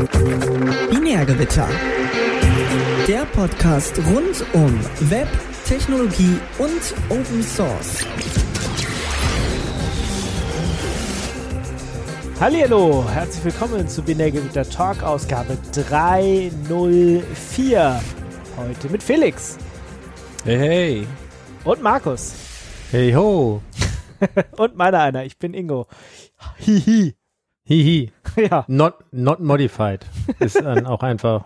Binärgewitter. Der Podcast rund um Web, Technologie und Open Source. Hallihallo, herzlich willkommen zu Binärgewitter Talk Ausgabe 304. Heute mit Felix. Hey, hey. Und Markus. Hey, ho. Und meiner einer, ich bin Ingo. Hihi. Hihi. Ja. Not modified. Ist dann auch einfach.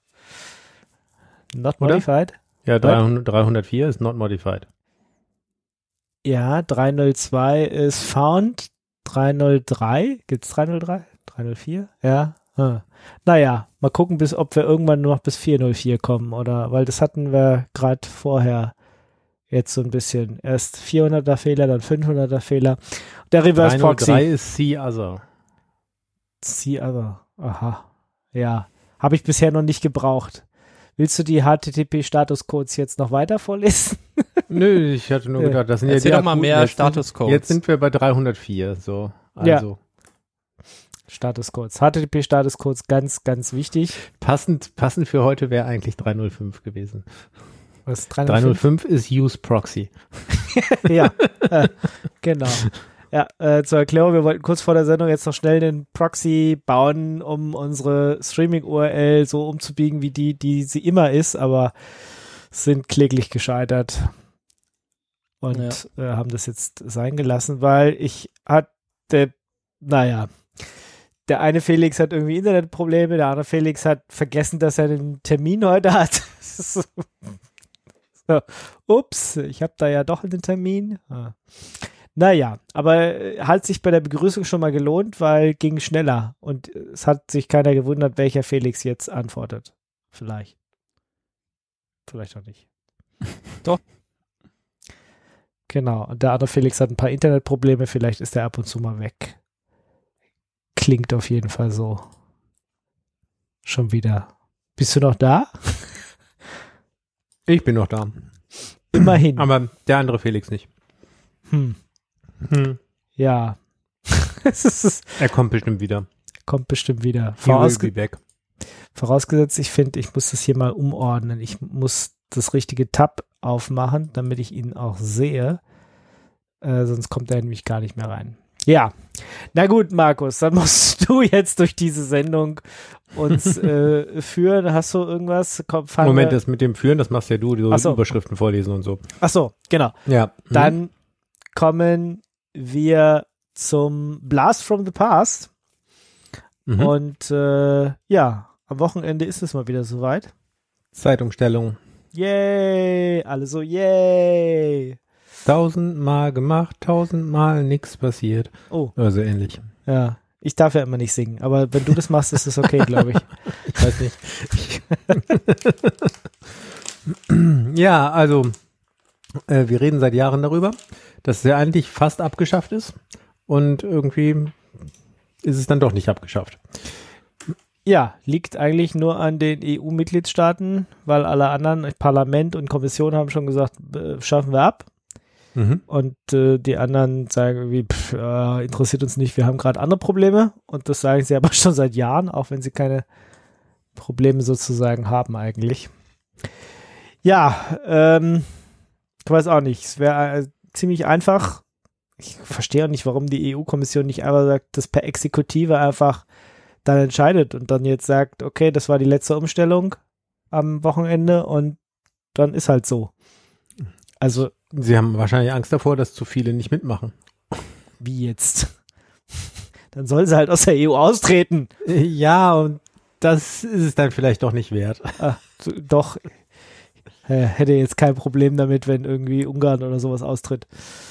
Not modified? Ja, 304 ist not modified. Ja, 302 ist found. 303, gibt's 303? 304? Ja. Naja, mal gucken, ob wir irgendwann nur noch bis 404 kommen, oder, weil das hatten wir gerade vorher jetzt so ein bisschen. Erst 400er Fehler, dann 500er Fehler. Der Reverse Proxy. 303 ist C-Other. C-Other, aha. Ja, habe ich bisher noch nicht gebraucht. Willst du die HTTP-Statuscodes jetzt noch weiter vorlesen? Nö, ich hatte nur gedacht, das sind Erzähl ja doch mal mehr Statuscodes. Jetzt sind wir bei 304, so. Also. Ja. Statuscodes. HTTP-Statuscodes, ganz, ganz wichtig. Passend für heute wäre eigentlich 305 gewesen. Was ist 305? 305 ist Use Proxy. Ja, genau. Ja, zur Erklärung, wir wollten kurz vor der Sendung jetzt noch schnell den Proxy bauen, um unsere Streaming-URL so umzubiegen, wie die sie immer ist, aber sind kläglich gescheitert und haben das jetzt sein gelassen, weil der eine Felix hat irgendwie Internetprobleme, der andere Felix hat vergessen, dass er den Termin heute hat. So, ups, ich habe da ja doch einen Termin. Naja, aber hat sich bei der Begrüßung schon mal gelohnt, weil ging schneller und es hat sich keiner gewundert, welcher Felix jetzt antwortet. Vielleicht auch nicht. Doch. Genau, und der andere Felix hat ein paar Internetprobleme, vielleicht ist er ab und zu mal weg. Klingt auf jeden Fall so. Schon wieder. Bist du noch da? Ich bin noch da. Immerhin. Aber der andere Felix nicht. Ja. Er kommt bestimmt wieder. Vorausgesetzt, ich finde, ich muss das hier mal umordnen. Ich muss das richtige Tab aufmachen, damit ich ihn auch sehe. Sonst kommt er nämlich gar nicht mehr rein. Ja. Na gut, Markus, dann musst du jetzt durch diese Sendung uns führen. Hast du irgendwas? Moment, das mit dem Führen, das machst ja du, die Überschriften vorlesen und so. Ach so, genau. Ja. Dann kommen wir zum Blast from the Past. Und am Wochenende ist es mal wieder soweit. Zeitumstellung. Yay! Alle so, yay! 1000-mal gemacht, 1000-mal nichts passiert. Oh. Also ähnlich. Ja, ich darf ja immer nicht singen, aber wenn du das machst, ist es okay, glaube ich. Ich weiß nicht. Ja, also wir reden seit Jahren darüber, dass es ja eigentlich fast abgeschafft ist und irgendwie ist es dann doch nicht abgeschafft. Ja, liegt eigentlich nur an den EU-Mitgliedstaaten, weil alle anderen, Parlament und Kommission haben schon gesagt, schaffen wir ab. Und die anderen sagen irgendwie, interessiert uns nicht, wir haben gerade andere Probleme. Und das sagen sie aber schon seit Jahren, auch wenn sie keine Probleme sozusagen haben eigentlich. Ja, ich weiß auch nicht, es wäre ziemlich einfach. Ich verstehe auch nicht, warum die EU-Kommission nicht einfach sagt, das per Exekutive einfach dann entscheidet und dann jetzt sagt, okay, das war die letzte Umstellung am Wochenende und dann ist halt so. Also Sie haben wahrscheinlich Angst davor, dass zu viele nicht mitmachen. Wie jetzt? Dann sollen sie halt aus der EU austreten. Ja, und das ist es dann vielleicht doch nicht wert. Doch. Hätte jetzt kein Problem damit, wenn irgendwie Ungarn oder sowas austritt.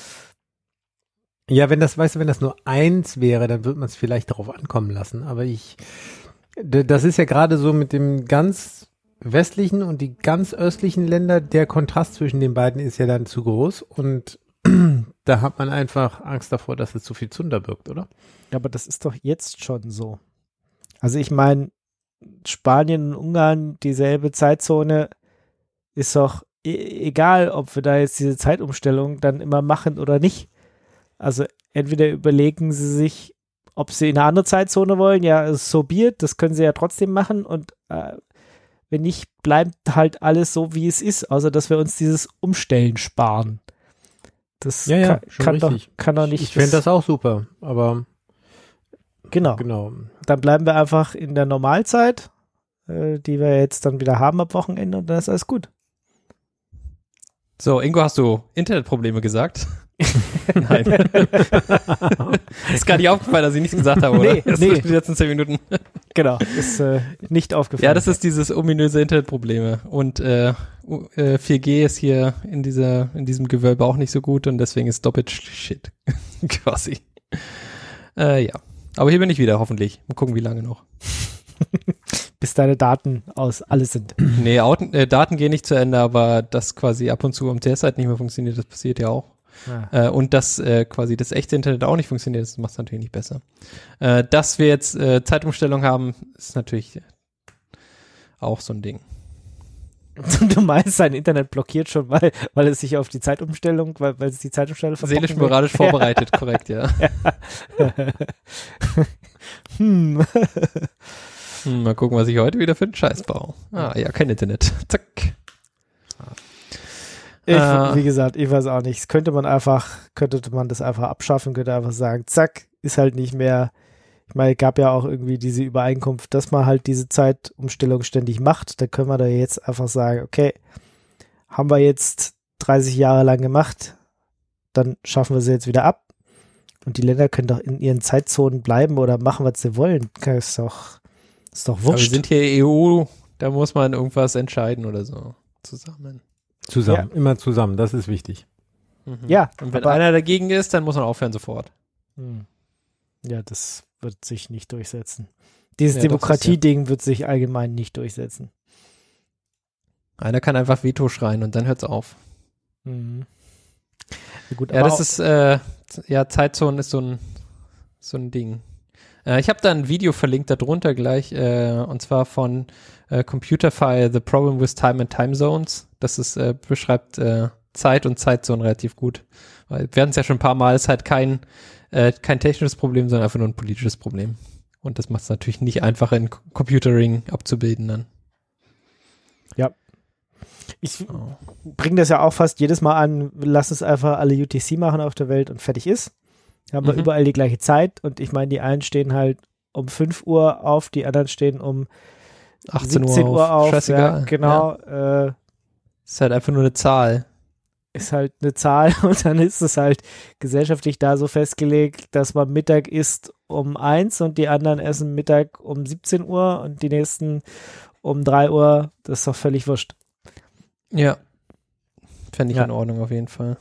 Ja, wenn das nur eins wäre, dann würde man es vielleicht darauf ankommen lassen. Aber das ist ja gerade so mit dem ganz westlichen und die ganz östlichen Länder, der Kontrast zwischen den beiden ist ja dann zu groß und da hat man einfach Angst davor, dass es zu viel Zunder birgt, oder? Ja, aber das ist doch jetzt schon so. Also ich meine, Spanien und Ungarn, dieselbe Zeitzone, ist doch egal, ob wir da jetzt diese Zeitumstellung dann immer machen oder nicht. Also entweder überlegen sie sich, ob sie in eine andere Zeitzone wollen, ja, so be it, das können sie ja trotzdem machen und wenn nicht, bleibt halt alles so, wie es ist, außer dass wir uns dieses Umstellen sparen. Das kann doch nicht. Ich fände das auch super, aber genau. Dann bleiben wir einfach in der Normalzeit, die wir jetzt dann wieder haben ab Wochenende und dann ist alles gut. So, Ingo, hast du Internetprobleme gesagt? Nein. Ist gar nicht aufgefallen, dass ich nichts gesagt habe, oder? Nee. Die letzten 10 Minuten. Genau, ist nicht aufgefallen. Ja, das ist dieses ominöse Internetprobleme. Und 4G ist hier in diesem Gewölbe auch nicht so gut und deswegen ist doppelt Shit. Quasi. Ja. Aber hier bin ich wieder, hoffentlich. Mal gucken, wie lange noch. Bis deine Daten alle sind. Nee, Daten gehen nicht zu Ende, aber dass quasi ab und zu am TS-Seite nicht mehr funktioniert, das passiert ja auch. Ja. Und dass quasi das echte Internet auch nicht funktioniert, das macht es natürlich nicht besser. Dass wir jetzt Zeitumstellung haben, ist natürlich auch so ein Ding. Du meinst, sein Internet blockiert schon, weil es sich auf die Zeitumstellung, weil es die Zeitumstellung seelisch moralisch vorbereitet, korrekt, ja. Mal gucken, was ich heute wieder für einen Scheiß baue. Ja, kein Internet. Zack. Wie gesagt, ich weiß auch nicht. Könnte man das einfach abschaffen, könnte einfach sagen, zack, ist halt nicht mehr. Ich meine, es gab ja auch irgendwie diese Übereinkunft, dass man halt diese Zeitumstellung ständig macht. Da können wir da jetzt einfach sagen, okay, haben wir jetzt 30 Jahre lang gemacht, dann schaffen wir sie jetzt wieder ab. Und die Länder können doch in ihren Zeitzonen bleiben oder machen, was sie wollen. Ist doch wurscht. Aber wir sind hier EU, da muss man irgendwas entscheiden oder so. Zusammen, immer zusammen, das ist wichtig. Mhm. Ja. Und wenn einer dagegen ist, dann muss man aufhören sofort. Ja, das wird sich nicht durchsetzen. Dieses Demokratie-Ding wird sich allgemein nicht durchsetzen. Einer kann einfach Veto schreien und dann hört's auf. Mhm. Ja, gut, ja, das ist, Zeitzonen ist so ein Ding. Ich habe da ein Video verlinkt darunter gleich, und zwar von Computerfile, The Problem with Time and Time Zones. Das ist, beschreibt Zeit und Zeitzonen relativ gut. Weil wir hatten es ja schon ein paar Mal, es ist halt kein technisches Problem, sondern einfach nur ein politisches Problem. Und das macht es natürlich nicht einfacher in Computering abzubilden dann. Ja. Ich bringe das ja auch fast jedes Mal an, lass es einfach alle UTC machen auf der Welt und fertig ist. Haben wir überall die gleiche Zeit und ich meine, die einen stehen halt um 5 Uhr auf, die anderen stehen um 18 17 Uhr auf. Scheißegal. Ja, genau. Ja. Ist halt einfach nur eine Zahl. Ist halt eine Zahl und dann ist es halt gesellschaftlich da so festgelegt, dass man Mittag isst um 1 und die anderen essen Mittag um 17 Uhr und die nächsten um 3 Uhr. Das ist doch völlig wurscht. Ja. Fände ich in Ordnung auf jeden Fall.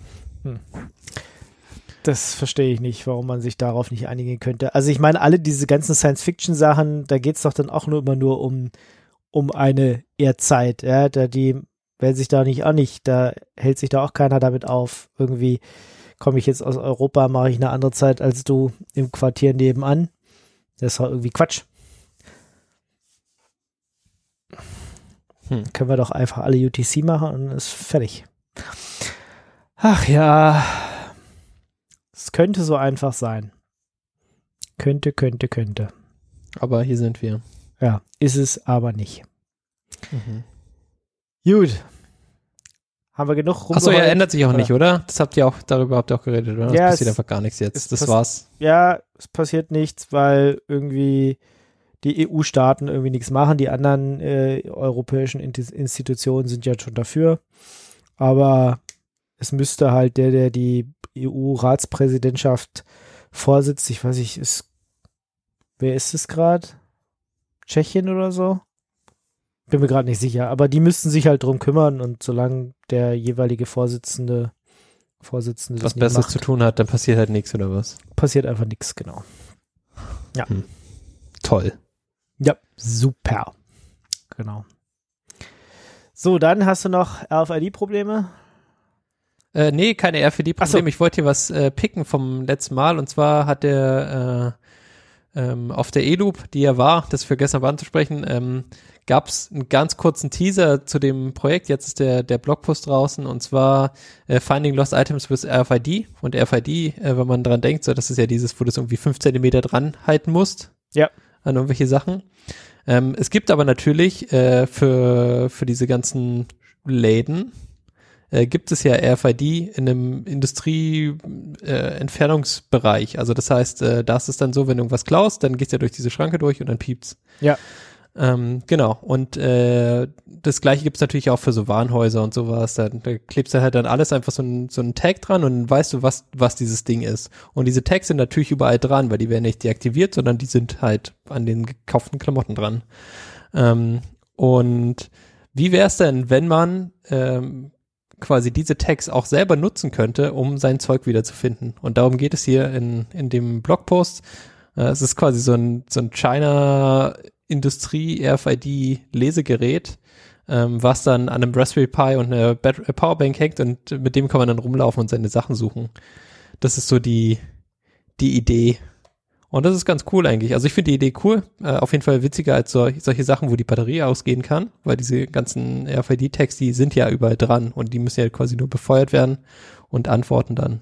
Das verstehe ich nicht, warum man sich darauf nicht einigen könnte. Also ich meine, alle diese ganzen Science-Fiction-Sachen, da geht es doch dann auch immer nur um eine Erdzeit. Ja, da hält sich da auch keiner damit auf. Irgendwie komme ich jetzt aus Europa, mache ich eine andere Zeit als du im Quartier nebenan. Das ist doch irgendwie Quatsch. Können wir doch einfach alle UTC machen und ist fertig. Ach ja, es könnte so einfach sein. Könnte. Aber hier sind wir. Ja, ist es aber nicht. Gut. Haben wir genug rumgeheult? Achso, ja, ändert sich auch nicht, oder? Darüber habt ihr auch geredet, oder? Ja, es passiert einfach gar nichts jetzt. Das war's. Ja, es passiert nichts, weil irgendwie die EU-Staaten irgendwie nichts machen. Die anderen europäischen Institutionen sind ja schon dafür. Aber es müsste halt der die EU-Ratspräsidentschaft vorsitzt, ich weiß nicht, wer ist es gerade? Tschechien oder so? Bin mir gerade nicht sicher, aber die müssten sich halt drum kümmern und solange der jeweilige Vorsitzende was Besseres zu tun hat, dann passiert halt nichts oder was? Passiert einfach nichts, genau. Ja. Toll. Ja, super. Genau. So, dann hast du noch RFID-Probleme? Nee, keine RFID-Probleme. Ich wollte hier was picken vom letzten Mal und zwar hat der auf der E-Loop, die ja war, das vergessen habe anzusprechen, gab es einen ganz kurzen Teaser zu dem Projekt. Jetzt ist der Blogpost draußen, und zwar Finding Lost Items with RFID. Und RFID, wenn man dran denkt, so, das ist ja dieses, wo du es irgendwie 5 Zentimeter dran halten musst. Ja. An irgendwelche Sachen. Es gibt aber natürlich für diese ganzen Läden gibt es ja RFID in einem Industrie-Entfernungsbereich. Also das heißt, da ist es dann so, wenn du irgendwas klaust, dann gehst du ja durch diese Schranke durch und dann piept's. Ja. Genau. Und das Gleiche gibt's natürlich auch für so Warenhäuser und sowas. Da klebst du halt dann alles einfach so ein Tag dran und dann weißt du, was dieses Ding ist. Und diese Tags sind natürlich überall dran, weil die werden nicht deaktiviert, sondern die sind halt an den gekauften Klamotten dran. Und wie wäre es denn, wenn man quasi diese Tags auch selber nutzen könnte, um sein Zeug wiederzufinden? Und darum geht es hier in dem Blogpost. Es ist quasi so ein China Industrie-RFID-Lesegerät, was dann an einem Raspberry Pi und einer Powerbank hängt, und mit dem kann man dann rumlaufen und seine Sachen suchen. Das ist so die Idee. Und das ist ganz cool eigentlich. Also ich finde die Idee cool. Auf jeden Fall witziger als solche Sachen, wo die Batterie ausgehen kann, weil diese ganzen RFID-Tags, die sind ja überall dran und die müssen ja quasi nur befeuert werden und antworten dann.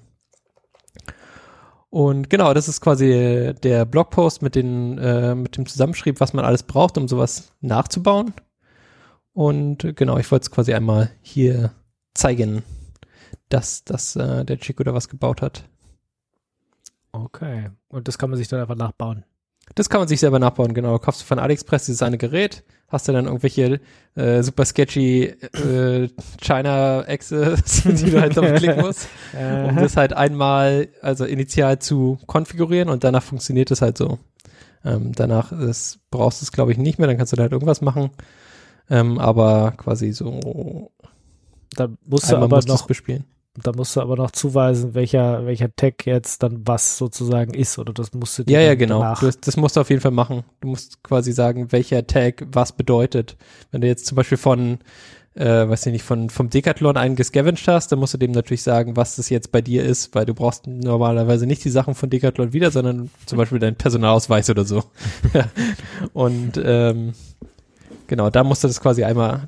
Und genau, das ist quasi der Blogpost mit dem Zusammenschrieb, was man alles braucht, um sowas nachzubauen. Und genau, ich wollte es quasi einmal hier zeigen, dass der Chico da was gebaut hat. Okay. Und das kann man sich dann einfach nachbauen. Das kann man sich selber nachbauen, genau. Kaufst du von AliExpress dieses eine Gerät, hast du dann irgendwelche super sketchy China-Access, die du halt drauf klicken musst, um das halt einmal, also initial zu konfigurieren, und danach funktioniert es halt so. Danach brauchst du es, glaube ich, nicht mehr, dann kannst du da halt irgendwas machen. Aber quasi so da musst du aber noch bespielen. Da musst du aber noch zuweisen, welcher Tag jetzt dann was sozusagen ist, oder das musst du dir Ja, genau. danach. Das musst du auf jeden Fall machen. Du musst quasi sagen, welcher Tag was bedeutet. Wenn du jetzt zum Beispiel vom Decathlon einen gescavenged hast, dann musst du dem natürlich sagen, was das jetzt bei dir ist, weil du brauchst normalerweise nicht die Sachen von Decathlon wieder, sondern zum Beispiel deinen Personalausweis oder so. Und genau, da musst du das quasi einmal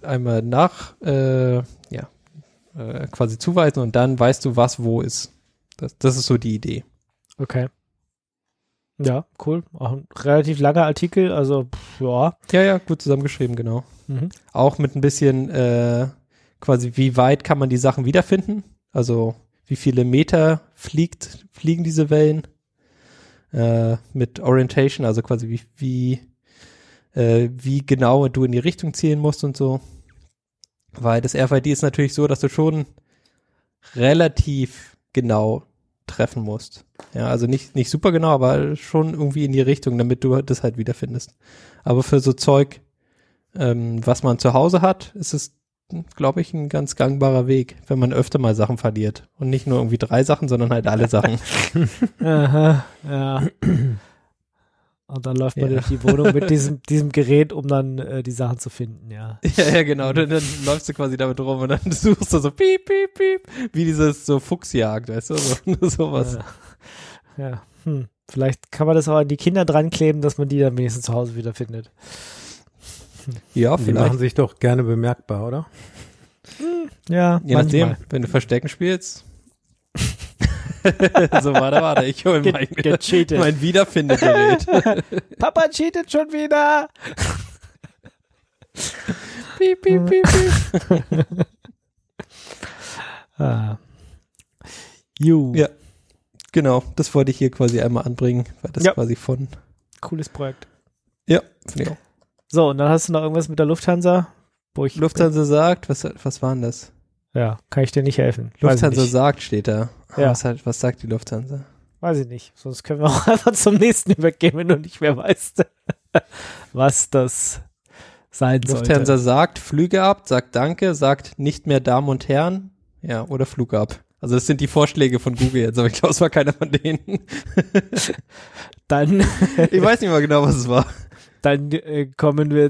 quasi zuweisen, und dann weißt du, was wo ist. Das ist so die Idee. Okay. Ja, cool. Auch ein relativ langer Artikel, also ja. Ja, gut zusammengeschrieben, genau. Mhm. Auch mit ein bisschen quasi, wie weit kann man die Sachen wiederfinden? Also wie viele Meter fliegen diese Wellen? Mit Orientation, also quasi wie genau du in die Richtung zielen musst und so. Weil das RFID ist natürlich so, dass du schon relativ genau treffen musst. Ja, also nicht super genau, aber schon irgendwie in die Richtung, damit du das halt wiederfindest. Aber für so Zeug, was man zu Hause hat, ist es, glaube ich, ein ganz gangbarer Weg, wenn man öfter mal Sachen verliert. Und nicht nur irgendwie 3 Sachen, sondern halt alle Sachen. Aha, ja. Und dann läuft man durch die Wohnung mit diesem Gerät, um dann die Sachen zu finden, ja. Ja, genau. Dann läufst du quasi damit rum und dann suchst du so piep, piep, piep, wie dieses so Fuchsjagd, weißt du, sowas. Ja. Vielleicht kann man das auch an die Kinder dran kleben, dass man die dann wenigstens zu Hause wieder findet. Ja, die vielleicht. machen sich doch gerne bemerkbar, oder? Ja, je nachdem, wenn du Verstecken spielst. So, warte, ich hole mein Wiederfindegerät. Papa cheatet schon wieder. Piep, piep, piep, piep. Ja, genau, das wollte ich hier quasi einmal anbringen, weil das quasi von... Cooles Projekt. Ja, finde ich auch. So, und dann hast du noch irgendwas mit der Lufthansa? Lufthansa sagt, was war denn das? Ja, kann ich dir nicht helfen. Lufthansa sagt, steht da. Ja. Was sagt die Lufthansa? Weiß ich nicht. Sonst können wir auch einfach zum nächsten übergehen, wenn du nicht mehr weißt, was das sein sollte. Lufthansa sagt Flüge ab, sagt Danke, sagt nicht mehr Damen und Herren, ja, oder Flug ab. Also das sind die Vorschläge von Google jetzt, aber ich glaube, es war keiner von denen. Dann ich weiß nicht mal genau, was es war. Dann kommen wir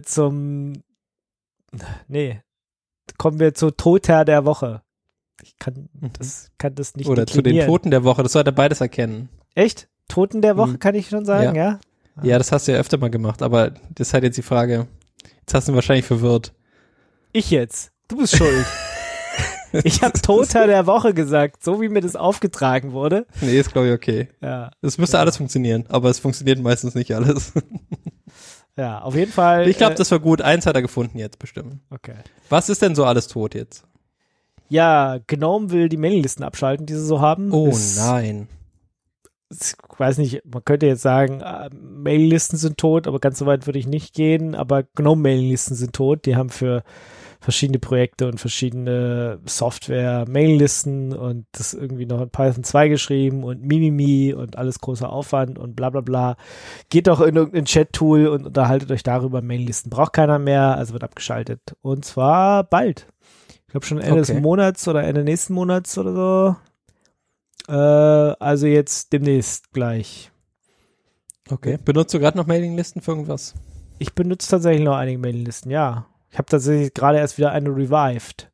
zu Toter der Woche. Ich kann das nicht Oder zu den Toten der Woche, das sollte beides erkennen. Echt? Toten der Woche kann ich schon sagen, ja? Ja, das hast du ja öfter mal gemacht, aber das ist halt jetzt die Frage, jetzt hast du ihn wahrscheinlich verwirrt. Ich jetzt. Du bist schuld. Ich habe Toter der Woche gesagt, so wie mir das aufgetragen wurde. Nee, ist glaube ich okay. Ja. Es müsste alles funktionieren, aber es funktioniert meistens nicht alles. Ja, auf jeden Fall. Ich glaube, das war gut. Eins hat er gefunden jetzt bestimmt. Okay. Was ist denn so alles tot jetzt? Ja, GNOME will die Mailinglisten abschalten, die sie so haben. Oh nein. Ich weiß nicht, man könnte jetzt sagen, Mailinglisten sind tot, aber ganz so weit würde ich nicht gehen. Aber GNOME-Mailinglisten sind tot. Die haben für verschiedene Projekte und verschiedene Software Mailinglisten und das irgendwie noch in Python 2 geschrieben und Mimimi und alles großer Aufwand und bla bla bla. Geht doch in irgendein Chat-Tool und unterhaltet euch darüber. Mailinglisten braucht keiner mehr, also wird abgeschaltet. Und zwar bald. Ich glaube schon Ende des Monats oder Ende nächsten Monats oder so. Also jetzt demnächst gleich. Okay. Benutzt du gerade noch Mailinglisten für irgendwas? Ich benutze tatsächlich noch einige Mailinglisten, ja. Ich habe tatsächlich gerade erst wieder eine revived.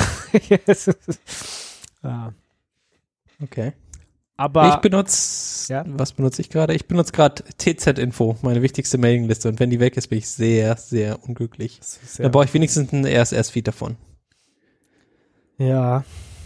Ja. Okay. Aber ich benutze, was benutze ich gerade? Ich benutze gerade TZ-Info, meine wichtigste Mailingliste. Und wenn die weg ist, bin ich sehr, sehr unglücklich. Dann brauche ich wenigstens einen RSS-Feed davon. Ja.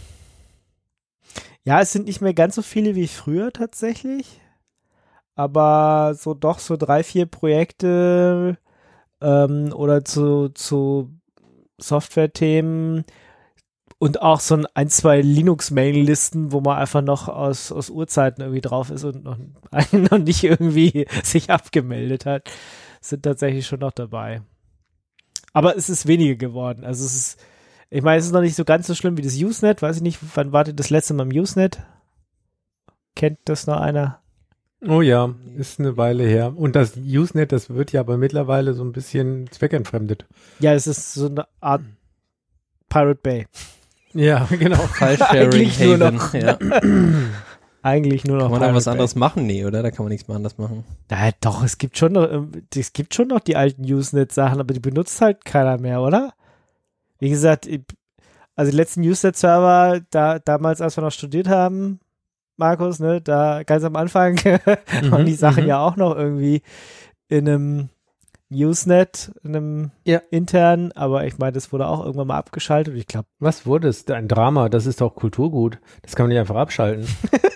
Ja, es sind nicht mehr ganz so viele wie früher tatsächlich. Aber so 3, 4 Projekte oder zu Software-Themen und auch so ein, 2 Linux-Mailinglisten, wo man einfach noch aus Urzeiten irgendwie drauf ist und noch nicht irgendwie sich abgemeldet hat, sind tatsächlich schon noch dabei. Aber es ist weniger geworden. Also ich meine, es ist noch nicht so ganz so schlimm wie das Usenet. Weiß ich nicht, wann wart ihr das letzte Mal im Usenet? Kennt das noch einer? Oh ja, ist eine Weile her. Und das Usenet, das wird ja aber mittlerweile so ein bisschen zweckentfremdet. Ja, es ist so eine Art Pirate Bay. Ja, genau. File-Sharing Haven. Ja. Eigentlich nur noch. Kann man da was anderes machen? Nee, oder? Da kann man nichts mehr anders machen. Ja, doch, es gibt schon noch die alten Usenet-Sachen, aber die benutzt halt keiner mehr, oder? Wie gesagt, also die letzten Usenet-Server, damals, als wir noch studiert haben, Markus, ne, da ganz am Anfang waren die Sachen ja auch noch irgendwie in einem Usenet, in einem internen, aber ich meine, das wurde auch irgendwann mal abgeschaltet und ich glaube. Was wurde es? Ein Drama, das ist doch Kulturgut. Das kann man nicht einfach abschalten.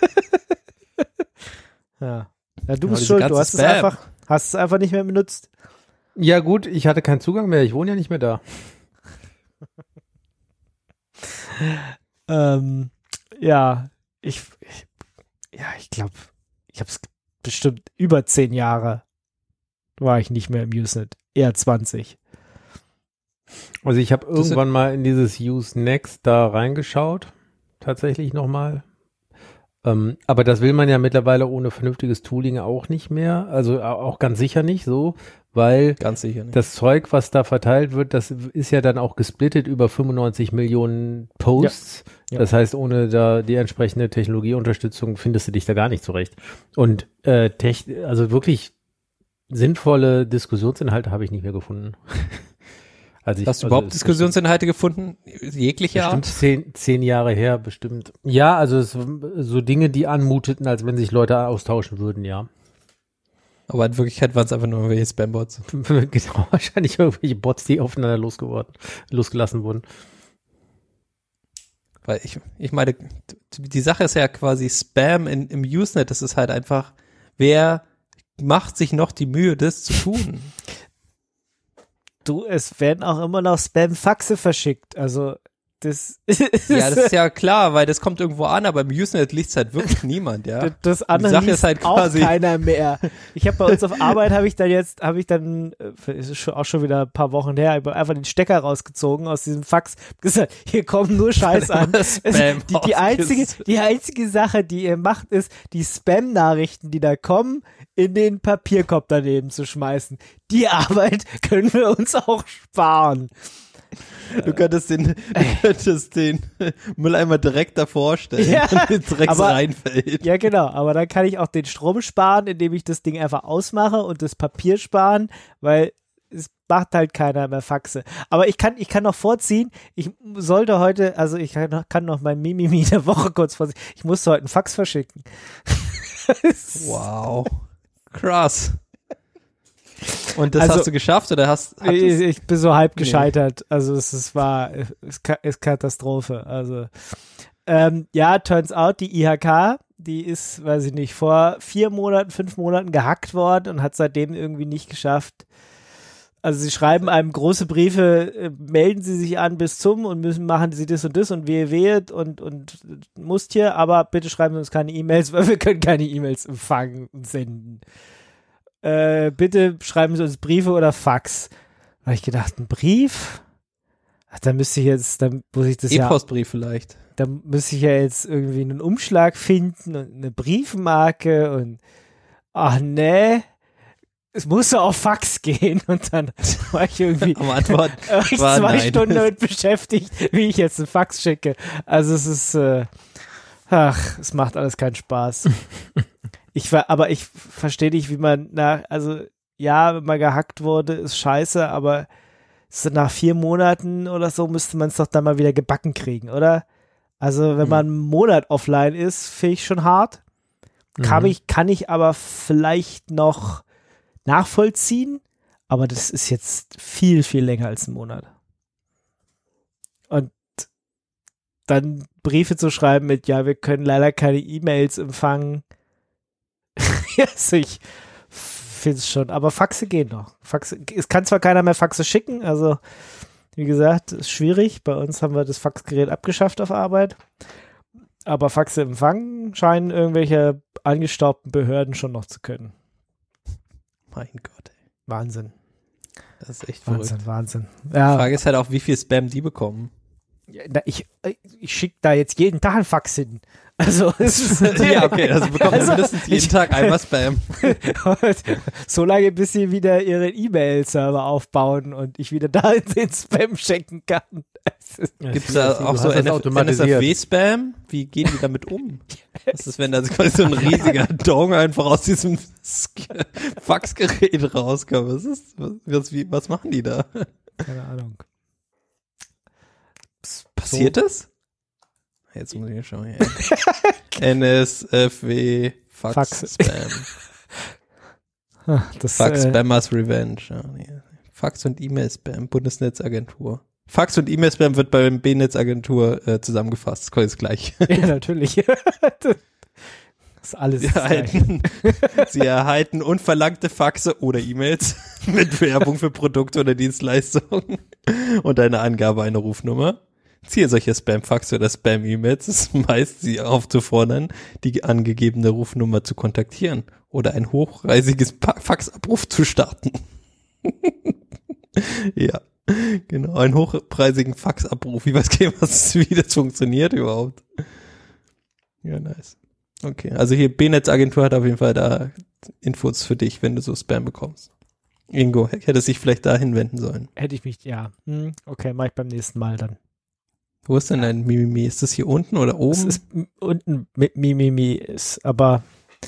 Ja, du bist schuld, du hast es einfach nicht mehr benutzt. Ja gut, ich hatte keinen Zugang mehr, ich wohne ja nicht mehr da. Ja, ich glaube, ich habe es bestimmt über 10 Jahre war ich nicht mehr im Usenet. Eher 20. Also ich habe irgendwann mal in dieses Usenext da reingeschaut. Tatsächlich nochmal. Aber das will man ja mittlerweile ohne vernünftiges Tooling auch nicht mehr. Also auch ganz sicher nicht so, weil ganz sicher nicht. Das Zeug, was da verteilt wird, das ist ja dann auch gesplittet über 95 Millionen Posts. Ja. Das heißt, ohne da die entsprechende Technologieunterstützung findest du dich da gar nicht zurecht. Und also wirklich sinnvolle Diskussionsinhalte habe ich nicht mehr gefunden. Hast du überhaupt Diskussionsinhalte gefunden? Jegliche Art? Bestimmt 10 Jahre her, bestimmt. Ja, also so Dinge, die anmuteten, als wenn sich Leute austauschen würden, ja. Aber in Wirklichkeit waren es einfach nur irgendwelche Spam-Bots. Genau, wahrscheinlich irgendwelche Bots, die aufeinander losgelassen wurden. Weil ich meine, die Sache ist ja quasi Spam im Usenet, das ist halt einfach, wer macht sich noch die Mühe, das zu tun? Du, es werden auch immer noch Spam-Faxe verschickt, also das ist ja klar, weil das kommt irgendwo an, aber im Usenet liest halt wirklich niemand, ja. Das andere liest halt quasi auch keiner mehr. Ich habe bei uns auf Arbeit habe ich dann ist auch schon wieder ein paar Wochen her, einfach den Stecker rausgezogen aus diesem Fax, gesagt, hier kommen nur Scheiß an. Die einzige Sache, die ihr macht, ist die Spam-Nachrichten, die da kommen, in den Papierkorb daneben zu schmeißen. Die Arbeit können wir uns auch sparen. Du könntest den Mülleimer direkt davor stellen, damit direkt reinfällt. Ja, genau. Aber dann kann ich auch den Strom sparen, indem ich das Ding einfach ausmache und das Papier sparen, weil es macht halt keiner mehr Faxe. Aber ich kann noch vorziehen, ich sollte heute, also ich kann noch mein Mimimi der Woche kurz vorziehen. Ich musste heute einen Fax verschicken. Wow. Krass. Und das hast du geschafft oder ich bin so halb gescheitert. Also es ist Katastrophe. Also turns out, die IHK, die ist, weiß ich nicht, vor 5 Monaten gehackt worden und hat seitdem irgendwie nicht geschafft. Also sie schreiben einem große Briefe, melden Sie sich an bis zum und machen Sie das und wehe und musst hier, aber bitte schreiben Sie uns keine E-Mails, weil wir können keine E-Mails empfangen und senden. Bitte schreiben Sie uns Briefe oder Fax. Da habe ich gedacht, ein Brief? Ach, dann muss ich das E-Postbrief vielleicht. Da müsste ich ja jetzt irgendwie einen Umschlag finden und eine Briefmarke und ach nee, es musste auf Fax gehen und dann war ich irgendwie Antwort war ich 2 Stunden damit beschäftigt, wie ich jetzt einen Fax schicke. Also es ist, es macht alles keinen Spaß. Aber ich verstehe nicht, wie man wenn man gehackt wurde, ist scheiße, aber so nach 4 Monaten oder so müsste man es doch dann mal wieder gebacken kriegen, oder? Also wenn man einen Monat offline ist, finde ich schon hart. Kann ich aber vielleicht noch nachvollziehen, aber das ist jetzt viel, viel länger als ein Monat. Und dann Briefe zu schreiben mit, ja, wir können leider keine E-Mails empfangen. Also ich finde es schon, aber Faxe gehen noch. Es kann zwar keiner mehr Faxe schicken, also wie gesagt, ist schwierig. Bei uns haben wir das Faxgerät abgeschafft auf Arbeit. Aber Faxe empfangen scheinen irgendwelche angestaubten Behörden schon noch zu können. Mein Gott, ey. Wahnsinn. Das ist echt verrückt. Wahnsinn. Ja. Die Frage ist halt auch, wie viel Spam die bekommen. Ja, ich schicke da jetzt jeden Tag einen Fax hin. Also ja, okay, also bekommen mindestens jeden Tag einmal Spam. So lange, bis sie wieder ihre E-Mail-Server aufbauen und ich wieder da den Spam schenken kann. Gibt es da auch so NSFW-Spam? Wie gehen die damit um? Was ist, wenn da quasi so ein riesiger Dong einfach aus diesem Faxgerät rauskommt? Was machen die da? Keine Ahnung. Passiert das? Jetzt muss ich ja schauen. NSFW Fax Spam. Fax Spammers Revenge. Ja, nee. Fax und E-Mail-Spam, Bundesnetzagentur. Fax und E-Mail-Spam wird beim B-Netzagentur zusammengefasst. Das ist quasi das Gleiche. Ja, natürlich. Das ist alles Sie erhalten unverlangte Faxe oder E-Mails mit Werbung für Produkte oder Dienstleistungen und eine Angabe einer Rufnummer. Ziel solcher Spam-Faxe oder Spam-E-Mails ist meist, sie aufzufordern, die angegebene Rufnummer zu kontaktieren oder ein hochpreisiges Faxabruf zu starten. Ja, genau, einen hochpreisigen Faxabruf. Wie das funktioniert überhaupt. Ja, nice. Okay, also hier B-Netzagentur hat auf jeden Fall da Infos für dich, wenn du so Spam bekommst. Ingo, hätte sich vielleicht da hinwenden sollen. Hätte ich mich, ja. Okay, mach ich beim nächsten Mal dann. Wo ist denn dein Mimimi? Ist das hier unten oder oben? Es ist unten mit Mimimi, aber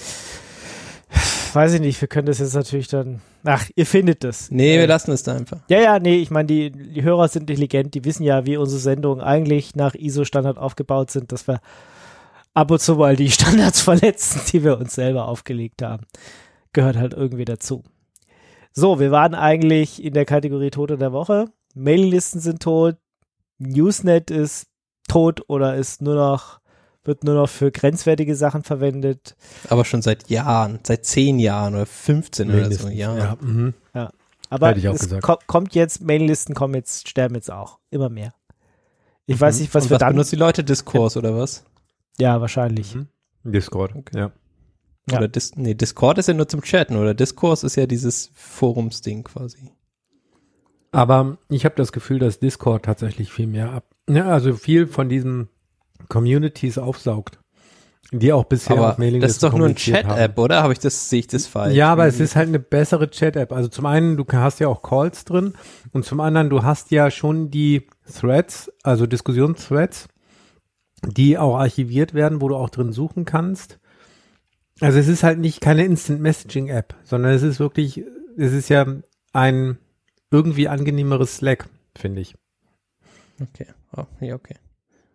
weiß ich nicht, wir können das jetzt natürlich dann, ihr findet das. Nee, wir lassen es da einfach. Ja, nee, ich meine, die Hörer sind intelligent, die wissen ja, wie unsere Sendungen eigentlich nach ISO-Standard aufgebaut sind, dass wir ab und zu mal die Standards verletzen, die wir uns selber aufgelegt haben. Gehört halt irgendwie dazu. So, wir waren eigentlich in der Kategorie Tote der Woche. Mailinglisten sind tot. Newsnet ist tot oder wird nur noch für grenzwertige Sachen verwendet. Aber schon seit Jahren, seit 10 Jahren oder 15 oder so Jahren. Ja. Aber es kommt jetzt, Mailinglisten sterben jetzt auch. Immer mehr. Ich weiß nicht, was wir dann. Benutzen die Leute Discourse oder was? Ja, wahrscheinlich. Discord, okay. Ja. Oder Discord ist ja nur zum Chatten, oder Discourse ist ja dieses Forumsding quasi. Aber ich habe das Gefühl, dass Discord tatsächlich viel mehr also viel von diesen Communities aufsaugt, die auch bisher aber auf Mailinglisten das ist doch nur ein Chat-App, oder? Sehe ich das falsch? Ja, aber es ist halt eine bessere Chat-App. Also zum einen, du hast ja auch Calls drin und zum anderen, du hast ja schon die Threads, also Diskussionsthreads, die auch archiviert werden, wo du auch drin suchen kannst. Also es ist halt nicht keine Instant-Messaging-App, sondern es ist ja ein irgendwie angenehmeres Slack, finde ich. Okay, okay.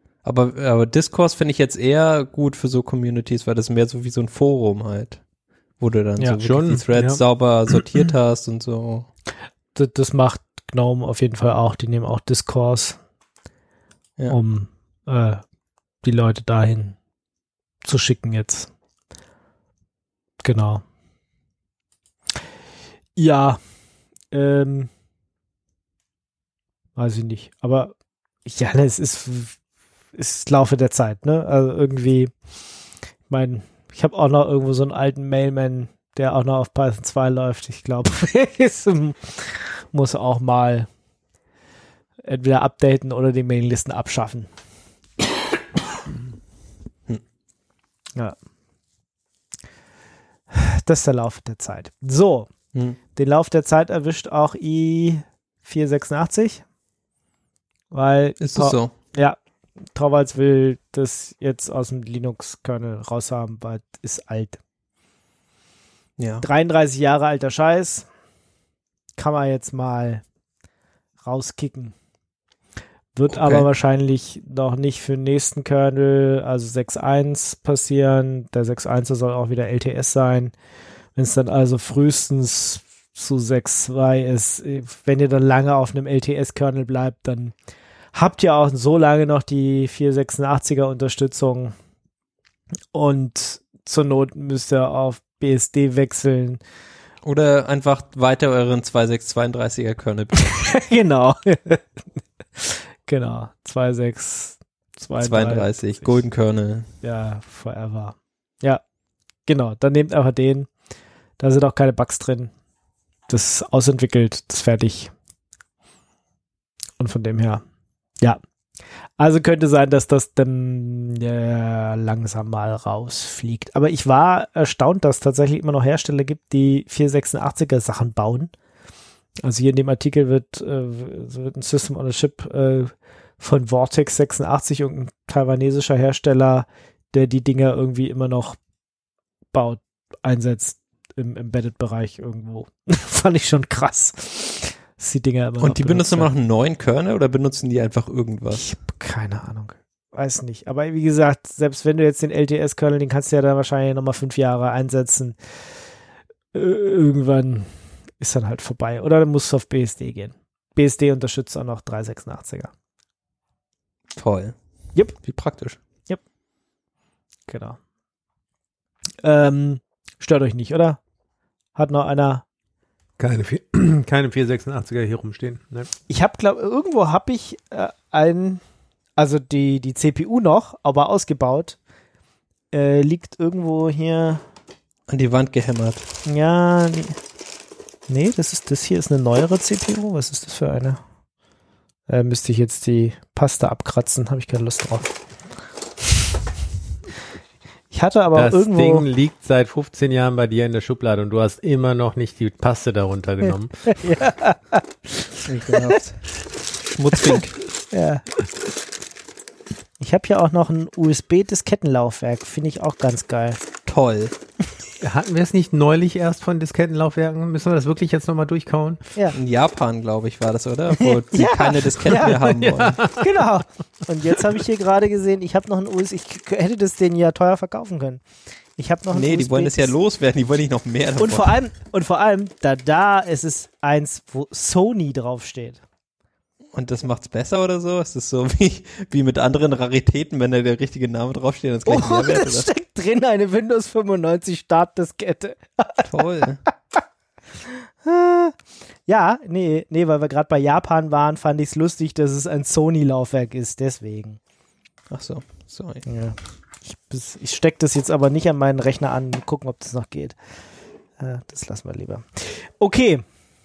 Aber Discourse finde ich jetzt eher gut für so Communities, weil das mehr so wie so ein Forum halt. wo du dann Ja, so schon, die Threads sauber sortiert hast und so. Das macht GNOME auf jeden Fall auch. Die nehmen auch Discourse, Ja. um die Leute dahin zu schicken jetzt. Genau. Ja, weiß ich nicht. Aber ja, es ist Laufe der Zeit, ne? Also irgendwie, ich meine, ich habe auch noch irgendwo so einen alten Mailman, der auch noch auf Python 2 läuft. Ich glaube, es muss auch mal entweder updaten oder die Mailinglisten abschaffen. Ja. Das ist der Lauf der Zeit. So, den Lauf der Zeit erwischt auch i486, weil Ist es so? Ja, Torvalds will das jetzt aus dem Linux-Kernel raushaben, weil es ist alt. Ja. 33 Jahre alter Scheiß. Kann man jetzt mal rauskicken. Wird aber wahrscheinlich noch nicht für den nächsten Kernel, also 6.1 passieren. Der 6.1 soll auch wieder LTS sein. Wenn es dann also frühestens zu 6.2 ist, wenn ihr dann lange auf einem LTS-Kernel bleibt, dann habt ihr auch so lange noch die 486er Unterstützung und zur Not müsst ihr auf BSD wechseln. Oder einfach weiter euren 2.6.32er Kernel benutzen. Genau. Genau. 2.6.32. Golden Kernel. Ja, forever. Ja, genau. Dann nehmt einfach den. Da sind auch keine Bugs drin. Das ist ausentwickelt, das ist fertig. Und von dem her, ja. Also könnte sein, dass das dann langsam mal rausfliegt. Aber ich war erstaunt, dass es tatsächlich immer noch Hersteller gibt, die 486er Sachen bauen. Also hier in dem Artikel wird ein System on a Chip von Vortex 86, irgendein taiwanesischer Hersteller, der die Dinger irgendwie immer noch baut, einsetzt im Embedded-Bereich irgendwo. Fand ich schon krass. Dass die Dinger immer Und die benutzen immer noch noch einen neuen Kernel oder benutzen die einfach irgendwas? Ich habe keine Ahnung. Weiß nicht. Aber wie gesagt, selbst wenn du jetzt den LTS-Kernel, den kannst du ja dann wahrscheinlich nochmal 5 Jahre einsetzen. Irgendwann ist dann halt vorbei. Oder dann musst du auf BSD gehen. BSD unterstützt auch noch 386er. Toll. Yep. Wie praktisch. Yep. Genau. Stört euch nicht, oder? Hat noch einer... Keine 486er hier rumstehen. Ne? Ich habe, irgendwo habe ich also die CPU noch, aber ausgebaut, liegt irgendwo hier. An die Wand gehämmert. Ja, nee, das hier ist eine neuere CPU. Was ist das für eine? Müsste ich jetzt die Paste abkratzen, habe ich keine Lust drauf. Ich hatte aber das irgendwo... Ding liegt seit 15 Jahren bei dir in der Schublade und du hast immer noch nicht die Paste darunter genommen. Ja. Schmutzfink. Ja. Ich habe hier auch noch ein USB-Diskettenlaufwerk. Finde ich auch ganz geil. Toll. Hatten wir es nicht neulich erst von Diskettenlaufwerken? Müssen wir das wirklich jetzt nochmal durchkauen? Ja. In Japan, glaube ich, war das, oder? Wo sie keine Disketten mehr haben wollen. Genau. Und jetzt habe ich hier gerade gesehen, ich habe noch ein USB. Ich hätte das denen ja teuer verkaufen können. Ich habe noch ein Nee, USB. die wollen das ja loswerden, die wollen nicht noch mehr davon. Und vor allem, da ist es eins, wo Sony draufsteht. Und das macht's besser oder so? Ist das so wie mit anderen Raritäten, wenn da der richtige Name draufsteht, dann ist gleich Mehrwert, das steckt drin, eine Windows 95 Startdiskette. Toll. Ja, nee, weil wir gerade bei Japan waren, fand ich es lustig, dass es ein Sony-Laufwerk ist, deswegen. Ach so, sorry. Ja. Ich stecke das jetzt aber nicht an meinen Rechner an und gucken, ob das noch geht. Das lassen wir lieber. Okay.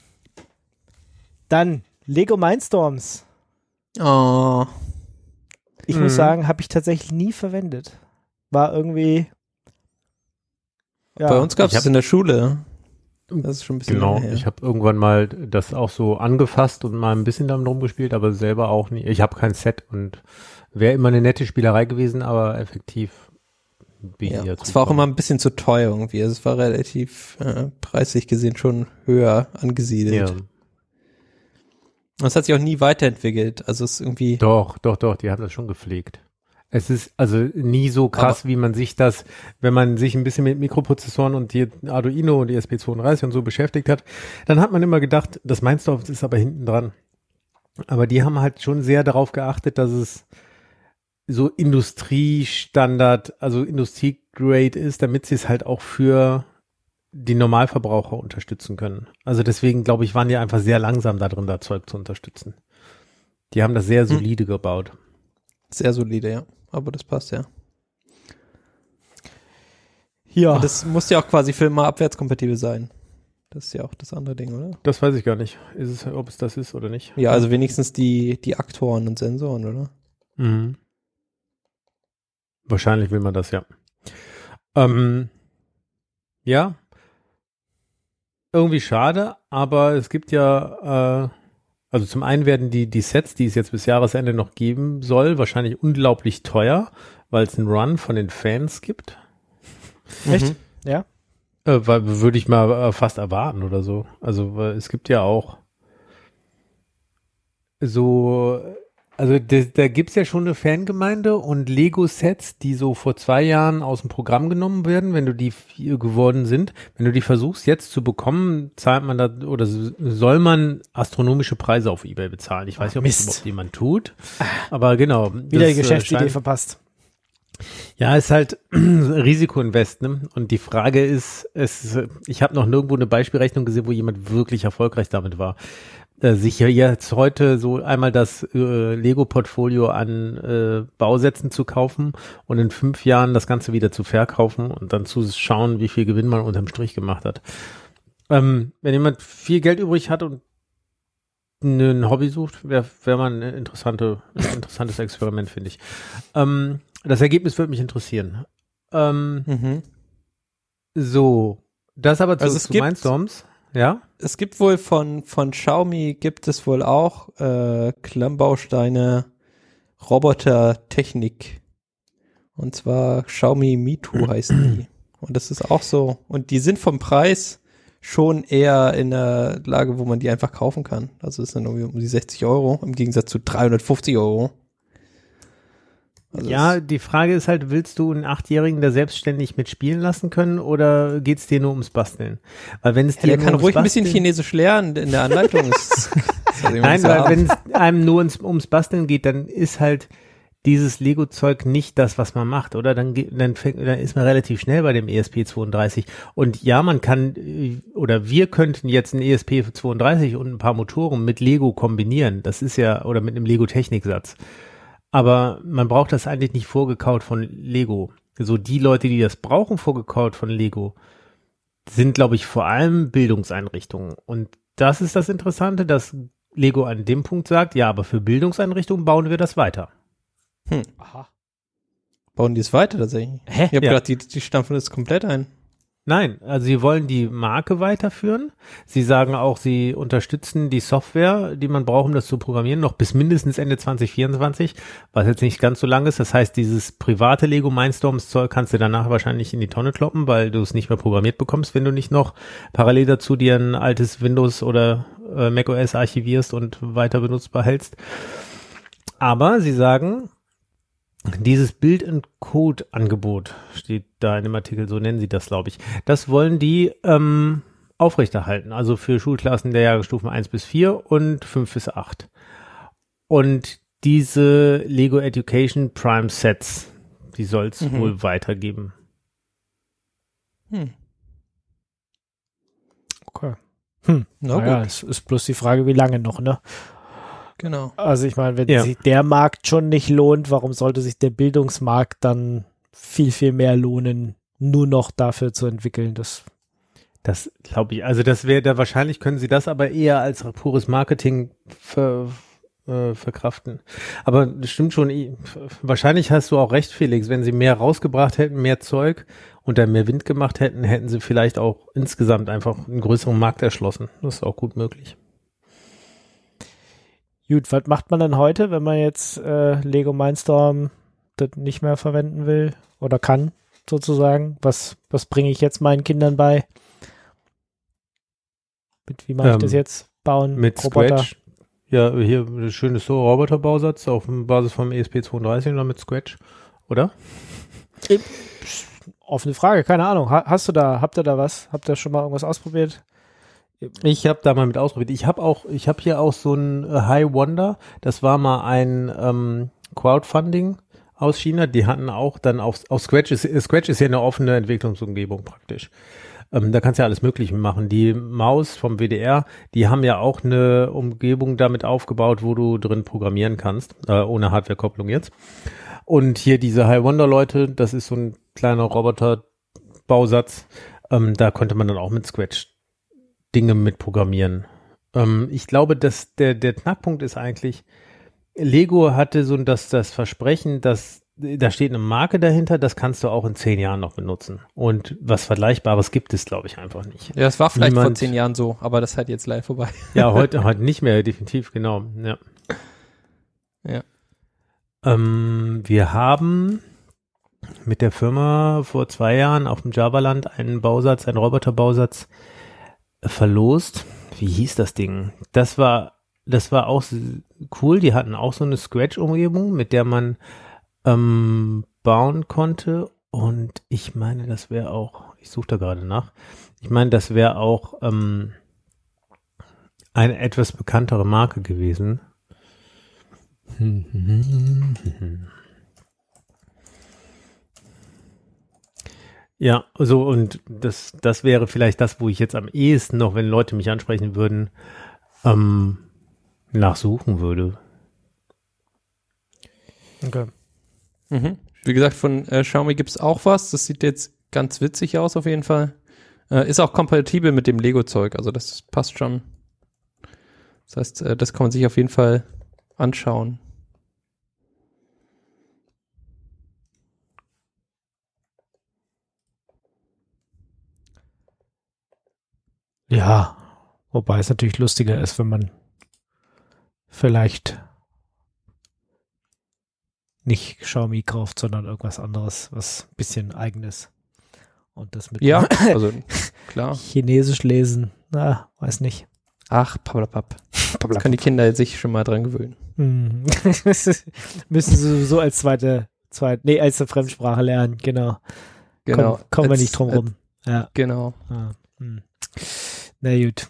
Dann Lego Mindstorms. Oh. Ich muss sagen, habe ich tatsächlich nie verwendet. War irgendwie... Ja. Bei uns gab es in der Schule. Das ist schon ein bisschen Genau, länger her. ich habe irgendwann mal das auch so angefasst und mal ein bisschen damit rumgespielt, aber selber auch nicht. Ich habe kein Set und wäre immer eine nette Spielerei gewesen, aber effektiv bin ich Ja, jetzt. es war auch immer ein bisschen zu teuer irgendwie. Also es war relativ preislich gesehen schon höher angesiedelt. Ja. Und es hat sich auch nie weiterentwickelt. Also es ist irgendwie... Doch, die haben das schon gepflegt. Es ist also nie so krass, wie man sich das, wenn man sich ein bisschen mit Mikroprozessoren und die Arduino und ESP32 und so beschäftigt hat, dann hat man immer gedacht, das Mindstorm ist aber hinten dran. Aber die haben halt schon sehr darauf geachtet, dass es so Industriestandard, also Industriegrade ist, damit sie es halt auch für die Normalverbraucher unterstützen können. Also deswegen, glaube ich, waren die einfach sehr langsam da drin, da Zeug zu unterstützen. Die haben das sehr solide gebaut. Sehr solide, ja. Aber das passt, ja. Ja. Und das muss ja auch quasi für immer abwärtskompatibel sein. Das ist ja auch das andere Ding, oder? Das weiß ich gar nicht, ob es das ist oder nicht. Ja, also wenigstens die Aktoren und Sensoren, oder? Mhm. Wahrscheinlich will man das, ja. Ja. Irgendwie schade, aber es gibt ja, also zum einen werden die Sets, die es jetzt bis Jahresende noch geben soll, wahrscheinlich unglaublich teuer, weil es einen Run von den Fans gibt. Echt? Ja. Würde ich mal fast erwarten oder so. Also es gibt ja auch so, also da gibt's ja schon eine Fangemeinde und Lego-Sets, die so vor 2 Jahren aus dem Programm genommen werden, wenn du die geworden sind. Wenn du die versuchst jetzt zu bekommen, zahlt man da oder soll man astronomische Preise auf eBay bezahlen. Ich weiß nicht, ob das überhaupt jemand tut. Aber genau. Wieder die Geschäftsidee verpasst. Ja, ist halt Risikoinvest, ne? Und die Frage ist, ich habe noch nirgendwo eine Beispielrechnung gesehen, wo jemand wirklich erfolgreich damit war. Sich jetzt heute so einmal das Lego-Portfolio an Bausätzen zu kaufen und in 5 Jahren das Ganze wieder zu verkaufen und dann zu schauen, wie viel Gewinn man unterm Strich gemacht hat. Wenn jemand viel Geld übrig hat und ein Hobby sucht, wäre mal ein interessantes Experiment, finde ich. Das Ergebnis würde mich interessieren. So, das aber zu Mindstorms. Ja? Es gibt wohl von Xiaomi gibt es wohl auch Klemmbausteine Robotertechnik. Und zwar Xiaomi MeToo heißen die. Und das ist auch so. Und die sind vom Preis schon eher in der Lage, wo man die einfach kaufen kann. Also es sind irgendwie um die 60 Euro im Gegensatz zu 350 Euro. Also ja, die Frage ist halt, willst du einen 8-Jährigen da selbstständig mitspielen lassen können oder geht's dir nur ums Basteln? Weil wenn es dir der kann ruhig ein bisschen Chinesisch lernen in der Anleitung. Nein, weil wenn es einem nur ums Basteln geht, dann ist halt dieses Lego-Zeug nicht das, was man macht, oder? Dann ist man relativ schnell bei dem ESP32. Und ja, man kann, oder wir könnten jetzt einen ESP32 und ein paar Motoren mit Lego kombinieren. Das ist ja, oder mit einem Lego-Techniksatz. Aber man braucht das eigentlich nicht vorgekaut von Lego. So die Leute, die das brauchen, vorgekaut von Lego, sind, glaube ich, vor allem Bildungseinrichtungen. Und das ist das Interessante, dass Lego an dem Punkt sagt, ja, aber für Bildungseinrichtungen bauen wir das weiter. Aha. Bauen die es weiter tatsächlich? Hä? Ich habe gedacht, die stampfen das komplett ein. Nein, also sie wollen die Marke weiterführen. Sie sagen auch, sie unterstützen die Software, die man braucht, um das zu programmieren, noch bis mindestens Ende 2024, was jetzt nicht ganz so lang ist. Das heißt, dieses private Lego Mindstorms Zeug kannst du danach wahrscheinlich in die Tonne kloppen, weil du es nicht mehr programmiert bekommst, wenn du nicht noch parallel dazu dir ein altes Windows oder macOS archivierst und weiter benutzbar hältst. Aber sie sagen, dieses Build-and-Code-Angebot steht da in dem Artikel, so nennen sie das, glaube ich. Das wollen die aufrechterhalten, also für Schulklassen der Jahresstufen 1 bis 4 und 5 bis 8. Und diese Lego Education Prime Sets, die soll es wohl weitergeben. Okay. Na es ist bloß die Frage, wie lange noch, ne? Genau. Also ich meine, wenn sich der Markt schon nicht lohnt, warum sollte sich der Bildungsmarkt dann viel, viel mehr lohnen, nur noch dafür zu entwickeln? Das glaube ich, also das wäre, da wahrscheinlich können sie das aber eher als pures Marketing verkraften. Aber das stimmt schon, wahrscheinlich hast du auch recht, Felix, wenn sie mehr rausgebracht hätten, mehr Zeug und dann mehr Wind gemacht hätten, hätten sie vielleicht auch insgesamt einfach einen größeren Markt erschlossen. Das ist auch gut möglich. Gut, was macht man denn heute, wenn man jetzt Lego Mindstorm das nicht mehr verwenden will oder kann, sozusagen? Was bringe ich jetzt meinen Kindern bei? Wie mache ich das jetzt? Bauen mit Roboter? Scratch. Ja, hier ein schönes Roboterbausatz auf Basis vom ESP32 oder mit Scratch. oder? Offene Frage, keine Ahnung. Habt ihr da was? Habt ihr schon mal irgendwas ausprobiert? Ich habe da mal mit ausprobiert. Ich habe hier auch so ein High Wonder. Das war mal ein Crowdfunding aus China. Die hatten auch dann auf Scratch. Scratch ist ja eine offene Entwicklungsumgebung praktisch. Da kannst du ja alles Mögliche machen. Die Maus vom WDR, die haben ja auch eine Umgebung damit aufgebaut, wo du drin programmieren kannst, ohne Hardware-Kopplung jetzt. Und hier diese High Wonder Leute, das ist so ein kleiner Roboter-Bausatz. Da konnte man dann auch mit Scratch Dinge mit programmieren. Ich glaube, dass der Knackpunkt ist eigentlich, Lego hatte so das Versprechen, dass da steht eine Marke dahinter, das kannst du auch in 10 Jahren noch benutzen. Und was Vergleichbares gibt es, glaube ich, einfach nicht. Ja, das war vielleicht vor 10 Jahren so, aber das ist halt jetzt leider vorbei. Ja, heute nicht mehr, definitiv, genau. Ja. Wir haben mit der Firma vor 2 Jahren auf dem Javaland einen Roboterbausatz verlost. Wie hieß das Ding? Das war auch cool. Die hatten auch so eine Scratch-Umgebung, mit der man bauen konnte. Und ich meine, das wäre auch, ich suche da gerade nach, ich meine, das wäre auch eine etwas bekanntere Marke gewesen. Ja, so, und das wäre vielleicht das, wo ich jetzt am ehesten noch, wenn Leute mich ansprechen würden, nachsuchen würde. Okay. Wie gesagt, von Xiaomi gibt es auch was. Das sieht jetzt ganz witzig aus auf jeden Fall. Ist auch kompatibel mit dem Lego-Zeug, also das passt schon. Das heißt, das kann man sich auf jeden Fall anschauen. Ja, wobei es natürlich lustiger ist, wenn man vielleicht nicht Xiaomi kauft, sondern irgendwas anderes, was ein bisschen eigenes. Und das mit also klar. Chinesisch lesen, weiß nicht. Ach, pappalapapp. Das können die Kinder sich schon mal dran gewöhnen. Müssen sie so als als eine Fremdsprache lernen, genau. Kommen wir nicht drum rum. Ja. Genau. Na gut.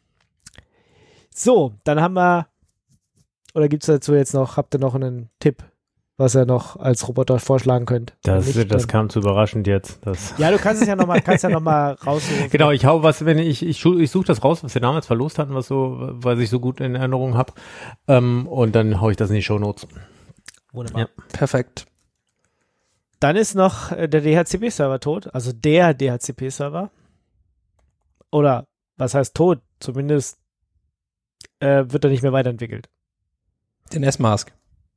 So, dann haben wir, oder gibt es dazu jetzt noch, habt ihr noch einen Tipp, was ihr noch als Roboter vorschlagen könnt? Das kam zu überraschend jetzt. Ja, du kannst es ja nochmal raussuchen. Genau, ich hau was, wenn ich suche das raus, was wir damals verlost hatten, was ich so gut in Erinnerung habe. Und dann hau ich das in die Shownotes. Wunderbar. Ja. Perfekt. Dann ist noch der DHCP-Server tot, also der DHCP-Server. Oder was heißt tot? Zumindest wird er nicht mehr weiterentwickelt. Den S-Mask.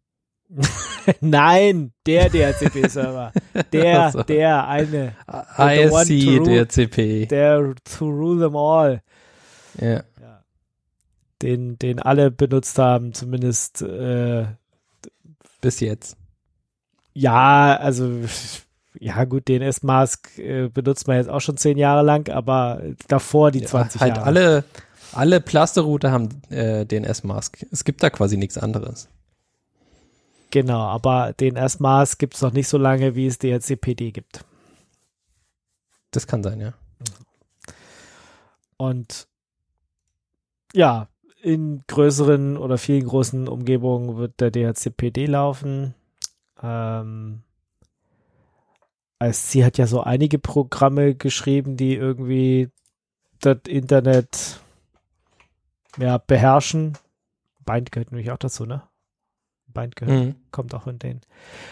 Nein, der DHCP-Server. Der eine. ISC DHCP. Der to rule them all. Ja. Den alle benutzt haben, zumindest bis jetzt. Ja, also ja gut, den S-Mask benutzt man jetzt auch schon 10 Jahre lang, aber davor die 20 halt Jahre. Alle Plasterrouter haben den S-Mask. Es gibt da quasi nichts anderes. Genau, aber den S-Mask gibt es noch nicht so lange, wie es DHCPD gibt. Das kann sein, ja. Und ja, in größeren oder vielen großen Umgebungen wird der DHCPD laufen. ISC hat ja so einige Programme geschrieben, die irgendwie das Internet beherrschen. Bind gehört nämlich auch dazu, ne? Bind gehört, kommt auch von denen.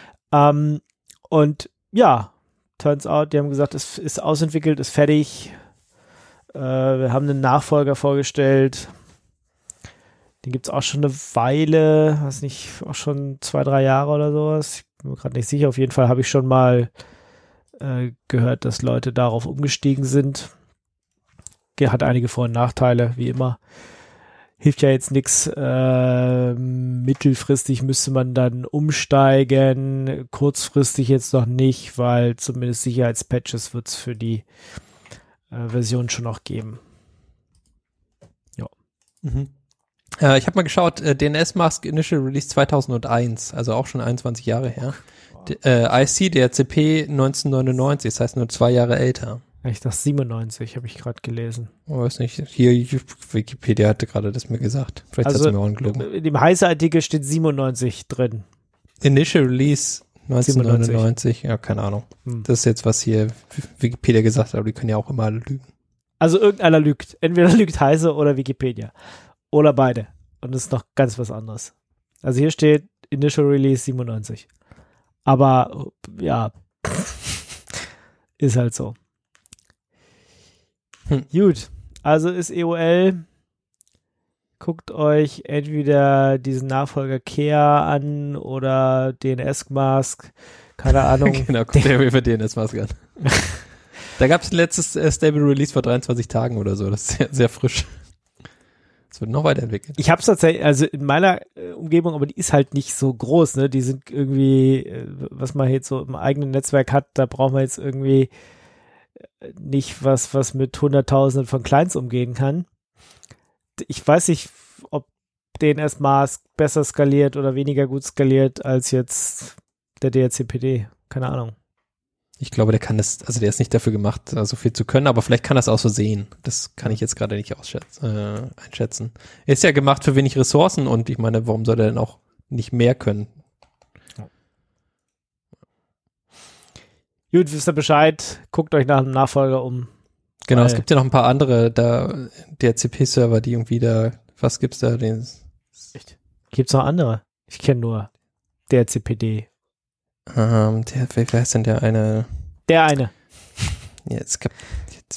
Und ja, turns out, die haben gesagt, es ist ausentwickelt, ist fertig. Wir haben einen Nachfolger vorgestellt. Den gibt es auch schon eine Weile, weiß nicht, auch schon 2-3 Jahre oder sowas. Ich bin mir gerade nicht sicher. Auf jeden Fall habe ich schon mal gehört, dass Leute darauf umgestiegen sind. Hat einige Vor- und Nachteile, wie immer. Hilft ja jetzt nichts. Mittelfristig müsste man dann umsteigen. Kurzfristig jetzt noch nicht, weil zumindest Sicherheitspatches wird es für die Version schon noch geben. Ja. Ich habe mal geschaut, DNS-Mask Initial Release 2001, also auch schon 21 Jahre her. IC, DHCP 1999, das heißt nur 2 Jahre älter. Ich dachte 97, habe ich gerade gelesen. Ich weiß nicht, hier Wikipedia hatte gerade das mir gesagt. Vielleicht hat es mir auch gelogen. In dem Heise-Artikel steht 97 drin. Initial Release 1999, ja, keine Ahnung. Das ist jetzt, was hier Wikipedia gesagt hat, aber die können ja auch immer alle lügen. Also irgendeiner lügt. Entweder lügt Heise oder Wikipedia. Oder beide. Und das ist noch ganz was anderes. Also hier steht Initial Release 97. Aber, ja, ist halt so. Gut. Also ist EOL, guckt euch entweder diesen Nachfolger Kea an oder DNS-Mask, keine Ahnung. Genau, guckt ihr mir DNS-Mask an. Da gab es ein letztes Stable Release vor 23 Tagen oder so, das ist sehr, sehr frisch. Das wird noch weiterentwickelt. Ich habe es tatsächlich, also in meiner Umgebung, aber die ist halt nicht so groß, ne? Die sind irgendwie, was man jetzt so im eigenen Netzwerk hat, da braucht man jetzt irgendwie nicht was mit Hunderttausenden von Clients umgehen kann. Ich weiß nicht, ob DNS-Mask besser skaliert oder weniger gut skaliert als jetzt der DHCPD. Keine Ahnung. Ich glaube, der kann das, also der ist nicht dafür gemacht, so viel zu können, aber vielleicht kann er es auch so sehen. Das kann ich jetzt gerade nicht einschätzen. Er ist ja gemacht für wenig Ressourcen und ich meine, warum soll er denn auch nicht mehr können? Gut, wisst ihr Bescheid, guckt euch nach einem Nachfolger um. Genau, es gibt ja noch ein paar andere DHCP-Server, die irgendwie da, was gibt's da? Gibt's noch andere? Ich kenne nur DHCPD. Wer heißt denn der eine? Der eine. Ja, es gab jetzt.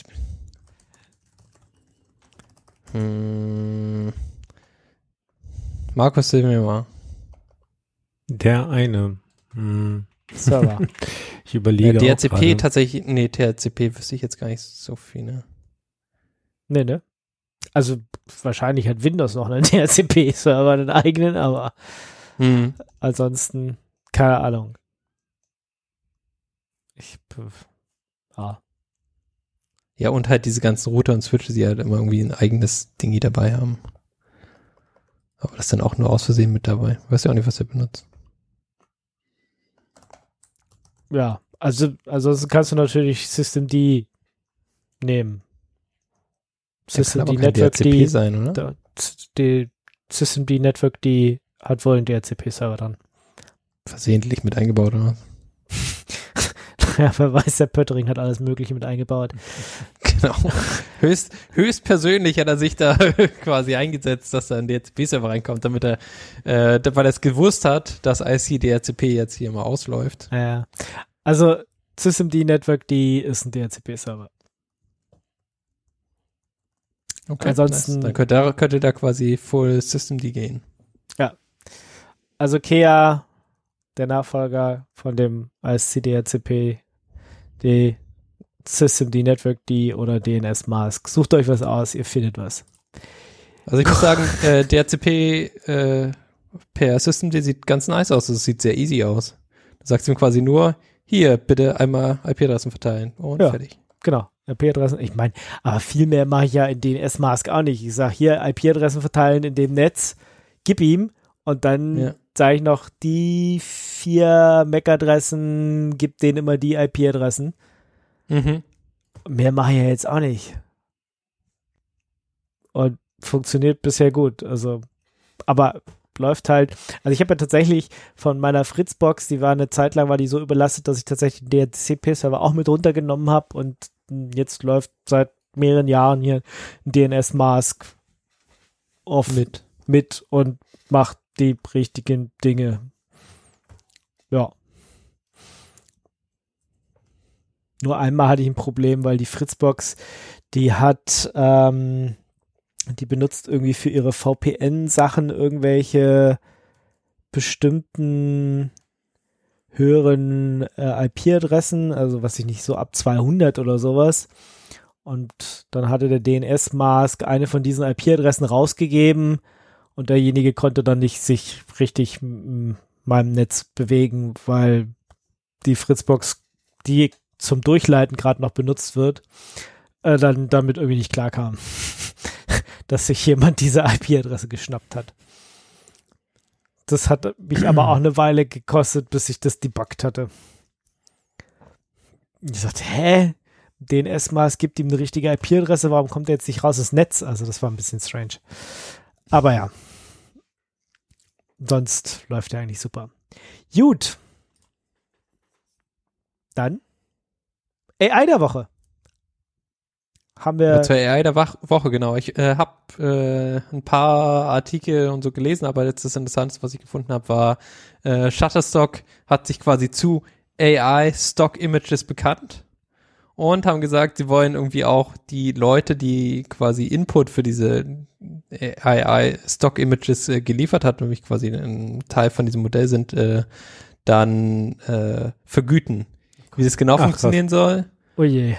Markus, hilf mir mal. Der eine. Server. Ich überlege ja, auch DHCP gerade. tatsächlich, nee, DHCP wüsste ich jetzt gar nicht so viel, ne? Nee, ne? Also wahrscheinlich hat Windows noch einen DHCP-Server, einen eigenen, aber ansonsten keine Ahnung. Ja, und halt diese ganzen Router und Switche, die halt immer irgendwie ein eigenes Dingi dabei haben. Aber das ist dann auch nur aus Versehen mit dabei. Weiß ja auch nicht, was er benutzt. Ja, also ansonsten kannst du natürlich Systemd nehmen. Systemd Network DHCP sein, oder? Die Systemd Network, die hat wohl einen DHCP-Server dran. Versehentlich mit eingebaut, oder was? Ja, wer weiß, der Pöttering hat alles Mögliche mit eingebaut. Genau. Höchst persönlich hat er sich da quasi eingesetzt, dass da ein DHCP-Server reinkommt, damit er, weil er es gewusst hat, dass IC DHCP jetzt hier mal ausläuft. Ja. Also Systemd Network, die ist ein DHCP-Server. Okay, ansonsten nice. Dann könnte da quasi full Systemd gehen. Ja. Also Kea, der Nachfolger von dem ISC DHCP, die Systemd Network oder DNS-Mask. Sucht euch was aus, ihr findet was. Also ich muss sagen, DHCP per Systemd sieht ganz nice aus. Es sieht sehr easy aus. Du sagst ihm quasi nur, hier, bitte einmal IP-Adressen verteilen und fertig. Genau, IP-Adressen. Ich meine, aber viel mehr mache ich ja in DNS-Mask auch nicht. Ich sage hier, IP-Adressen verteilen in dem Netz, gib ihm und dann sage ich noch, die 4 MAC-Adressen, gib denen immer die IP-Adressen. Mehr mache ich ja jetzt auch nicht. Und funktioniert bisher gut. Also, aber läuft halt. Also ich habe ja tatsächlich von meiner Fritzbox, die war eine Zeit lang, war die so überlastet, dass ich tatsächlich den DHCP-Server auch mit runtergenommen habe und jetzt läuft seit mehreren Jahren hier ein DNS-Mask mit und macht die richtigen Dinge. Ja. Nur einmal hatte ich ein Problem, weil die Fritzbox, die hat die benutzt irgendwie für ihre VPN-Sachen irgendwelche bestimmten höheren IP-Adressen, also was ich nicht, so ab 200 oder sowas. Und dann hatte der DNS-Mask eine von diesen IP-Adressen rausgegeben und derjenige konnte dann nicht sich richtig in meinem Netz bewegen, weil die Fritzbox, die zum Durchleiten gerade noch benutzt wird, dann damit irgendwie nicht klarkam. dass sich jemand diese IP-Adresse geschnappt hat. Das hat mich aber auch eine Weile gekostet, bis ich das debuggt hatte. Ich sagte, es gibt ihm eine richtige IP-Adresse, warum kommt er jetzt nicht raus ins Netz? Also das war ein bisschen strange. Aber ja. Sonst läuft er eigentlich super. Gut. Dann AI der Woche. Haben wir. Zur AI der Woche, genau. Ich habe ein paar Artikel und so gelesen, aber jetzt das Interessanteste, was ich gefunden habe, war Shutterstock hat sich quasi zu AI Stock Images bekannt und haben gesagt, sie wollen irgendwie auch die Leute, die quasi Input für diese AI Stock Images geliefert hat, nämlich quasi ein Teil von diesem Modell sind, dann vergüten. Wie das genau funktionieren soll? Oh je.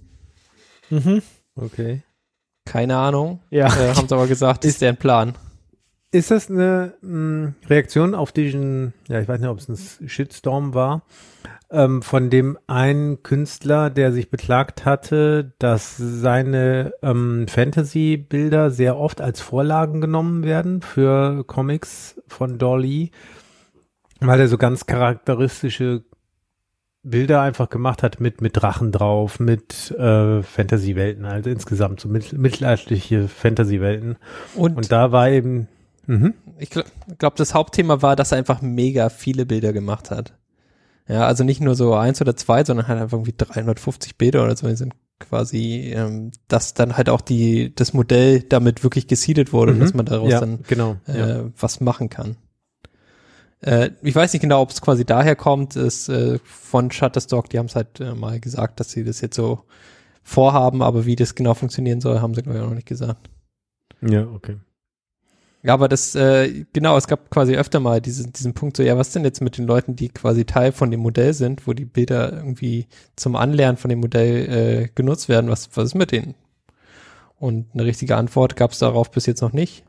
Okay. Keine Ahnung. Ja. Haben sie aber gesagt, ist deren Plan. Ist das eine Reaktion auf diesen, ja, ich weiß nicht, ob es ein Shitstorm war, von dem einen Künstler, der sich beklagt hatte, dass seine Fantasy-Bilder sehr oft als Vorlagen genommen werden für Comics von Dolly, weil er so ganz charakteristische Bilder einfach gemacht hat mit Drachen drauf, mit Fantasy-Welten, also insgesamt so mittelalterliche Fantasy-Welten. Und da war eben ich glaube, das Hauptthema war, dass er einfach mega viele Bilder gemacht hat. Ja, also nicht nur so 1 oder 2, sondern halt einfach irgendwie 350 Bilder oder so. Die sind quasi, dass dann halt auch das Modell damit wirklich geseedet wurde und dass man daraus was machen kann. Ich weiß nicht genau, ob es quasi daher kommt, ist von Shutterstock, die haben es halt mal gesagt, dass sie das jetzt so vorhaben, aber wie das genau funktionieren soll, haben sie glaube ich auch noch nicht gesagt. Ja, okay. Ja, aber das, genau, es gab quasi öfter mal diesen Punkt so, ja, was denn jetzt mit den Leuten, die quasi Teil von dem Modell sind, wo die Bilder irgendwie zum Anlernen von dem Modell genutzt werden, was ist mit denen? Und eine richtige Antwort gab es darauf bis jetzt noch nicht.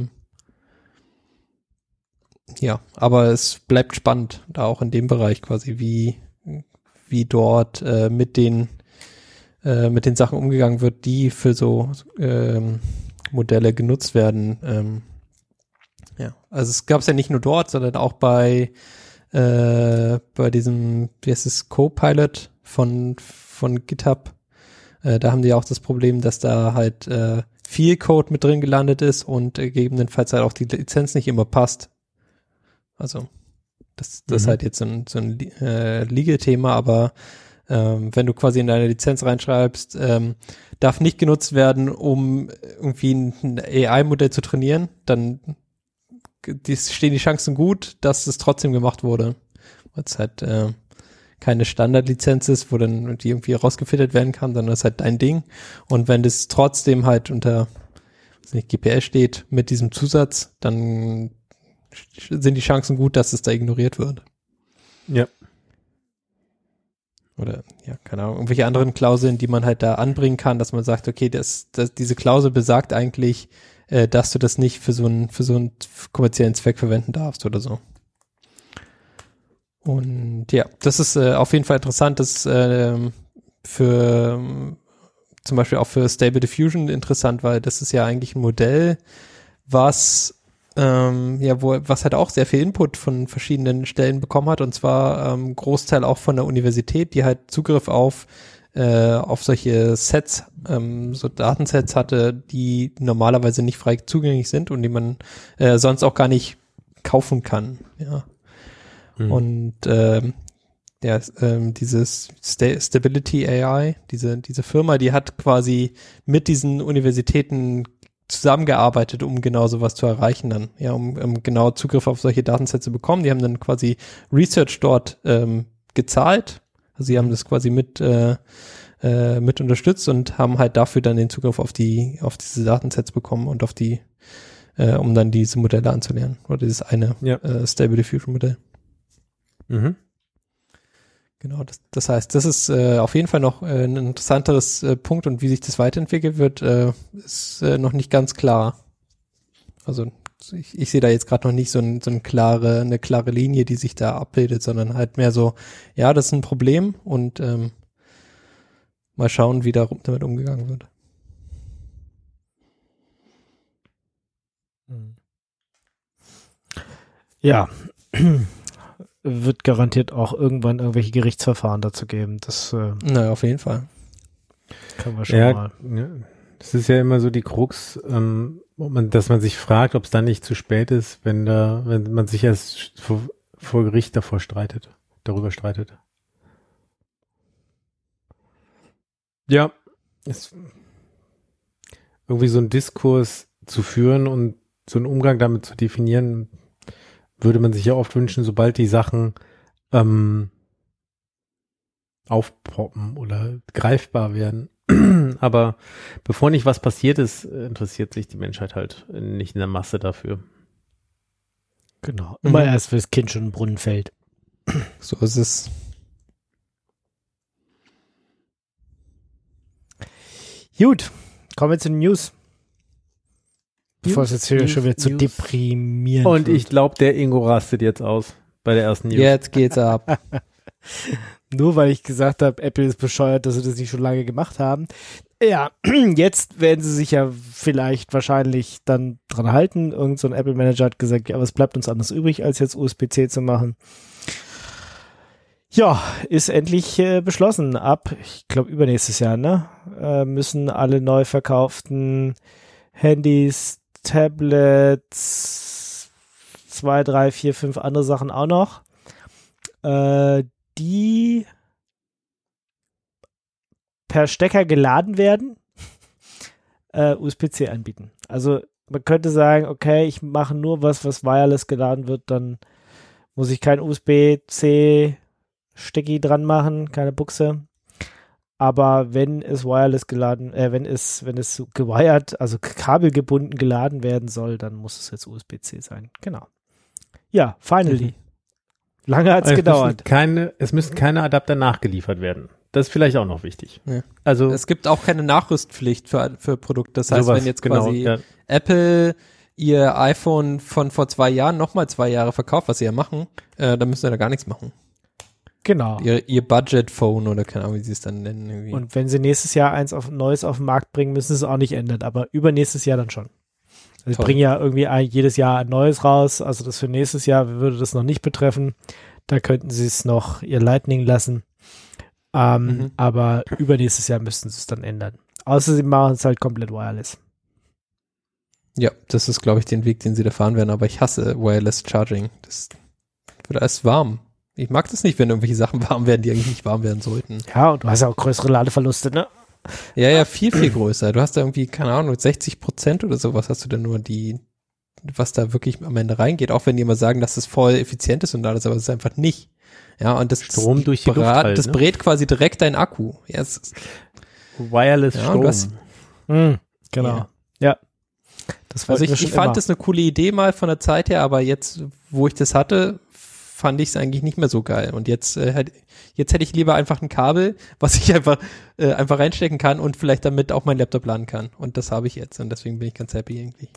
Ja, aber es bleibt spannend, da auch in dem Bereich quasi, wie dort mit den Sachen umgegangen wird, die für so Modelle genutzt werden. Ja, also es gab es ja nicht nur dort, sondern auch bei diesem, wie heißt es, Copilot von GitHub. Da haben die auch das Problem, dass da halt viel Code mit drin gelandet ist und gegebenenfalls halt auch die Lizenz nicht immer passt. Also das ist halt jetzt so ein Legal-Thema, aber wenn du quasi in deine Lizenz reinschreibst, darf nicht genutzt werden, um irgendwie ein AI-Modell zu trainieren, dann stehen die Chancen gut, dass es trotzdem gemacht wurde. Weil es halt keine Standardlizenz ist, wo dann die irgendwie rausgefiltert werden kann, sondern das ist halt dein Ding. Und wenn das trotzdem halt unter GPL steht mit diesem Zusatz, dann sind die Chancen gut, dass es da ignoriert wird. Ja. Oder, ja, keine Ahnung, irgendwelche anderen Klauseln, die man halt da anbringen kann, dass man sagt, okay, diese Klausel besagt eigentlich, dass du das nicht für so einen kommerziellen Zweck verwenden darfst oder so. Und ja, das ist auf jeden Fall interessant, das für zum Beispiel auch für Stable Diffusion interessant, weil das ist ja eigentlich ein Modell, was was halt auch sehr viel Input von verschiedenen Stellen bekommen hat, und zwar Großteil auch von der Universität, die halt Zugriff auf solche Sets, so Datensets hatte, die normalerweise nicht frei zugänglich sind und die man sonst auch gar nicht kaufen kann. Ja. Und dieses Stability AI, diese Firma, die hat quasi mit diesen Universitäten zusammengearbeitet, um genau sowas zu erreichen dann, ja, um genau Zugriff auf solche Datensets zu bekommen. Die haben dann quasi Research dort gezahlt, also sie haben das quasi mit unterstützt und haben halt dafür dann den Zugriff auf diese Datensets bekommen und um dann diese Modelle anzulernen, oder dieses eine Stable Diffusion Modell. Genau, das heißt, das ist auf jeden Fall noch ein interessanteres Punkt, und wie sich das weiterentwickelt wird, ist noch nicht ganz klar. Also ich sehe da jetzt gerade noch nicht so eine klare Linie, die sich da abbildet, sondern halt mehr so, ja, das ist ein Problem, und mal schauen, wie damit umgegangen wird. Ja, wird garantiert auch irgendwann irgendwelche Gerichtsverfahren dazu geben. Das Naja, auf jeden Fall. können wir schon mal. Ja, das ist ja immer so die Krux, dass man sich fragt, ob es dann nicht zu spät ist, wenn man sich erst vor Gericht darüber streitet. Ja, irgendwie so einen Diskurs zu führen und so einen Umgang damit zu definieren, würde man sich ja oft wünschen, sobald die Sachen aufpoppen oder greifbar werden. Aber bevor nicht was passiert ist, interessiert sich die Menschheit halt nicht in der Masse dafür. Genau. Immer erst, wenn das Kind schon im Brunnen fällt. So ist es. Gut, kommen wir zu den News. Bevor es jetzt hier schon wieder zu deprimierend Und wird. ich glaube, der Ingo rastet jetzt aus bei der ersten News. Jetzt geht's ab. Nur weil ich gesagt habe, Apple ist bescheuert, dass sie das nicht schon lange gemacht haben. Ja, jetzt werden sie sich ja vielleicht wahrscheinlich dann dran halten. Irgend so ein Apple-Manager hat gesagt, ja, was bleibt uns anders übrig, als jetzt USB-C zu machen. Ja, ist endlich beschlossen. Ab, ich glaube, übernächstes Jahr, ne? Müssen alle neu verkauften Handys, Tablets, 2, 3, 4, 5 andere Sachen auch noch, die per Stecker geladen werden, USB-C anbieten. Also man könnte sagen, okay, ich mache nur was wireless geladen wird, dann muss ich kein USB-C-Stecky dran machen, keine Buchse. Aber wenn es wireless geladen, wenn es so gewired, also kabelgebunden geladen werden soll, dann muss es jetzt USB-C sein. Genau. Ja, finally. Lange hat es gedauert. Es müssen keine Adapter nachgeliefert werden. Das ist vielleicht auch noch wichtig. Ja. Also Es gibt auch keine Nachrüstpflicht für Produkte. Das heißt, sowas, wenn jetzt genau, quasi ja. Apple ihr iPhone von vor 2 Jahren nochmal 2 Jahre verkauft, was sie ja machen, dann müssen sie da gar nichts machen. Genau. Ihr Budget-Phone oder keine Ahnung, wie sie es dann nennen. Irgendwie. Und wenn sie nächstes Jahr Neues auf den Markt bringen, müssen sie es auch nicht ändern, aber übernächstes Jahr dann schon. Also sie Toll. bringen ja irgendwie jedes Jahr ein Neues raus, also das für nächstes Jahr würde das noch nicht betreffen. Da könnten sie es noch ihr Lightning lassen. Aber übernächstes Jahr müssten sie es dann ändern. Außer sie machen es halt komplett wireless. Ja, das ist, glaube ich, den Weg, den sie da fahren werden, aber ich hasse Wireless Charging. Das wird alles warm. Ich mag das nicht, wenn irgendwelche Sachen warm werden, die eigentlich nicht warm werden sollten. Ja, und du hast ja auch größere Ladeverluste, ne? Ja, viel, viel größer. Du hast da irgendwie, keine Ahnung, 60% oder sowas hast du dann nur was da wirklich am Ende reingeht, auch wenn die immer sagen, dass es voll effizient ist und alles, aber es ist einfach nicht. Ja, und das Strom durch die Luft halt, das ne? brät quasi direkt deinen Akku. Ja, Wireless Ja, Strom. du hast- Genau. Ja. Das Also wollten wir ich schon fand immer. das eine coole Idee mal von der Zeit her, aber jetzt, wo ich das hatte, fand ich es eigentlich nicht mehr so geil. Und jetzt hätte ich lieber einfach ein Kabel, was ich einfach reinstecken kann und vielleicht damit auch mein Laptop laden kann. Und das habe ich jetzt und deswegen bin ich ganz happy irgendwie.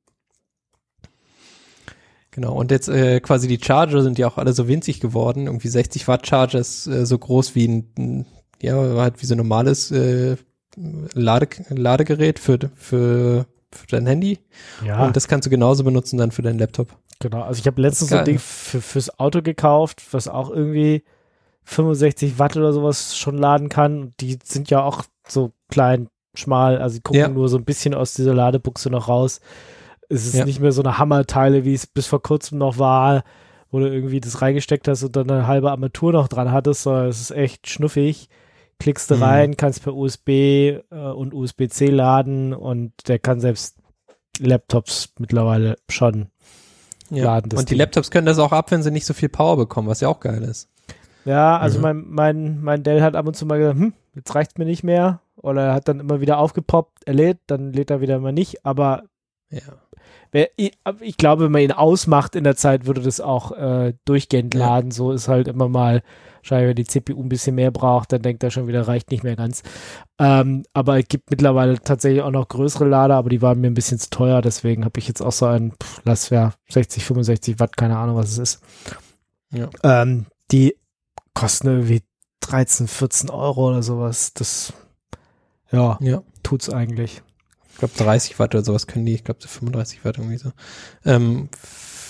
Genau, und jetzt quasi die Charger sind ja auch alle so winzig geworden. Irgendwie 60 Watt Charger ist so groß wie halt wie so ein normales Ladegerät für dein Handy. Ja, Und das kannst du genauso benutzen dann für deinen Laptop. genau. Also ich habe letztens so ein Geil. Ding fürs Auto gekauft, was auch irgendwie 65 Watt oder sowas schon laden kann. Und die sind ja auch so klein, schmal, also die gucken Ja. nur so ein bisschen aus dieser Ladebuchse noch raus. Es ist Ja. nicht mehr so eine Hammerteile, wie es bis vor kurzem noch war, wo du irgendwie das reingesteckt hast und dann eine halbe Armatur noch dran hattest, sondern es ist echt schnuffig. Klickst du Mhm. rein, kannst per USB und USB-C laden und der kann selbst Laptops mittlerweile schon laden. Das Und die Ding. Laptops können das auch ab, wenn sie nicht so viel Power bekommen, was ja auch geil ist. Ja, also Mhm. mein Dell hat ab und zu mal gesagt, jetzt reicht's mir nicht mehr. Oder er hat dann immer wieder aufgepoppt, er lädt, dann lädt er wieder mal nicht. Aber Ja. ich glaube, wenn man ihn ausmacht in der Zeit, würde das auch durchgehend Ja. laden. So ist halt immer mal, wahrscheinlich wenn die CPU ein bisschen mehr braucht, dann denkt er schon wieder, reicht nicht mehr ganz. Aber es gibt mittlerweile tatsächlich auch noch größere Lader, aber die waren mir ein bisschen zu teuer. Deswegen habe ich jetzt auch so einen, 60, 65 Watt, keine Ahnung, was es ist. Ja. Die kosten irgendwie 13, 14 Euro oder sowas. Das, ja, Ja. tut's eigentlich. Ich glaube 30 Watt oder sowas können die, ich glaube so 35 Watt irgendwie so.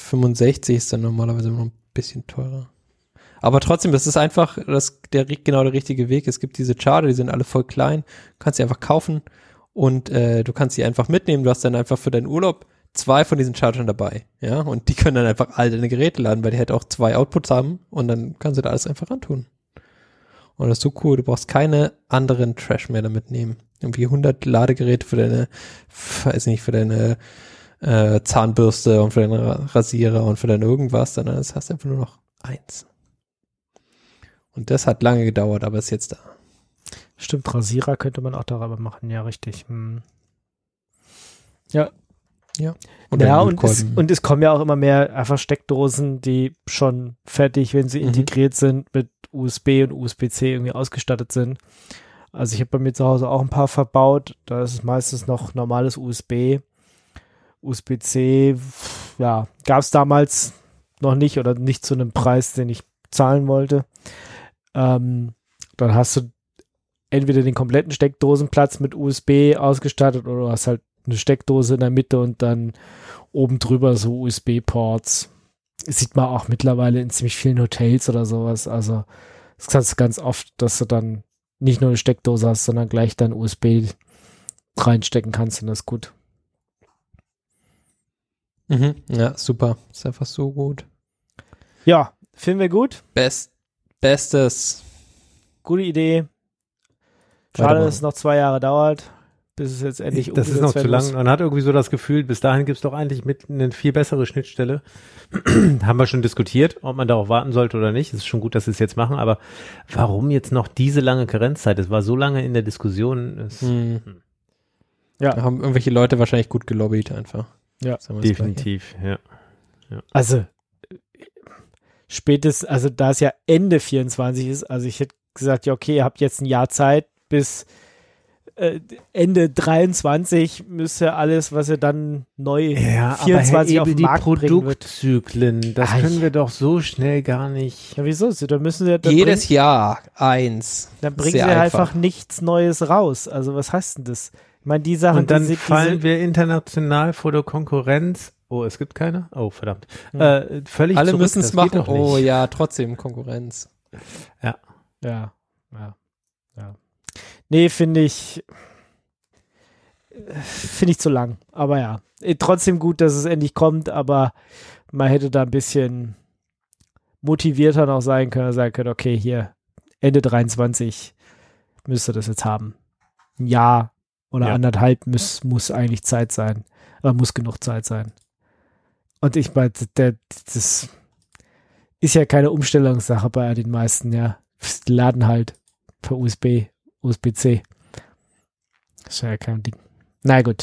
65 ist dann normalerweise noch ein bisschen teurer. Aber trotzdem, das ist einfach genau der richtige Weg. Es gibt diese Charger, die sind alle voll klein. Du kannst sie einfach kaufen und du kannst sie einfach mitnehmen. Du hast dann einfach für deinen Urlaub 2 von diesen Chargern dabei. Ja, und die können dann einfach all deine Geräte laden, weil die halt auch 2 Outputs haben und dann kannst du da alles einfach rantun. Und das ist so cool. Du brauchst keine anderen Trash mehr damit nehmen. Irgendwie 100 Ladegeräte für deine Zahnbürste und für deinen Rasierer und für dein irgendwas, sondern das hast du einfach nur noch 1. Und das hat lange gedauert, aber ist jetzt da. Stimmt, Rasierer könnte man auch darüber machen, ja, richtig. Ja. Ja. Und es kommen ja auch immer mehr einfach Steckdosen, die schon fertig, wenn sie integriert sind, mit USB und USB-C irgendwie ausgestattet sind. Also ich habe bei mir zu Hause auch ein paar verbaut. Da ist es meistens noch normales USB. USB-C, ja, gab es damals noch nicht oder nicht zu einem Preis, den ich zahlen wollte. Dann hast du entweder den kompletten Steckdosenplatz mit USB ausgestattet oder du hast halt eine Steckdose in der Mitte und dann oben drüber so USB-Ports. Das sieht man auch mittlerweile in ziemlich vielen Hotels oder sowas. Also das kannst du ganz oft, dass du dann nicht nur eine Steckdose hast, sondern gleich dann USB reinstecken kannst und das ist gut. Ja, super. Ist einfach so gut. Ja, finden wir gut. Bestes. Gute Idee. Schade, dass es noch 2 Jahre dauert, bis es jetzt endlich das ist noch zu lang. Man hat irgendwie so das Gefühl, bis dahin gibt es doch eigentlich mit eine viel bessere Schnittstelle. Haben wir schon diskutiert, ob man darauf warten sollte oder nicht. Es ist schon gut, dass sie es jetzt machen, aber warum jetzt noch diese lange Karenzzeit? Es war so lange in der Diskussion. Ja. Da haben irgendwelche Leute wahrscheinlich gut gelobbyt einfach. Ja, definitiv, ja. Also also da es ja Ende 24 ist, also ich hätte gesagt, ja okay, ihr habt jetzt ein Jahr Zeit, bis Ende 23 müsste alles, was ihr dann neu 24 auf den Markt bringen wird. Produktzyklen, das können wir doch so schnell gar nicht. Ja, wieso? Da müssen sie jedes Jahr 1. Dann bringen sie einfach nichts Neues raus. Also was heißt denn das? Ich meine, die Sachen, und dann fallen wir international vor der Konkurrenz. Oh, es gibt keine? Oh, verdammt. Völlig alle zurück, müssen es machen. Oh ja, trotzdem Konkurrenz. Ja. Nee, finde ich zu lang. Aber ja, trotzdem gut, dass es endlich kommt, aber man hätte da ein bisschen motivierter noch sagen können, okay, hier, Ende 23 müsste das jetzt haben. Ein Jahr oder 1,5 muss eigentlich Zeit sein. Muss genug Zeit sein. Und ich meine, das ist ja keine Umstellungssache bei den meisten, ja. Die laden halt per USB-C. Das ist ja kein Ding. Na gut.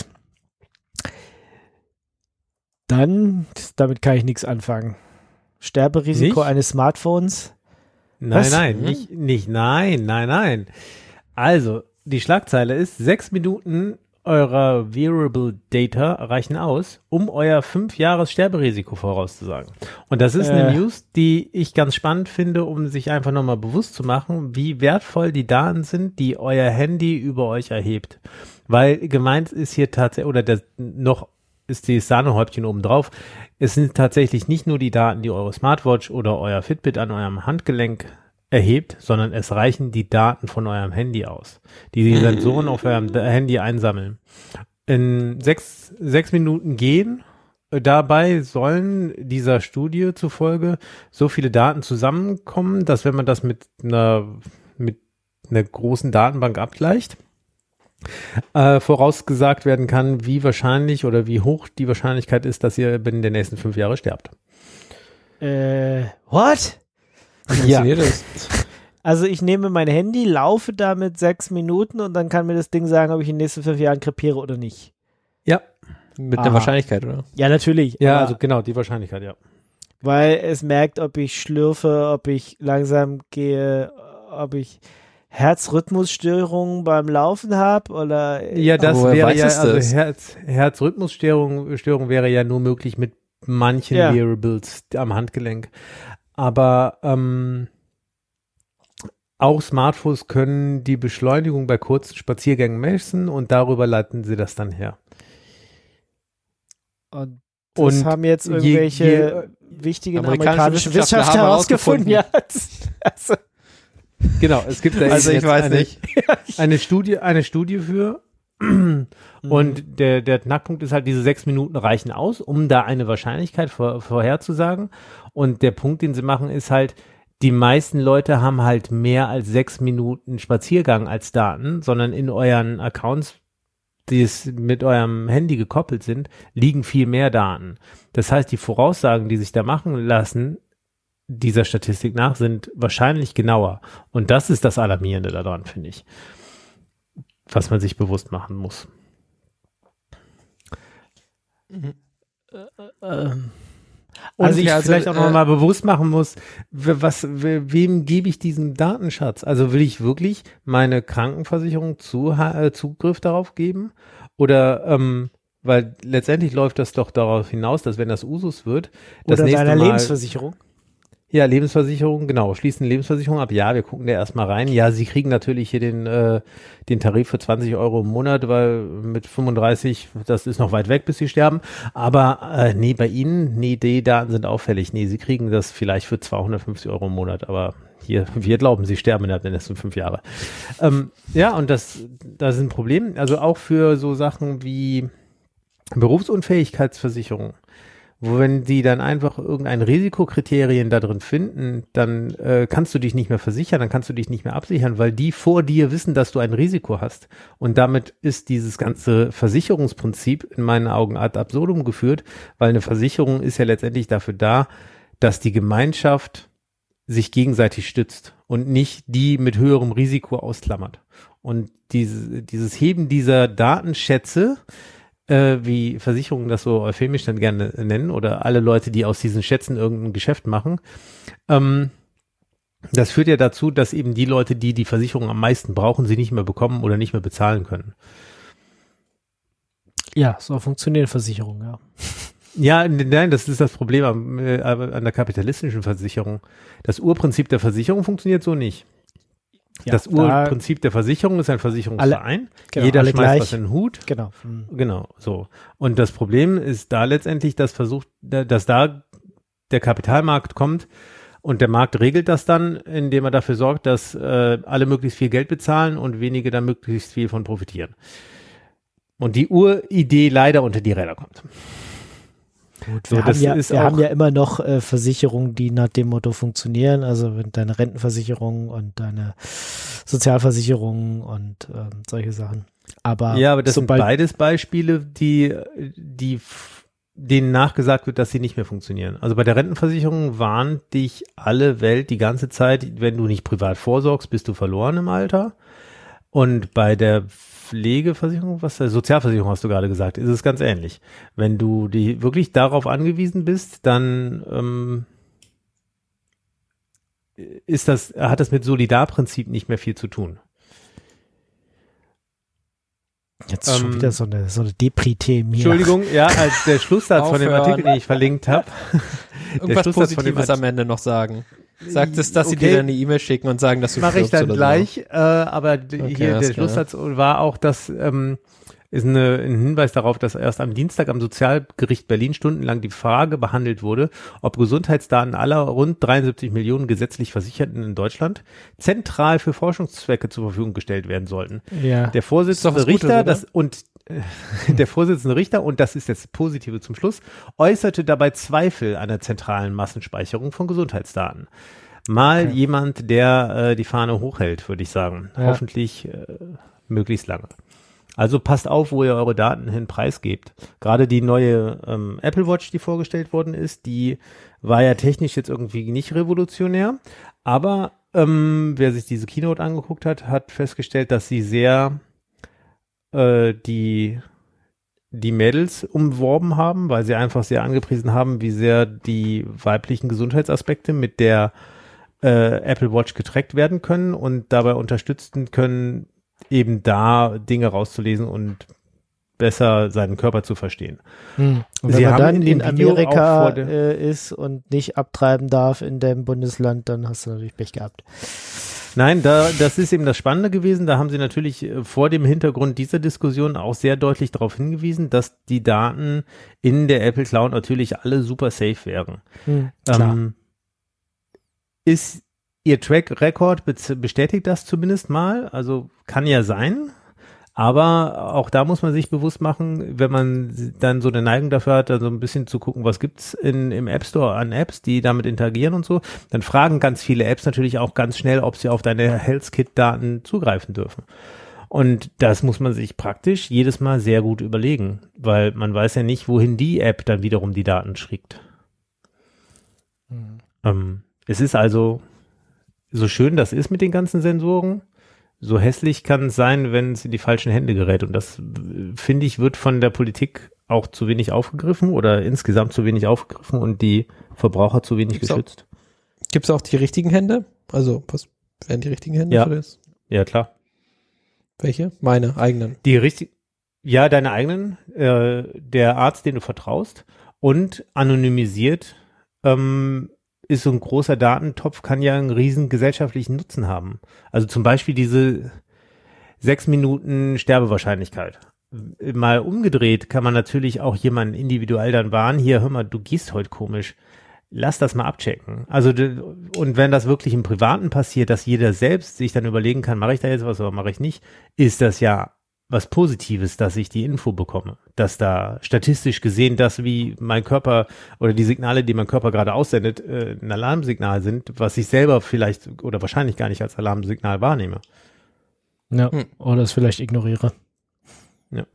Dann, damit kann ich nichts anfangen. Sterberisiko eines Smartphones? Nein. Also, die Schlagzeile ist, 6 Minuten eurer Wearable Data reichen aus, um euer 5-Jahres-Sterberisiko vorauszusagen. Und das ist eine News, die ich ganz spannend finde, um sich einfach nochmal bewusst zu machen, wie wertvoll die Daten sind, die euer Handy über euch erhebt. Weil gemeint ist hier tatsächlich, oder noch ist die Sahnehäubchen oben drauf, es sind tatsächlich nicht nur die Daten, die eure Smartwatch oder euer Fitbit an eurem Handgelenk erhebt, sondern es reichen die Daten von eurem Handy aus, die Sensoren auf eurem Handy einsammeln. In 6 Minuten gehen, dabei sollen dieser Studie zufolge so viele Daten zusammenkommen, dass wenn man das mit einer großen Datenbank abgleicht, vorausgesagt werden kann, wie wahrscheinlich oder wie hoch die Wahrscheinlichkeit ist, dass ihr binnen der nächsten 5 Jahre sterbt. What? Ja. Also ich nehme mein Handy, laufe damit 6 Minuten und dann kann mir das Ding sagen, ob ich in den nächsten 5 Jahren krepiere oder nicht. Ja. Mit der Wahrscheinlichkeit, oder? Ja, natürlich. Ja, also genau, die Wahrscheinlichkeit, ja. Weil es merkt, ob ich schlürfe, ob ich langsam gehe, ob ich Herzrhythmusstörungen beim Laufen habe oder... Ja, das wäre ja, also Herzrhythmusstörung wäre ja nur möglich mit manchen Wearables am Handgelenk. Aber auch Smartphones können die Beschleunigung bei kurzen Spaziergängen messen und darüber leiten sie das dann her. Und Das haben jetzt irgendwelche wichtigen amerikanischen Wissenschaftler herausgefunden. Ja. Also. Genau, es gibt da also ich weiß nicht. eine Studie für. Und der Knackpunkt ist halt, diese 6 Minuten reichen aus, um da eine Wahrscheinlichkeit vorherzusagen. Und der Punkt, den sie machen, ist halt, die meisten Leute haben halt mehr als 6 Minuten Spaziergang als Daten, sondern in euren Accounts, die es mit eurem Handy gekoppelt sind, liegen viel mehr Daten. Das heißt, die Voraussagen, die sich da machen lassen, dieser Statistik nach, sind wahrscheinlich genauer. Und das ist das Alarmierende daran, finde ich. Was man sich bewusst machen muss. Und sich vielleicht auch noch mal bewusst machen muss, wem gebe ich diesen Datenschatz? Also will ich wirklich meine Krankenversicherung Zugriff darauf geben? Oder, weil letztendlich läuft das doch darauf hinaus, dass wenn das Usus wird, das oder nächste deiner Mal, Lebensversicherung. Ja, Lebensversicherung, genau. Schließen Lebensversicherung ab. Ja, wir gucken da erstmal rein. Ja, Sie kriegen natürlich hier den Tarif für 20 Euro im Monat, weil mit 35, das ist noch weit weg, bis Sie sterben. Aber nee, bei Ihnen, nee, die Daten sind auffällig. Nee, Sie kriegen das vielleicht für 250 Euro im Monat, aber hier, wir glauben, Sie sterben innerhalb der nächsten 5 Jahre. Ja, und das ist ein Problem. Also auch für so Sachen wie Berufsunfähigkeitsversicherung, wo wenn die dann einfach irgendein Risikokriterien da drin finden, dann kannst du dich nicht mehr versichern, dann kannst du dich nicht mehr absichern, weil die vor dir wissen, dass du ein Risiko hast. Und damit ist dieses ganze Versicherungsprinzip in meinen Augen ad absurdum geführt, weil eine Versicherung ist ja letztendlich dafür da, dass die Gemeinschaft sich gegenseitig stützt und nicht die mit höherem Risiko ausklammert. Und dieses Heben dieser Datenschätze, wie Versicherungen das so euphemisch dann gerne nennen, oder alle Leute, die aus diesen Schätzen irgendein Geschäft machen, das führt ja dazu, dass eben die Leute, die die Versicherung am meisten brauchen, sie nicht mehr bekommen oder nicht mehr bezahlen können. Ja, so funktionieren Versicherungen, ja. Ja, nein, das ist das Problem an der kapitalistischen Versicherung. Das Urprinzip der Versicherung funktioniert so nicht. Ja, das Urprinzip der Versicherung ist ein Versicherungsverein. Genau, jeder schmeißt gleich. Was in den Hut. Genau. Genau, so. Und das Problem ist da letztendlich, dass da der Kapitalmarkt kommt und der Markt regelt das dann, indem er dafür sorgt, dass alle möglichst viel Geld bezahlen und wenige dann möglichst viel von profitieren. Und die Uridee leider unter die Räder kommt. Gut, wir haben ja immer noch Versicherungen, die nach dem Motto funktionieren, also deine Rentenversicherung und deine Sozialversicherung und solche Sachen. Aber das sind beides Beispiele, denen nachgesagt wird, dass sie nicht mehr funktionieren. Also bei der Rentenversicherung warnt dich alle Welt die ganze Zeit, wenn du nicht privat vorsorgst, bist du verloren im Alter. Und bei der Pflegeversicherung, Sozialversicherung hast du gerade gesagt, ist es ganz ähnlich. Wenn du wirklich darauf angewiesen bist, dann hat das mit Solidarprinzip nicht mehr viel zu tun. Jetzt ist schon wieder so eine Depri-Themen hier. Entschuldigung, ja, als der Schlusssatz von dem Artikel, den ich verlinkt habe. Irgendwas Positives am Ende noch sagen. Sagt es, dass sie dir dann eine E-Mail schicken und sagen, dass du stirbst. Mache ich dann gleich, so. Aber hier der Schlusssatz war auch, dass ist ein Hinweis darauf, dass erst am Dienstag am Sozialgericht Berlin stundenlang die Frage behandelt wurde, ob Gesundheitsdaten aller rund 73 Millionen gesetzlich Versicherten in Deutschland zentral für Forschungszwecke zur Verfügung gestellt werden sollten. Ja. Der Vorsitzende Richter, der Vorsitzende Richter, und das ist jetzt das Positive zum Schluss, äußerte dabei Zweifel an der zentralen Massenspeicherung von Gesundheitsdaten. Jemand, der die Fahne hochhält, würde ich sagen. Ja. Hoffentlich möglichst lange. Also passt auf, wo ihr eure Daten hin preisgebt. Gerade die neue Apple Watch, die vorgestellt worden ist, die war ja technisch jetzt irgendwie nicht revolutionär, aber wer sich diese Keynote angeguckt hat, hat festgestellt, dass sie sehr die Mädels umworben haben, weil sie einfach sehr angepriesen haben, wie sehr die weiblichen Gesundheitsaspekte mit der Apple Watch getrackt werden können und dabei unterstützen können, eben da Dinge rauszulesen und besser seinen Körper zu verstehen. Und wenn man dann in Amerika ist und nicht abtreiben darf in dem Bundesland, dann hast du natürlich Pech gehabt. Nein, das ist eben das Spannende gewesen. Da haben sie natürlich vor dem Hintergrund dieser Diskussion auch sehr deutlich darauf hingewiesen, dass die Daten in der Apple Cloud natürlich alle super safe wären. Klar. Ist Ihr Track Record bestätigt das zumindest mal? Also kann ja sein. Aber auch da muss man sich bewusst machen, wenn man dann so eine Neigung dafür hat, da so ein bisschen zu gucken, was gibt's im App Store an Apps, die damit interagieren und so, dann fragen ganz viele Apps natürlich auch ganz schnell, ob sie auf deine HealthKit-Daten zugreifen dürfen. Und das muss man sich praktisch jedes Mal sehr gut überlegen, weil man weiß ja nicht, wohin die App dann wiederum die Daten schickt. Es ist also, so schön das ist mit den ganzen Sensoren, so hässlich kann es sein, wenn es in die falschen Hände gerät. Und das, finde ich, wird von der Politik auch zu wenig aufgegriffen oder insgesamt zu wenig aufgegriffen und die Verbraucher zu wenig geschützt. Gibt es auch die richtigen Hände? Also, was wären die richtigen Hände für das? Ja, klar. Welche? Meine eigenen. Ja, deine eigenen, der Arzt, den du vertraust und anonymisiert, ist so ein großer Datentopf, kann ja einen riesen gesellschaftlichen Nutzen haben. Also zum Beispiel diese 6 Minuten Sterbewahrscheinlichkeit. Mal umgedreht kann man natürlich auch jemanden individuell dann warnen, hier, hör mal, du gehst heute komisch. Lass das mal abchecken. Also, und wenn das wirklich im Privaten passiert, dass jeder selbst sich dann überlegen kann, mache ich da jetzt was oder mache ich nicht, ist das ja was Positives, dass ich die Info bekomme, dass da statistisch gesehen, dass wie mein Körper oder die Signale, die mein Körper gerade aussendet, ein Alarmsignal sind, was ich selber vielleicht oder wahrscheinlich gar nicht als Alarmsignal wahrnehme. Ja, oder es vielleicht ignoriere. Ja.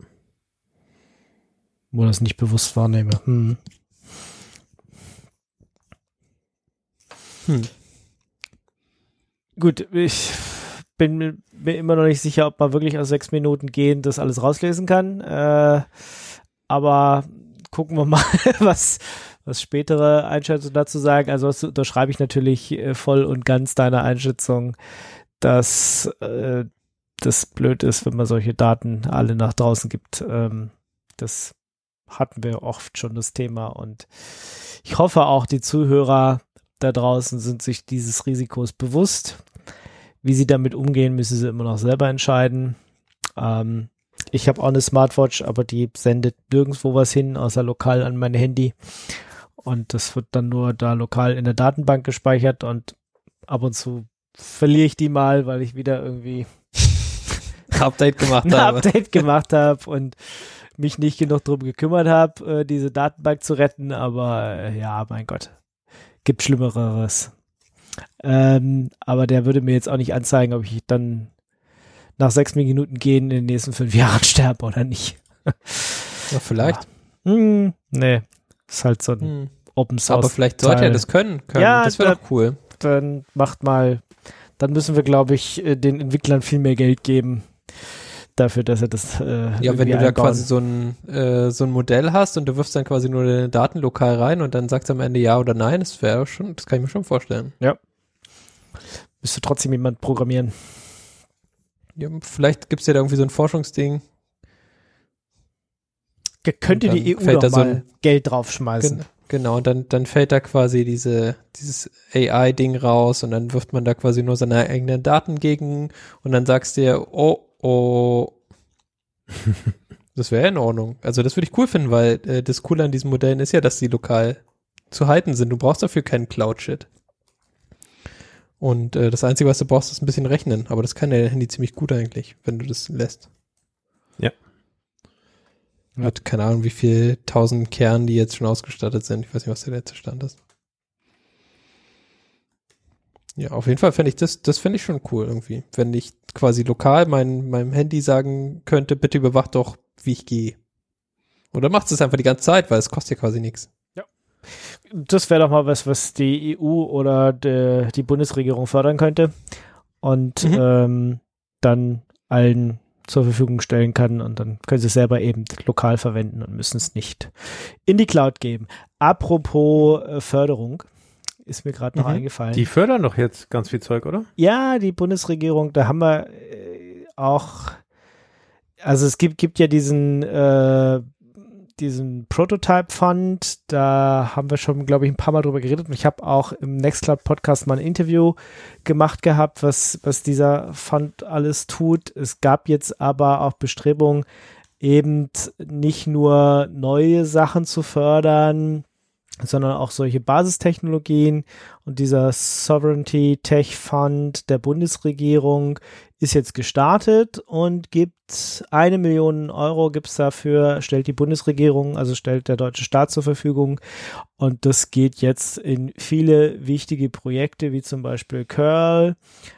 Oder es nicht bewusst wahrnehme. Gut, ich bin mir immer noch nicht sicher, ob man wirklich aus 6 Minuten gehen das alles rauslesen kann. Aber gucken wir mal, was spätere Einschätzungen dazu sagen. Also das unterschreibe ich natürlich voll und ganz deine Einschätzung, dass das blöd ist, wenn man solche Daten alle nach draußen gibt. Das hatten wir oft schon das Thema und ich hoffe auch, die Zuhörer da draußen sind sich dieses Risikos bewusst. Wie sie damit umgehen, müssen sie immer noch selber entscheiden. Ich habe auch eine Smartwatch, aber die sendet nirgendwo was hin, außer lokal an mein Handy. Und das wird dann nur da lokal in der Datenbank gespeichert und ab und zu verliere ich die mal, weil ich wieder irgendwie Update gemacht habe und mich nicht genug drum gekümmert habe, diese Datenbank zu retten. Aber ja, mein Gott, gibt Schlimmeres. Aber der würde mir jetzt auch nicht anzeigen, ob ich dann nach 6 Minuten gehen in den nächsten 5 Jahren sterbe oder nicht. Ja, vielleicht. Nee, ist halt so ein Open Source. Aber vielleicht sollte er das können. Ja, das wäre doch cool. Dann dann müssen wir, glaube ich, den Entwicklern viel mehr Geld geben dafür, dass er das ja, wenn du da quasi so ein Modell hast und du wirfst dann quasi nur deine Daten lokal rein und dann sagst du am Ende ja oder nein, das kann ich mir schon vorstellen. Ja. Müsste trotzdem jemand programmieren. Ja, vielleicht gibt es ja da irgendwie so ein Forschungsding. Könnte die EU doch mal Geld draufschmeißen. Genau, und dann fällt da quasi dieses AI-Ding raus und dann wirft man da quasi nur seine eigenen Daten gegen und dann sagst du dir, oh, das wäre in Ordnung. Also das würde ich cool finden, weil das Coole an diesen Modellen ist ja, dass die lokal zu halten sind. Du brauchst dafür keinen Cloud-Shit. Und das Einzige, was du brauchst, ist ein bisschen rechnen. Aber das kann dein Handy ziemlich gut eigentlich, wenn du das lässt. Ja. Hat keine Ahnung, wie viel 1000 Kernen die jetzt schon ausgestattet sind. Ich weiß nicht, was der letzte Stand ist. Ja, auf jeden Fall fände ich das fände ich schon cool irgendwie. Wenn ich quasi lokal meinem Handy sagen könnte, bitte überwacht doch, wie ich gehe. Oder macht es einfach die ganze Zeit, weil es kostet ja quasi nichts. Ja. Das wäre doch mal was die EU oder die Bundesregierung fördern könnte und dann allen zur Verfügung stellen kann und dann können sie es selber eben lokal verwenden und müssen es nicht in die Cloud geben. Apropos Förderung, ist mir gerade noch eingefallen. Die fördern doch jetzt ganz viel Zeug, oder? Ja, die Bundesregierung, da haben wir auch, also es gibt ja diesen diesen Prototype Fund. Da haben wir schon, glaube ich, ein paar Mal drüber geredet. Und ich habe auch im Nextcloud Podcast mal ein Interview gemacht gehabt, was dieser Fund alles tut. Es gab jetzt aber auch Bestrebungen, eben nicht nur neue Sachen zu fördern, sondern auch solche Basistechnologien. Und dieser Sovereignty Tech Fund der Bundesregierung ist jetzt gestartet und gibt 1 Million Euro gibt's dafür, stellt die Bundesregierung, also stellt der deutsche Staat zur Verfügung. Und das geht jetzt in viele wichtige Projekte, wie zum Beispiel Curl,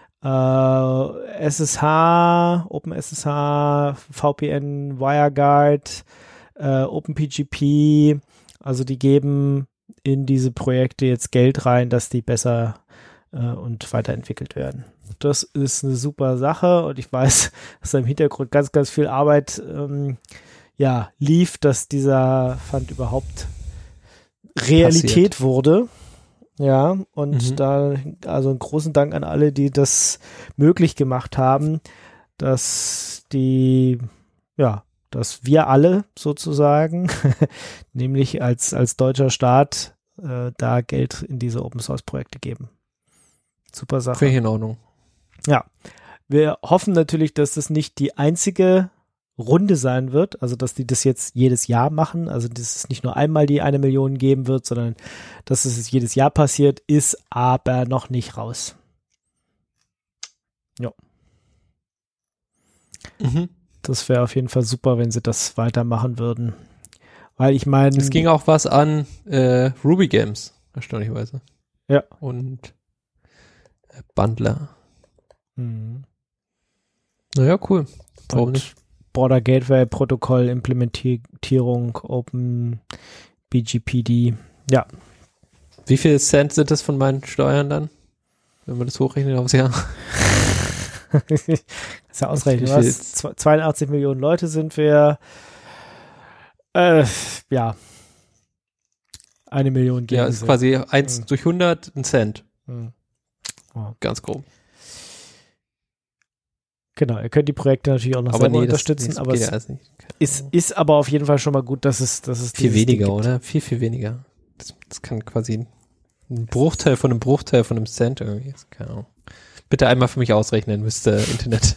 SSH, OpenSSH, VPN, WireGuard, OpenPGP. Also die geben in diese Projekte jetzt Geld rein, dass die besser und weiterentwickelt werden. Das ist eine super Sache und ich weiß, dass da im Hintergrund ganz, ganz viel Arbeit lief, dass dieser Fund überhaupt Realität wurde. Ja, und da also einen großen Dank an alle, die das möglich gemacht haben, dass dass wir alle sozusagen, nämlich als deutscher Staat, da Geld in diese Open-Source-Projekte geben. Super Sache. Finde ich in Ordnung. Ja, wir hoffen natürlich, dass das nicht die einzige Runde sein wird, also dass die das jetzt jedes Jahr machen, also dass es nicht nur einmal die 1 Million geben wird, sondern dass es jedes Jahr passiert, ist aber noch nicht raus. Ja. Das wäre auf jeden Fall super, wenn sie das weitermachen würden. Weil ich meine... Es ging auch was an Ruby Games, erstaunlicherweise. Ja. Und Bundler. Mhm. Naja, cool. Warum nicht? Border Gateway Protokoll Implementierung, Open BGPD. Ja. Wie viel Cent sind das von meinen Steuern dann? Wenn man das hochrechnet aufs Jahr? Das ist ja ausreichend. 82 Millionen Leute sind wir. 1 Million geben. Ja, ist quasi 1 durch 100 ein Cent. Oh. Ganz grob. Genau, ihr könnt die Projekte natürlich auch noch selber unterstützen, aber es ist aber auf jeden Fall schon mal gut, dass es viel weniger, oder? Viel weniger. Das kann quasi ein Bruchteil von einem Cent irgendwie. Keine Ahnung. Bitte einmal für mich ausrechnen, Mr. Internet.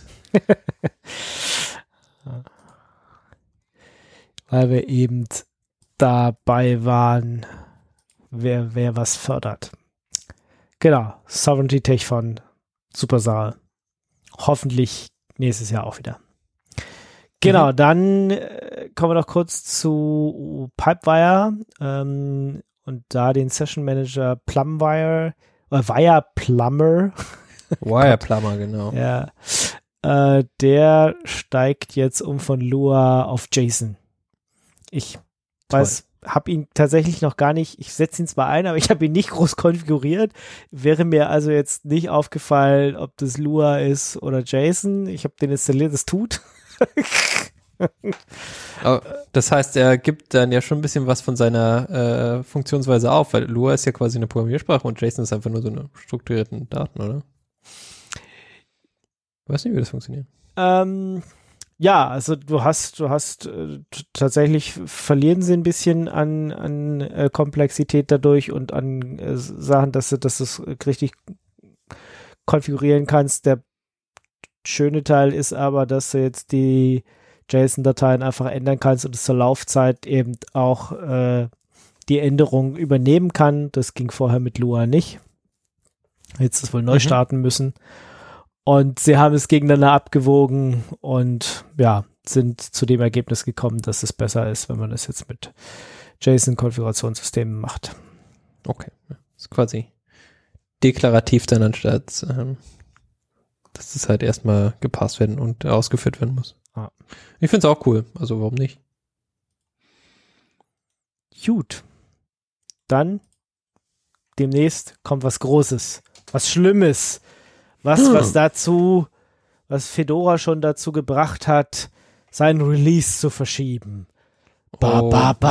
Weil wir eben dabei waren, wer was fördert. Genau, Sovereignty Tech Fund, super Sache. Hoffentlich nächstes Jahr auch wieder. Genau, dann kommen wir noch kurz zu Pipewire und da den Session Manager Plumwire, Wire Plumber. Wire Plumber, genau. Ja, der steigt jetzt um von Lua auf JSON. Ich habe ihn tatsächlich noch gar nicht, ich setze ihn zwar ein, aber ich habe ihn nicht groß konfiguriert. Wäre mir also jetzt nicht aufgefallen, ob das Lua ist oder JSON. Ich habe den installiert, das tut. Aber das heißt, er gibt dann ja schon ein bisschen was von seiner Funktionsweise auf, weil Lua ist ja quasi eine Programmiersprache und JSON ist einfach nur so eine strukturierten Daten, oder? Ich weiß nicht, wie das funktioniert. Ja, also du hast tatsächlich verlieren sie ein bisschen an Komplexität dadurch und an Sachen, dass du das richtig konfigurieren kannst. Der schöne Teil ist aber, dass du jetzt die JSON-Dateien einfach ändern kannst und es zur Laufzeit eben auch die Änderung übernehmen kann. Das ging vorher mit Lua nicht. Jetzt ist wohl neu starten müssen. Und sie haben es gegeneinander abgewogen und ja, sind zu dem Ergebnis gekommen, dass es besser ist, wenn man das jetzt mit JSON-Konfigurationssystemen macht. Okay. Das ist quasi deklarativ dann anstatt, dass das halt erstmal gepasst werden und ausgeführt werden muss. Ah. Ich finde es auch cool. Also warum nicht? Gut. Dann demnächst kommt was Großes, was Schlimmes. Was Fedora schon dazu gebracht hat, seinen Release zu verschieben. Und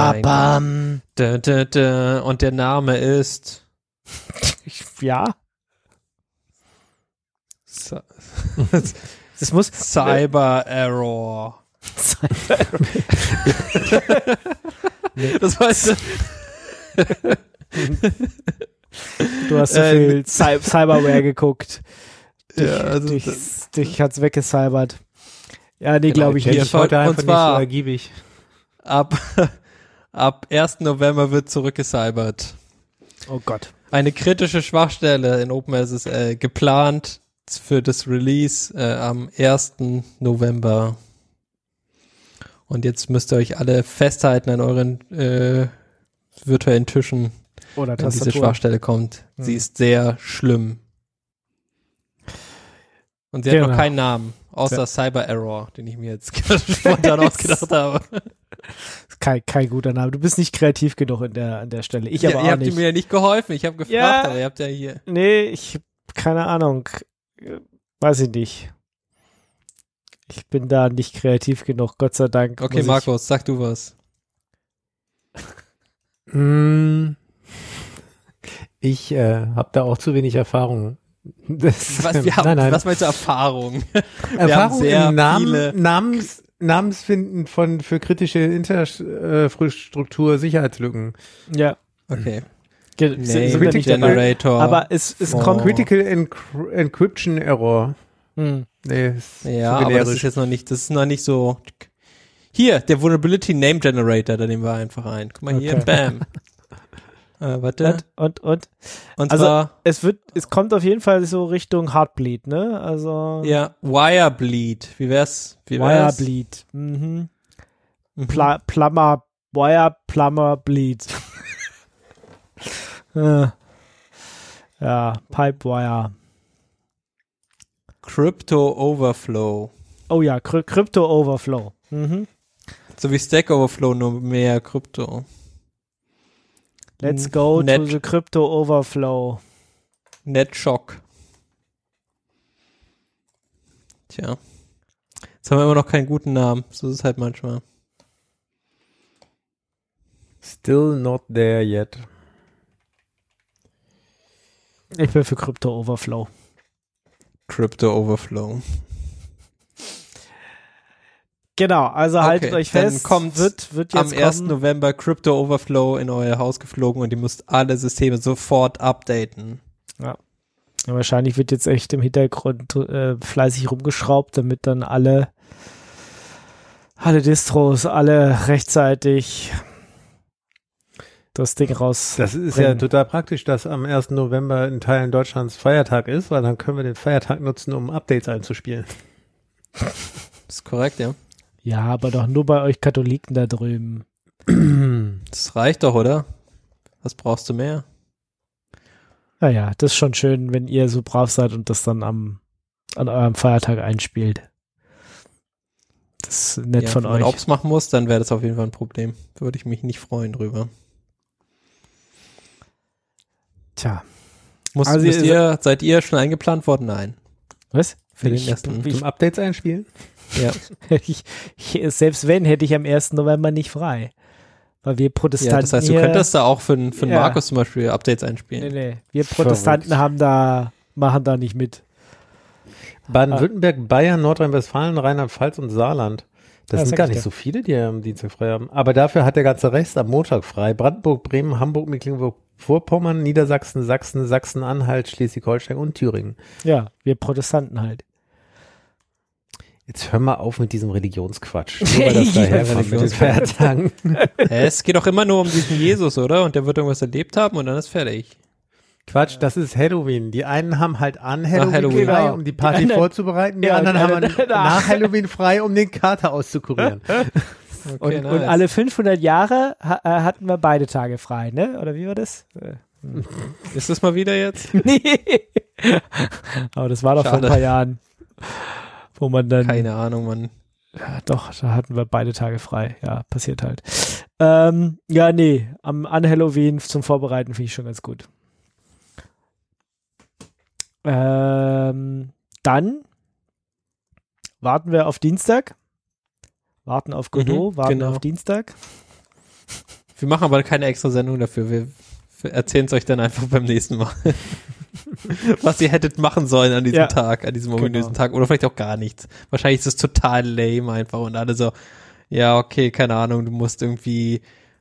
der Name ist ja. Das muss Cyber Error. Das weißt du. Du hast so viel Cyberware geguckt. Ja, also dich hat's weggecybert. Ja, nee, glaube ich Ich nicht. heute einfach Und nicht so zwar- ergiebig. ab 1. November wird zurückgecybert. Oh Gott. Eine kritische Schwachstelle in OpenSSL geplant für das Release am 1. November. Und jetzt müsst ihr euch alle festhalten an euren virtuellen Tischen, Oder wenn diese Tastatur. Schwachstelle kommt. Sie ist sehr schlimm. Und sie hat Genau. noch keinen Namen, außer Cyber Error, den ich mir jetzt spontan ausgedacht habe. Kein guter Name. Du bist nicht kreativ genug an der Stelle. Ich Ja, aber ihr auch habt nicht. mir ja nicht geholfen. Ich habe gefragt, Ja. aber ihr habt ja hier. Nee, ich keine Ahnung. Weiß ich nicht. Ich bin da nicht kreativ genug, Gott sei Dank. Okay, muss Markus, sag du was. Ich habe da auch zu wenig Erfahrung. Was meinst du Erfahrung? Erfahrung sehr im Namensfinden für kritische Infrastruktur Sicherheitslücken. Ich, ja. Okay. Sind wir Critical nicht dabei. Generator. Aber es Oh. kommt. Critical Encryption Error. Nee, ist Ja, zu aber das generisch. ist jetzt noch nicht so. Hier, der Vulnerability Name Generator, da nehmen wir einfach ein. Guck mal hier, Okay. bam. Warte. Und Und also- zwar, es kommt auf jeden Fall so Richtung Heartbleed, ne? Also ja, Wirebleed. Wie wär's? Wirebleed. Mhm. Mhm. Plumber Bleed. Ja, Pipewire. Crypto Overflow. Oh ja, Crypto Overflow. Mhm. So wie Stack Overflow, nur mehr Krypto. Let's go to Net- the Crypto Overflow. NetShock. Tja. Jetzt haben wir immer noch keinen guten Namen. So ist es halt manchmal. Still not there yet. Ich bin für Crypto Overflow. Crypto Overflow. Genau, also haltet Okay, euch dann fest, kommt wird Am jetzt 1. kommen. November Crypto Overflow in euer Haus geflogen und ihr müsst alle Systeme sofort updaten. Ja, wahrscheinlich wird jetzt echt im Hintergrund fleißig rumgeschraubt, damit dann alle Distros, alle rechtzeitig das Ding raus. Das ist ja total praktisch, dass am 1. November in Teilen Deutschlands Feiertag ist, weil dann können wir den Feiertag nutzen, um Updates einzuspielen. Das ist korrekt, ja. Ja, aber doch nur bei euch Katholiken da drüben. Das reicht doch, oder? Was brauchst du mehr? Naja, das ist schon schön, wenn ihr so brav seid und das dann an eurem Feiertag einspielt. Das ist nett Ja, von wenn man euch. Ops machen muss, dann wäre das auf jeden Fall ein Problem. Würde ich mich nicht freuen drüber. Tja, Seid ihr schon eingeplant worden? Nein. was? Für den ersten. Zum Updates einspielen? Ja. Selbst wenn, hätte ich am 1. November nicht frei. Weil wir Protestanten Ja, das heißt, du hier, könntest da auch für Ja. Markus zum Beispiel Updates einspielen. Nee. Wir Protestanten machen da nicht mit. Baden-Württemberg, Bayern, Nordrhein-Westfalen, Rheinland-Pfalz und Saarland. Das Ja, sind sag gar ich nicht dir. so viele, die am Dienstag frei haben. Aber dafür hat der ganze Rest am Montag frei. Brandenburg, Bremen, Hamburg, Mecklenburg-Vorpommern, Niedersachsen, Sachsen, Sachsen-Anhalt, Schleswig-Holstein und Thüringen. Ja, wir Protestanten halt. Jetzt hör mal auf mit diesem Religionsquatsch. Nur weil das daherkommt mit den Religionsquatsch. Feiertagen. Es geht doch immer nur um diesen Jesus, oder? Und der wird irgendwas erlebt haben und dann ist fertig. Quatsch, das ist Halloween. Die einen haben halt an Halloween, Halloween. frei, Genau. um die Party Die anderen- vorzubereiten. Die Ja, anderen die haben anderen nach Halloween frei, um den Kater auszukurieren. Okay, Und alle 500 Jahre hatten wir beide Tage frei, ne? Oder wie war das? Ist das mal wieder jetzt? Nee. Aber das war doch vor ein Schade. paar Jahren, wo man dann, Keine Ahnung, Mann. ja, doch, da hatten wir beide Tage frei. Ja, passiert halt. Ja, nee, an Halloween zum Vorbereiten finde ich schon ganz gut. Dann warten wir auf Dienstag. Warten auf Godot, warten genau. auf Dienstag. Wir machen aber keine extra Sendung dafür. Wir erzählen es euch dann einfach beim nächsten Mal. Was ihr hättet machen sollen an diesem Ja. Tag, an diesem ominösen Genau. Tag. Oder vielleicht auch gar nichts. Wahrscheinlich ist es total lame einfach und alle so, ja, okay, keine Ahnung, du musst irgendwie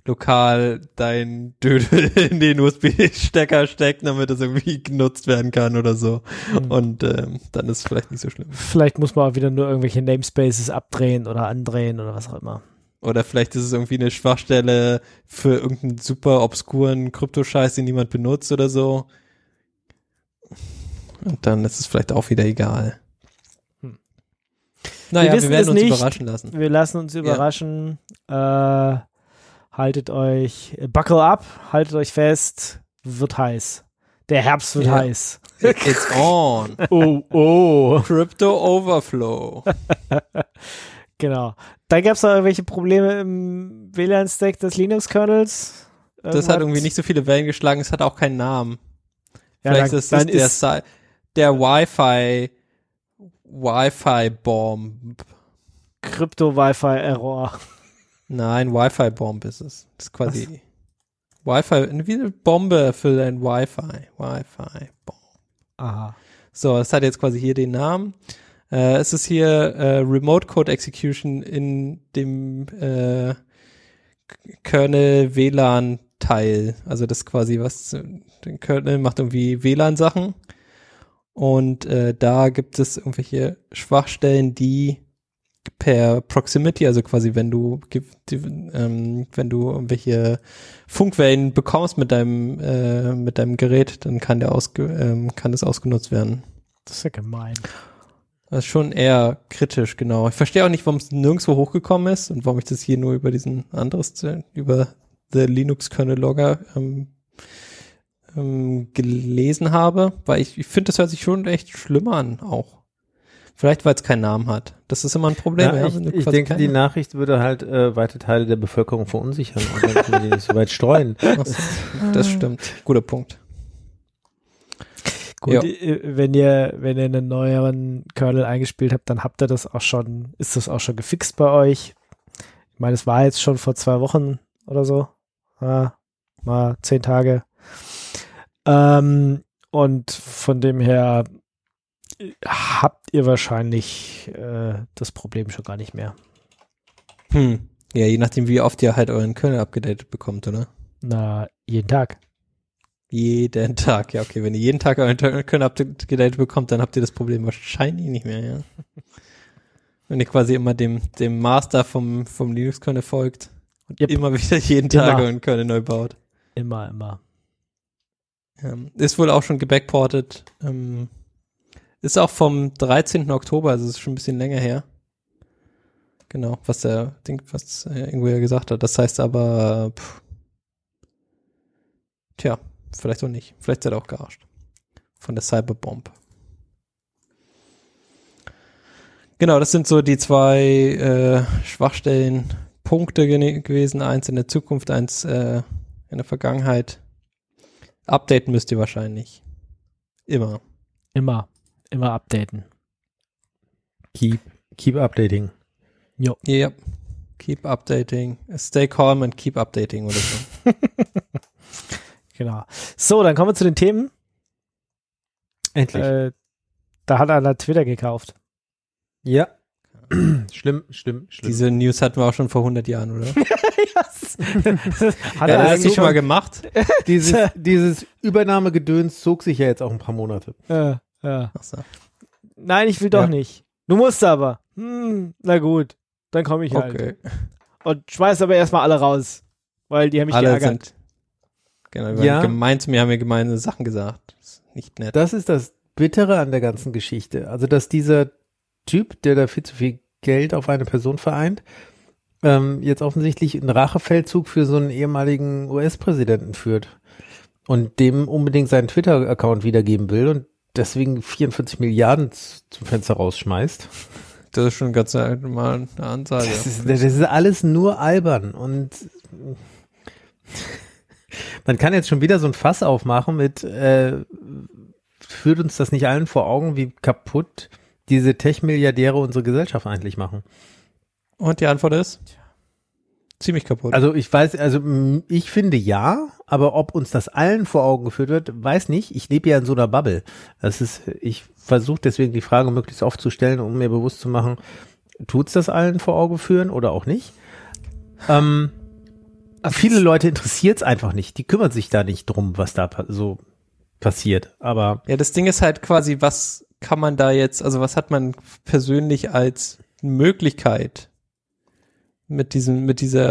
lokal dein Dödel in den USB-Stecker stecken, damit es irgendwie genutzt werden kann oder so. Und dann ist es vielleicht nicht so schlimm. Vielleicht muss man auch wieder nur irgendwelche Namespaces abdrehen oder andrehen oder was auch immer. Oder vielleicht ist es irgendwie eine Schwachstelle für irgendeinen super obskuren Kryptoscheiß, den niemand benutzt oder so. Und dann ist es vielleicht auch wieder egal. Naja, wir werden uns überraschen lassen. Wir lassen uns überraschen. Haltet euch, buckle up, haltet euch fest, wird heiß. Der Herbst wird heiß. It's on. Oh. Crypto Overflow. Genau. Dann gab es noch irgendwelche Probleme im WLAN-Stack des Linux-Kernels. Das hat irgendwie nicht so viele Wellen geschlagen, es hat auch keinen Namen. Ja, vielleicht ist es der Wi-Fi-Bomb. Krypto-Wi-Fi-Error. Nein, Wi-Fi-Bomb ist es. Das ist quasi Wi-Fi, wie eine Bombe für ein Wi-Fi. Wi-Fi-Bomb. Aha. So, das hat jetzt quasi hier den Namen. Es ist hier Remote Code Execution in dem Kernel WLAN Teil. Also das ist quasi was, der Kernel macht irgendwie WLAN-Sachen. Und da gibt es irgendwelche Schwachstellen, die per Proximity, also quasi wenn du irgendwelche Funkwellen bekommst mit deinem Gerät, dann kann das ausgenutzt werden. Das ist ja gemein. Das ist schon eher kritisch, genau. Ich verstehe auch nicht, warum es nirgendwo hochgekommen ist und warum ich das hier nur über über the Linux Kernel Logger gelesen habe, weil ich finde, das hört sich schon echt schlimm an auch. Vielleicht, weil es keinen Namen hat. Das ist immer ein Problem. Ja, ich denke, die Nachricht würde halt weite Teile der Bevölkerung verunsichern und dann können wir die nicht so weit streuen. Das stimmt. Guter Punkt. Gut, wenn ihr einen neueren Kernel eingespielt habt, dann ist das auch schon gefixt bei euch. Ich meine, es war jetzt schon vor 2 Wochen oder so. Mal 10 Tage. Und von dem her habt ihr wahrscheinlich das Problem schon gar nicht mehr. Ja, je nachdem, wie oft ihr halt euren Kernel abgedatet bekommt, oder? Na, jeden Tag. Jeden Tag, ja, okay. Wenn ihr jeden Tag euren Kernel abgedatet bekommt, dann habt ihr das Problem wahrscheinlich nicht mehr, ja. Wenn ihr quasi immer dem Master vom Linux-Kernel folgt und immer wieder jeden Tag euren Kernel neu baut. Immer. Ist wohl auch schon gebackportet. Ist auch vom 13. Oktober, also ist schon ein bisschen länger her. Genau, was Ingo ja gesagt hat. Das heißt aber, vielleicht auch nicht. Vielleicht seid ihr auch gearscht. Von der Cyberbomb. Genau, das sind so die 2 Schwachstellenpunkte gewesen. Eins in der Zukunft, eins in der Vergangenheit. Updaten müsst ihr wahrscheinlich. Immer updaten. Keep updating. Jo. Ja. Keep updating. Stay calm and keep updating oder so. Genau. So, dann kommen wir zu den Themen. Endlich. Da hat einer Twitter gekauft. Ja. Schlimm. Diese News hatten wir auch schon vor 100 Jahren, oder? Hat er eigentlich schon mal gemacht? Dieses Übernahmegedöns zog sich ja jetzt auch ein paar Monate. Ja. Ach so. Nein, ich will doch nicht. Du musst aber. Na gut, dann komme ich halt. Okay. Und schmeiß aber erstmal alle raus, weil die haben mich geärgert. Genau, wir waren gemein zu mir, haben mir gemeine Sachen gesagt. Das ist nicht nett. Das ist das Bittere an der ganzen Geschichte. Also, dass dieser Typ, der da viel zu viel Geld auf eine Person vereint, jetzt offensichtlich einen Rachefeldzug für so einen ehemaligen US-Präsidenten führt und dem unbedingt seinen Twitter-Account wiedergeben will und deswegen 44 Milliarden zum Fenster rausschmeißt. Das ist schon ganz mal eine Ansage. Das ist alles nur albern und man kann jetzt schon wieder so ein Fass aufmachen mit führt uns das nicht allen vor Augen, wie kaputt diese Tech-Milliardäre unsere Gesellschaft eigentlich machen? Und die Antwort ist? Ziemlich kaputt. Also ich finde ja, aber ob uns das allen vor Augen geführt wird, weiß nicht. Ich lebe ja in so einer Bubble. Ich versuche deswegen die Frage möglichst oft zu stellen, um mir bewusst zu machen, tut's das allen vor Augen führen oder auch nicht? viele Leute interessiert es einfach nicht. Die kümmern sich da nicht drum, was da so passiert. Aber ja, das Ding ist halt quasi, was kann man da jetzt, also was hat man persönlich als Möglichkeit mit diesem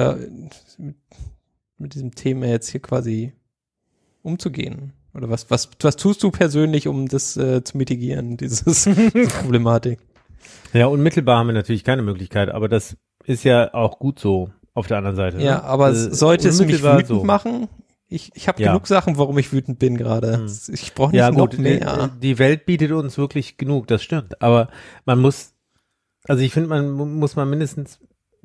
Thema jetzt hier quasi umzugehen? Oder was tust du persönlich, um das zu mitigieren, diese Problematik? ja, unmittelbar haben wir natürlich keine Möglichkeit, aber das ist ja auch gut so auf der anderen Seite. Ja, ne? aber sollte es mich unmittelbar wütend machen? Ich habe Ja. genug Sachen, warum ich wütend bin gerade. Ich brauche nicht Ja, noch gut, mehr. die Welt bietet uns wirklich genug, das stimmt. Aber man muss, also ich finde, man muss mal mindestens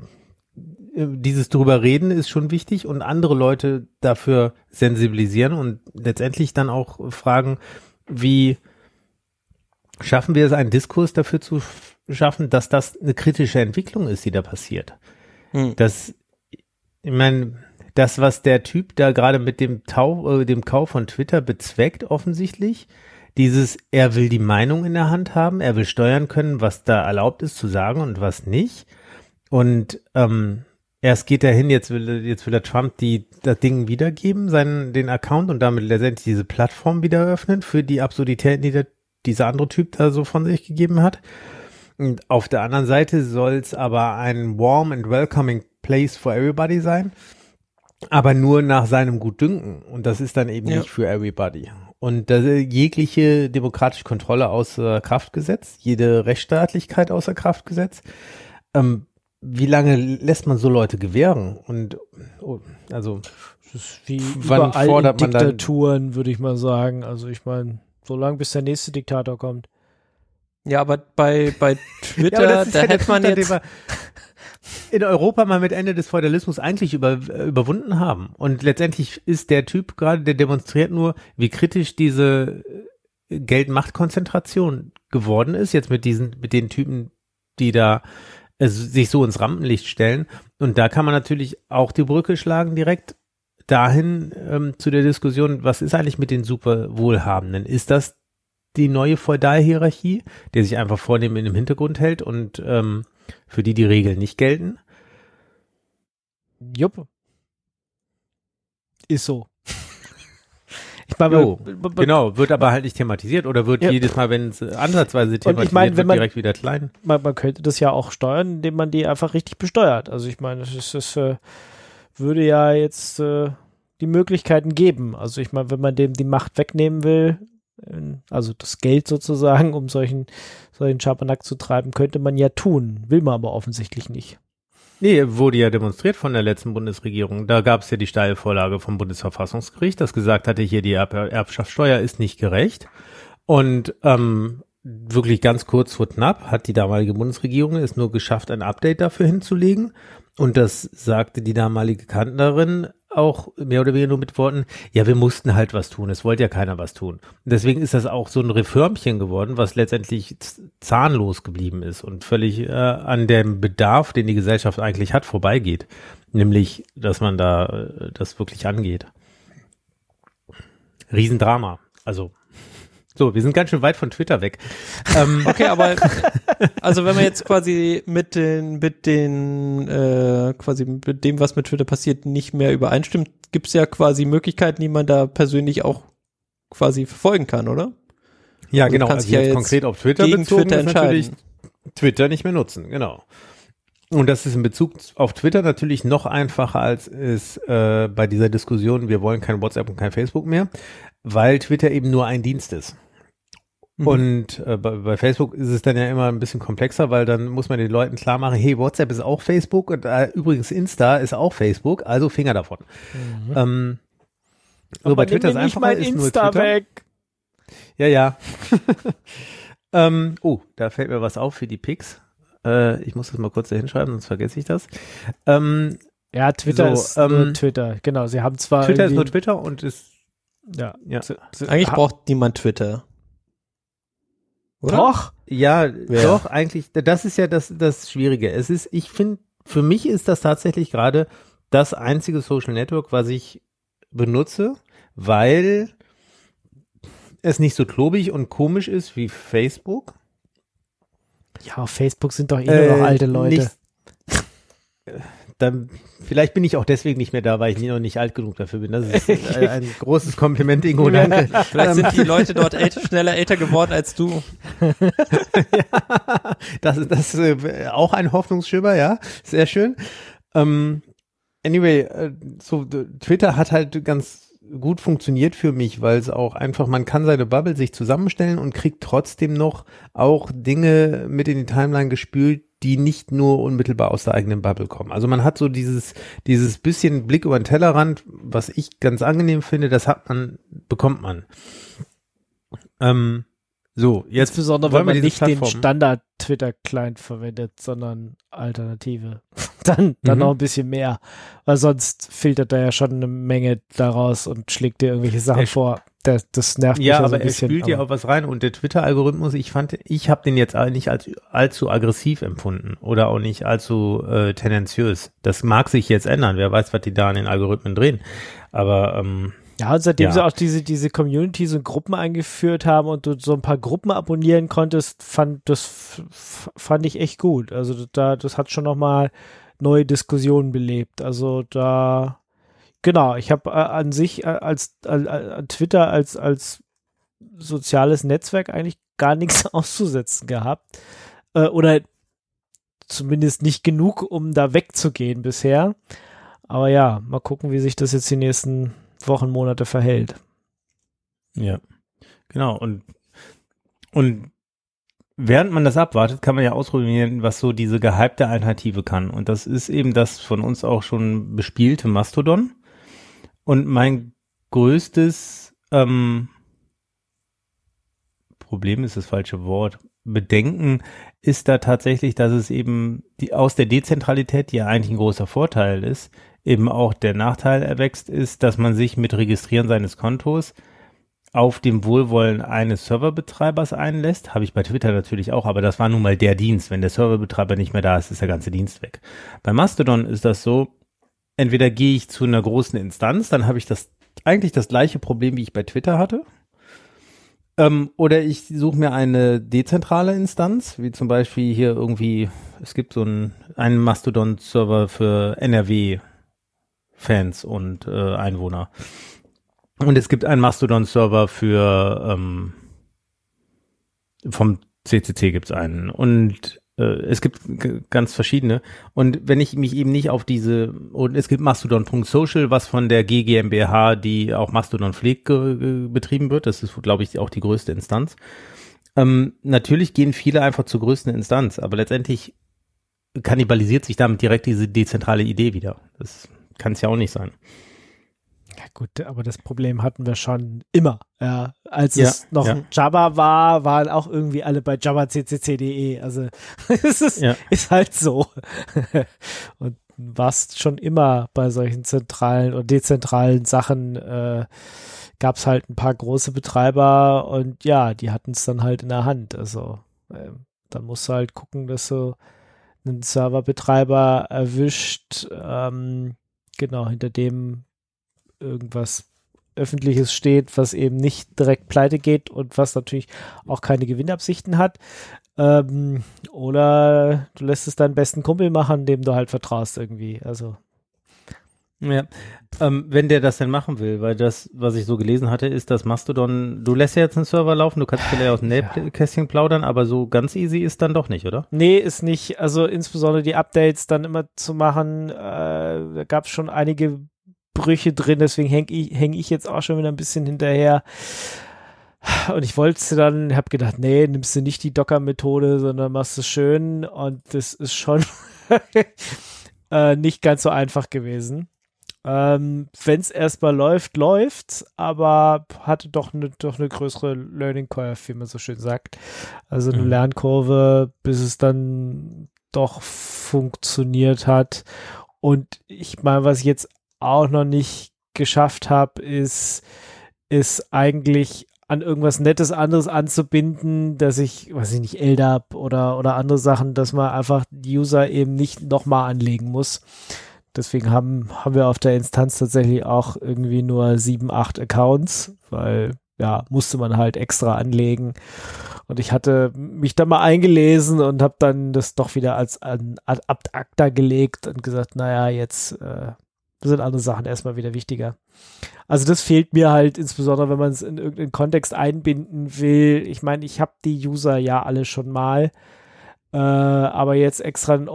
dieses drüber reden ist schon wichtig und andere Leute dafür sensibilisieren und letztendlich dann auch fragen, wie schaffen wir es, einen Diskurs dafür zu schaffen, dass das eine kritische Entwicklung ist, die da passiert. Ich meine, das, was der Typ da gerade mit dem Kauf von Twitter bezweckt, offensichtlich, er will die Meinung in der Hand haben, er will steuern können, was da erlaubt ist zu sagen und was nicht. Und erst geht er hin, jetzt will er Trump das Ding wiedergeben, den Account und damit letztendlich diese Plattform wieder öffnen für die Absurditäten, die dieser andere Typ da so von sich gegeben hat. Und auf der anderen Seite soll es aber ein warm and welcoming place for everybody sein, aber nur nach seinem Gutdünken. Und das ist dann eben nicht für everybody. Und jegliche demokratische Kontrolle außer Kraft gesetzt, jede Rechtsstaatlichkeit außer Kraft gesetzt. Wie lange lässt man so Leute gewähren? Und also Das ist wie wann überall fordert in man dann- Diktaturen, würde ich mal sagen. Also ich meine, so lange bis der nächste Diktator kommt. Ja, aber bei Twitter, Ja, aber das ist da ja der hätte man Punkt, an jetzt dem wir in Europa mal mit Ende des Feudalismus eigentlich überwunden haben. Und letztendlich ist der Typ gerade, der demonstriert nur, wie kritisch diese Geld-Macht-Konzentration geworden ist, jetzt mit den Typen, die da sich so ins Rampenlicht stellen. Und da kann man natürlich auch die Brücke schlagen direkt dahin zu der Diskussion, was ist eigentlich mit den Superwohlhabenden? Ist das die neue Feudalhierarchie, der sich einfach vornehm in dem Hintergrund hält und für die Regeln nicht gelten? Jupp. Ist so. Ich meine, Genau, wird aber halt nicht thematisiert oder wird Ja. jedes Mal, wenn es ansatzweise thematisiert ich meine, wenn wird, man- direkt wieder klein. man könnte das ja auch steuern, indem man die einfach richtig besteuert. Also ich meine, das würde ja jetzt die Möglichkeiten geben. Also ich meine, wenn man dem die Macht wegnehmen will, also das Geld sozusagen, um solchen Schabernack zu treiben, könnte man ja tun. Will man aber offensichtlich nicht. Nee, wurde ja demonstriert von der letzten Bundesregierung. Da gab es ja die Steilvorlage vom Bundesverfassungsgericht, das gesagt hatte, hier die Erbschaftssteuer ist nicht gerecht. Und wirklich ganz kurz vor knapp hat die damalige Bundesregierung es nur geschafft, ein Update dafür hinzulegen. Und das sagte die damalige Kanzlerin auch mehr oder weniger nur mit Worten, ja, wir mussten halt was tun, es wollte ja keiner was tun. Und deswegen ist das auch so ein Reformchen geworden, was letztendlich zahnlos geblieben ist und völlig an dem Bedarf, den die Gesellschaft eigentlich hat, vorbeigeht. Nämlich, dass man da das wirklich angeht. Riesendrama. Also, so, wir sind ganz schön weit von Twitter weg. Okay, aber also wenn man jetzt quasi mit dem, was mit Twitter passiert, nicht mehr übereinstimmt, gibt es ja quasi Möglichkeiten, die man da persönlich auch quasi verfolgen kann, oder? Ja, Also genau. du kannst Also dich ja jetzt jetzt konkret auf Twitter gegen bezogen Twitter ist natürlich entscheiden. Twitter nicht mehr nutzen, genau. Und das ist in Bezug auf Twitter natürlich noch einfacher als es bei dieser Diskussion, wir wollen kein WhatsApp und kein Facebook mehr, weil Twitter eben nur ein Dienst ist. Und bei Facebook ist es dann ja immer ein bisschen komplexer, weil dann muss man den Leuten klar machen, hey, WhatsApp ist auch Facebook und übrigens Insta ist auch Facebook, also Finger davon. So, bei Twitter ist einfacher, ist nur Insta Twitter. weg. Ja. Oh, da fällt mir was auf für die Pics. Ich muss das mal kurz da hinschreiben, sonst vergesse ich das. Ja, Twitter So, ist nur Twitter. Genau, sie haben zwar Twitter ist irgendwie- nur Twitter und ist ja. Ja. Eigentlich braucht niemand Twitter. Oder? Doch. ja, Ja. doch, eigentlich, das ist ja das Schwierige. Ich finde, für mich ist das tatsächlich gerade das einzige Social Network, was ich benutze, weil es nicht so klobig und komisch ist wie Facebook. Ja, auf Facebook sind doch nur noch alte Leute. Nicht, dann, vielleicht bin ich auch deswegen nicht mehr da, weil ich noch nicht alt genug dafür bin. Das ist ein großes Kompliment, Ingo, danke. Vielleicht sind die Leute dort schneller älter geworden als du. Ja, das ist auch ein Hoffnungsschimmer, ja, sehr schön. Anyway, so Twitter hat halt ganz gut funktioniert für mich, weil es auch einfach, man kann seine Bubble sich zusammenstellen und kriegt trotzdem noch auch Dinge mit in die Timeline gespült, die nicht nur unmittelbar aus der eigenen Bubble kommen. Also man hat so dieses bisschen Blick über den Tellerrand, was ich ganz angenehm finde, bekommt man. So, jetzt insbesondere, wenn man nicht den Standard-Twitter-Client verwendet, sondern Alternative. Dann noch ein bisschen mehr, weil sonst filtert er ja schon eine Menge daraus und schlägt dir irgendwelche Sachen vor. Das nervt mich ja so ein bisschen. Ja, aber er spült ja auch was rein und der Twitter-Algorithmus, ich habe den jetzt nicht als allzu aggressiv empfunden oder auch nicht allzu tendenziös. Das mag sich jetzt ändern, wer weiß, was die da an den Algorithmen drehen, aber ja, und seitdem sie auch diese Communities und Gruppen eingeführt haben und du so ein paar Gruppen abonnieren konntest, fand ich echt gut. Also das hat schon nochmal neue Diskussionen belebt. Also ich habe an sich an Twitter als soziales Netzwerk eigentlich gar nichts auszusetzen gehabt. Oder zumindest nicht genug, um da wegzugehen bisher. Aber ja, mal gucken, wie sich das jetzt die nächsten Wochen, Monate verhält. Ja, genau. Und während man das abwartet, kann man ja ausprobieren, was so diese gehypte Alternative kann. Und das ist eben das von uns auch schon bespielte Mastodon. Und mein größtes Problem ist das falsche Wort. Bedenken ist da tatsächlich, dass es eben aus der Dezentralität, die ja eigentlich ein großer Vorteil ist, eben auch der Nachteil erwächst, ist, dass man sich mit Registrieren seines Kontos auf dem Wohlwollen eines Serverbetreibers einlässt. Habe ich bei Twitter natürlich auch, aber das war nun mal der Dienst. Wenn der Serverbetreiber nicht mehr da ist, ist der ganze Dienst weg. Bei Mastodon ist das so, entweder gehe ich zu einer großen Instanz, dann habe ich eigentlich das gleiche Problem, wie ich bei Twitter hatte. Oder ich suche mir eine dezentrale Instanz, wie zum Beispiel hier irgendwie, es gibt so einen Mastodon-Server für NRW-Fans und Einwohner. Und es gibt einen Mastodon-Server für vom CCC gibt's einen. Und es gibt ganz verschiedene. Und wenn ich mich eben nicht auf und es gibt Mastodon.social, was von der GmbH, die auch Mastodon pflegt, betrieben wird. Das ist, glaube ich, auch die größte Instanz. Natürlich gehen viele einfach zur größten Instanz, aber letztendlich kannibalisiert sich damit direkt diese dezentrale Idee wieder. Das kann es ja auch nicht sein. Ja gut, aber das Problem hatten wir schon immer. Ja, als es noch ein Jabber war, waren auch irgendwie alle bei jabberccc.de. Also es ist halt so. Und warst schon immer bei solchen zentralen und dezentralen Sachen, gab es halt ein paar große Betreiber und ja, die hatten es dann halt in der Hand. Also dann musst du halt gucken, dass du einen Serverbetreiber erwischt, hinter dem irgendwas Öffentliches steht, was eben nicht direkt pleite geht und was natürlich auch keine Gewinnabsichten hat. Oder du lässt es deinen besten Kumpel machen, dem du halt vertraust irgendwie. Also ja, wenn der das denn machen will, weil das, was ich so gelesen hatte, ist, dass Mastodon, du lässt ja jetzt einen Server laufen, du kannst vielleicht aus dem Nähkästchen plaudern, aber so ganz easy ist dann doch nicht, oder? Nee, ist nicht. Also insbesondere die Updates dann immer zu machen, da gab es schon einige Brüche drin, deswegen häng ich jetzt auch schon wieder ein bisschen hinterher. Und ich wollte dann, habe gedacht, nee, nimmst du nicht die Docker-Methode, sondern machst es schön und das ist schon nicht ganz so einfach gewesen. Wenn es erstmal läuft's, aber hatte doch eine größere Learning Curve, wie man so schön sagt. Also eine Lernkurve, bis es dann doch funktioniert hat. Und ich meine, was ich jetzt auch noch nicht geschafft habe, ist eigentlich an irgendwas Nettes anderes anzubinden, dass ich, weiß ich nicht, LDAP oder andere Sachen, dass man einfach die User eben nicht nochmal anlegen muss. Deswegen haben wir auf der Instanz tatsächlich auch irgendwie nur 7, 8 Accounts, weil ja, musste man halt extra anlegen. Und ich hatte mich da mal eingelesen und habe dann das doch wieder als ad acta gelegt und gesagt, naja, jetzt sind andere Sachen erstmal wieder wichtiger. Also das fehlt mir halt, insbesondere wenn man es in irgendeinen Kontext einbinden will. Ich meine, ich habe die User ja alle schon mal, aber jetzt extra ein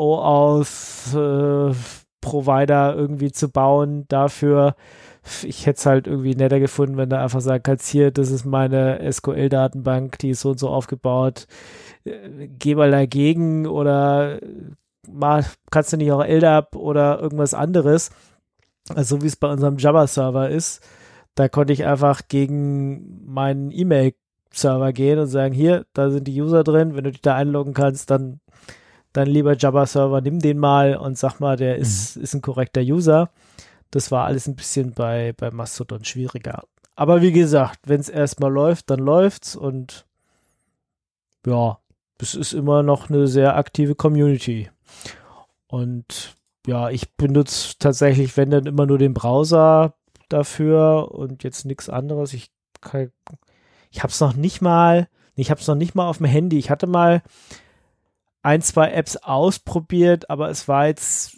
OAuth-Provider irgendwie zu bauen dafür, ich hätte es halt irgendwie netter gefunden, wenn du einfach sagen kannst, hier, das ist meine SQL-Datenbank, die ist so und so aufgebaut, geh mal dagegen oder mal, kannst du nicht auch LDAP oder irgendwas anderes, also so wie es bei unserem Java-Server ist, da konnte ich einfach gegen meinen E-Mail-Server gehen und sagen, hier, da sind die User drin, wenn du dich da einloggen kannst, dann lieber Java-Server, nimm den mal und sag mal, der ist ein korrekter User. Das war alles ein bisschen bei Mastodon schwieriger. Aber wie gesagt, wenn es erstmal läuft, dann läuft's und ja, es ist immer noch eine sehr aktive Community. Und ja, ich benutze tatsächlich, wenn dann immer nur den Browser dafür und jetzt nichts anderes. Ich habe es noch nicht mal auf dem Handy. Ich hatte mal 1, 2 Apps ausprobiert, aber es war jetzt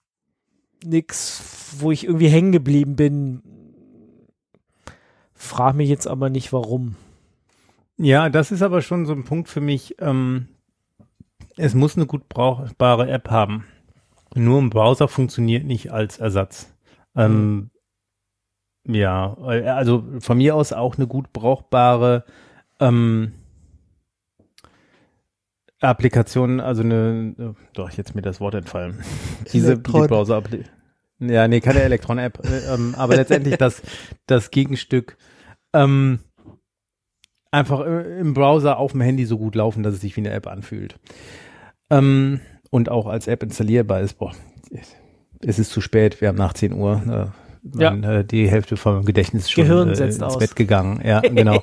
nix, wo ich irgendwie hängen geblieben bin. Frag mich jetzt aber nicht, warum. Ja, das ist aber schon so ein Punkt für mich. Es muss eine gut brauchbare App haben. Nur im Browser funktioniert nicht als Ersatz. Ja, also von mir aus auch eine gut brauchbare Applikation, also doch, jetzt mir das Wort entfallen. Die Browser-Applikation. Ja, nee, keine Elektron-App, aber letztendlich das Gegenstück einfach im Browser auf dem Handy so gut laufen, dass es sich wie eine App anfühlt. Und auch als App installierbar ist. Boah, es ist zu spät, wir haben nach 10 Uhr die Hälfte vom Gedächtnis schon ins Bett gegangen. Ja, genau.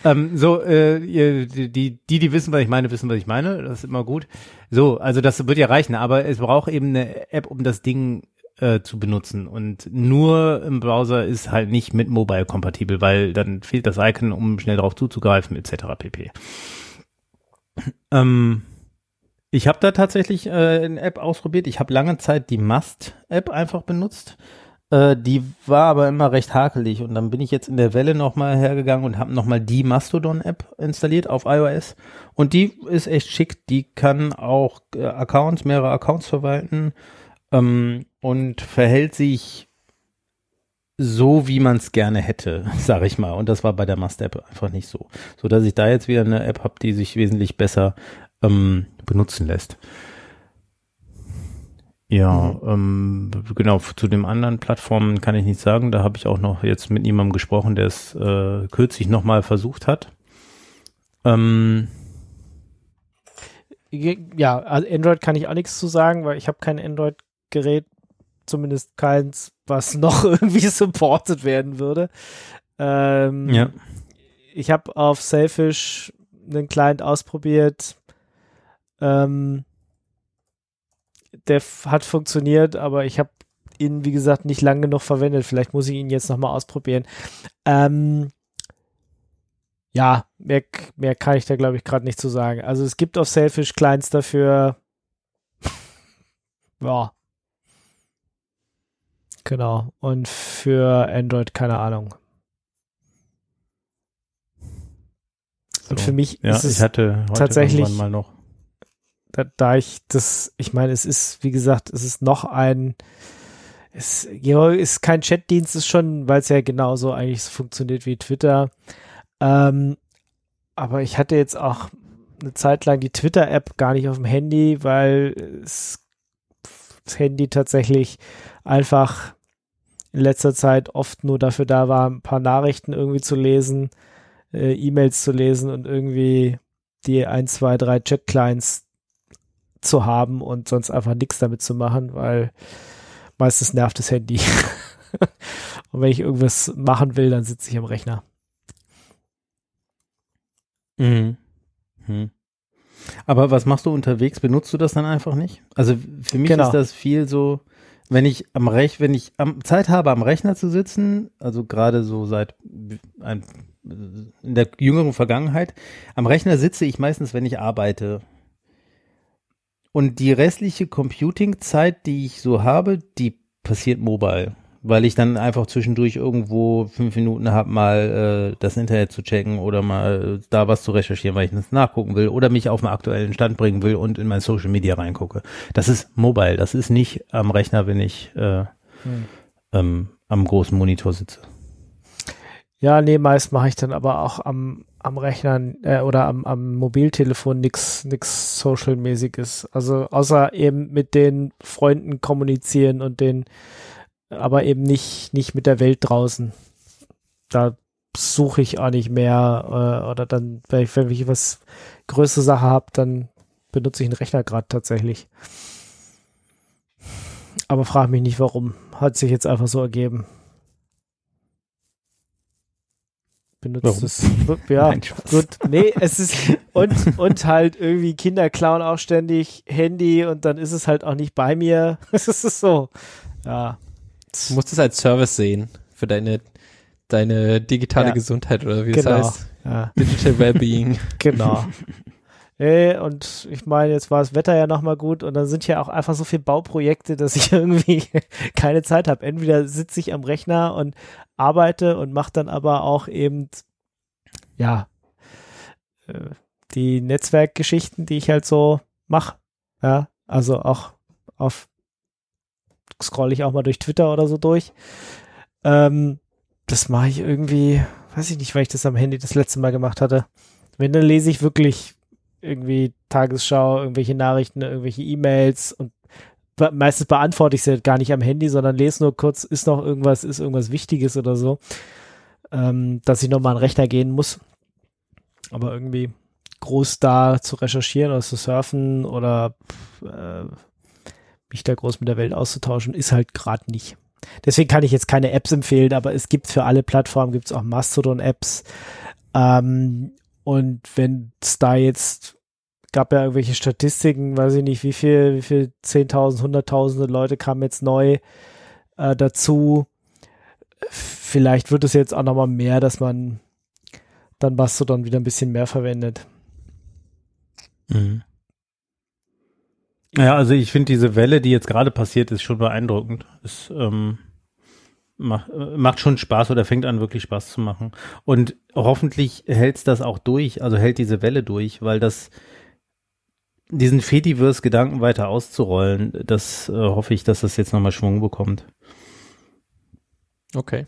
Die wissen, was ich meine, wissen, was ich meine. Das ist immer gut. So, also das wird ja reichen, aber es braucht eben eine App, um das Ding zu benutzen. Und nur im Browser ist halt nicht mit Mobile kompatibel, weil dann fehlt das Icon, um schnell drauf zuzugreifen, etc. pp. Ich habe da tatsächlich eine App ausprobiert. Ich habe lange Zeit die Must-App einfach benutzt. Die war aber immer recht hakelig und dann bin ich jetzt in der Welle nochmal hergegangen und habe nochmal die Mastodon-App installiert auf iOS und die ist echt schick. Die kann auch mehrere Accounts verwalten und verhält sich so, wie man es gerne hätte, sage ich mal. Und das war bei der Must-App einfach nicht so. So dass ich da jetzt wieder eine App habe, die sich wesentlich besser benutzen lässt. Ja, genau, zu den anderen Plattformen kann ich nichts sagen. Da habe ich auch noch jetzt mit jemandem gesprochen, der es kürzlich nochmal versucht hat. Ja, also Android kann ich auch nichts zu sagen, weil ich habe kein Android-Gerät, zumindest keins, was noch irgendwie supported werden würde. Ja. Ich habe auf Sailfish einen Client ausprobiert, der hat funktioniert, aber ich habe ihn, wie gesagt, nicht lang genug verwendet. Vielleicht muss ich ihn jetzt nochmal ausprobieren. Ja, mehr kann ich da, glaube ich, gerade nicht zu sagen. Also es gibt auf Sailfish Clients dafür. Ja. Genau. Und für Android keine Ahnung. Und für mich ist es ich hatte heute tatsächlich mal noch. Da ich meine, es ist, wie gesagt, es ist noch ist kein Chatdienst, ist schon, weil es ja genauso eigentlich so funktioniert wie Twitter. Aber ich hatte jetzt auch eine Zeit lang die Twitter-App gar nicht auf dem Handy, weil das Handy tatsächlich einfach in letzter Zeit oft nur dafür da war, ein paar Nachrichten irgendwie zu lesen, E-Mails zu lesen und irgendwie die 1, 2, 3 Chat-Clients zu haben und sonst einfach nichts damit zu machen, weil meistens nervt das Handy. Und wenn ich irgendwas machen will, dann sitze ich am Rechner. Mhm. Aber was machst du unterwegs? Benutzt du das dann einfach nicht? Also für mich ist das viel so, wenn ich Zeit habe, am Rechner zu sitzen, also gerade so seit ein in der jüngeren Vergangenheit. Am Rechner sitze ich meistens, wenn ich arbeite. Und die restliche Computing-Zeit, die ich so habe, die passiert mobile. Weil ich dann einfach zwischendurch irgendwo 5 Minuten habe, mal das Internet zu checken oder mal da was zu recherchieren, weil ich das nachgucken will oder mich auf einen aktuellen Stand bringen will und in mein Social Media reingucke. Das ist mobile, das ist nicht am Rechner, wenn ich am großen Monitor sitze. Ja, nee, meist mache ich dann aber auch am Rechner oder am Mobiltelefon nix Social-mäßiges. Also außer eben mit den Freunden kommunizieren und aber eben nicht mit der Welt draußen. Da suche ich auch nicht mehr oder dann, wenn ich was größere Sache habe, dann benutze ich einen Rechner gerade tatsächlich. Aber frag mich nicht, warum. Hat sich jetzt einfach so ergeben. Benutzt es. Ja, Nein, Spaß. gut. Nee, es ist und halt irgendwie Kinder klauen auch ständig Handy und dann ist es halt auch nicht bei mir. Es ist so. Ja. Du musst es als Service sehen für deine digitale Gesundheit oder wie es heißt. Ja. Digital Wellbeing. Genau. Und ich meine, jetzt war das Wetter ja nochmal gut und dann sind ja auch einfach so viele Bauprojekte, dass ich irgendwie keine Zeit habe. Entweder sitze ich am Rechner und arbeite und mache dann aber auch eben, die Netzwerkgeschichten, die ich halt so mache. Ja, also auch scrolle ich auch mal durch Twitter oder so durch. Das mache ich irgendwie, weiß ich nicht, weil ich das am Handy das letzte Mal gemacht hatte. Wenn, dann lese ich wirklich irgendwie Tagesschau, irgendwelche Nachrichten, irgendwelche E-Mails und meistens beantworte ich sie gar nicht am Handy, sondern lese nur kurz, ist irgendwas Wichtiges oder so, dass ich nochmal an den Rechner gehen muss. Aber irgendwie groß da zu recherchieren oder zu surfen oder mich da groß mit der Welt auszutauschen, ist halt gerade nicht. Deswegen kann ich jetzt keine Apps empfehlen, aber es gibt für alle Plattformen, gibt es auch Mastodon-Apps. Und wenn es da jetzt, gab ja irgendwelche Statistiken, weiß ich nicht, wie viel 10.000, 100.000 Leute kamen jetzt neu dazu. Vielleicht wird es jetzt auch nochmal mehr, dass man dann Mastodon wieder ein bisschen mehr verwendet. Mhm. Ja, also ich finde diese Welle, die jetzt gerade passiert, ist schon beeindruckend. Es macht schon Spaß oder fängt an, wirklich Spaß zu machen. Und hoffentlich hält das auch durch, also hält diese Welle durch, weil diesen Fediverse-Gedanken weiter auszurollen, das hoffe ich, dass das jetzt nochmal Schwung bekommt. Okay.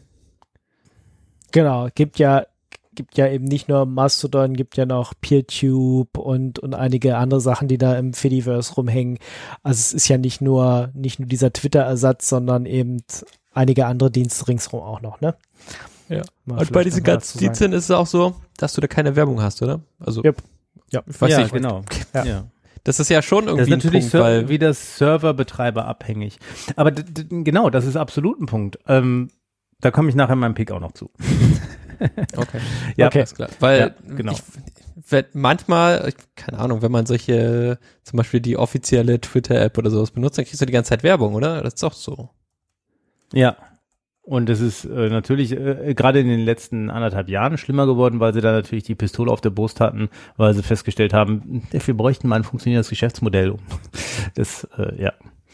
Genau, gibt ja eben nicht nur Mastodon, gibt ja noch PeerTube und einige andere Sachen, die da im Fediverse rumhängen. Also es ist ja nicht nur dieser Twitter-Ersatz, sondern eben einige andere Dienste ringsrum auch noch, ne? Ja. Und bei diesen ganzen Diensten ist es auch so, dass du da keine Werbung hast, oder? Also, yep. Ja, ich weiß nicht, genau. Ja. Das ist ja schon irgendwie das ist natürlich ein Punkt, wieder Serverbetreiber abhängig. Aber genau, das ist absolut ein Punkt. Da komme ich nachher in meinem Pick auch noch zu. Okay. Ja, okay. Klar. Weil ja, genau. Manchmal, keine Ahnung, wenn man solche, zum Beispiel die offizielle Twitter-App oder sowas benutzt, dann kriegst du die ganze Zeit Werbung, oder? Das ist doch so. Ja. Und es ist natürlich gerade in den letzten 1,5 Jahren schlimmer geworden, weil sie da natürlich die Pistole auf der Brust hatten, weil sie festgestellt haben, wir bräuchten mal ein funktionierendes Geschäftsmodell. Das, ja.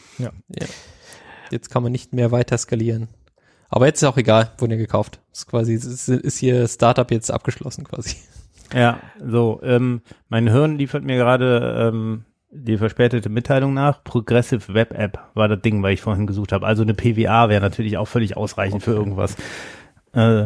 Jetzt kann man nicht mehr weiter skalieren. Aber jetzt ist auch egal, wurden ja gekauft. Ist hier Startup jetzt abgeschlossen quasi. Ja, so, mein Hirn liefert mir gerade die verspätete Mitteilung nach. Progressive Web App war das Ding, weil ich vorhin gesucht habe. Also eine PWA wäre natürlich auch völlig ausreichend für irgendwas. Zur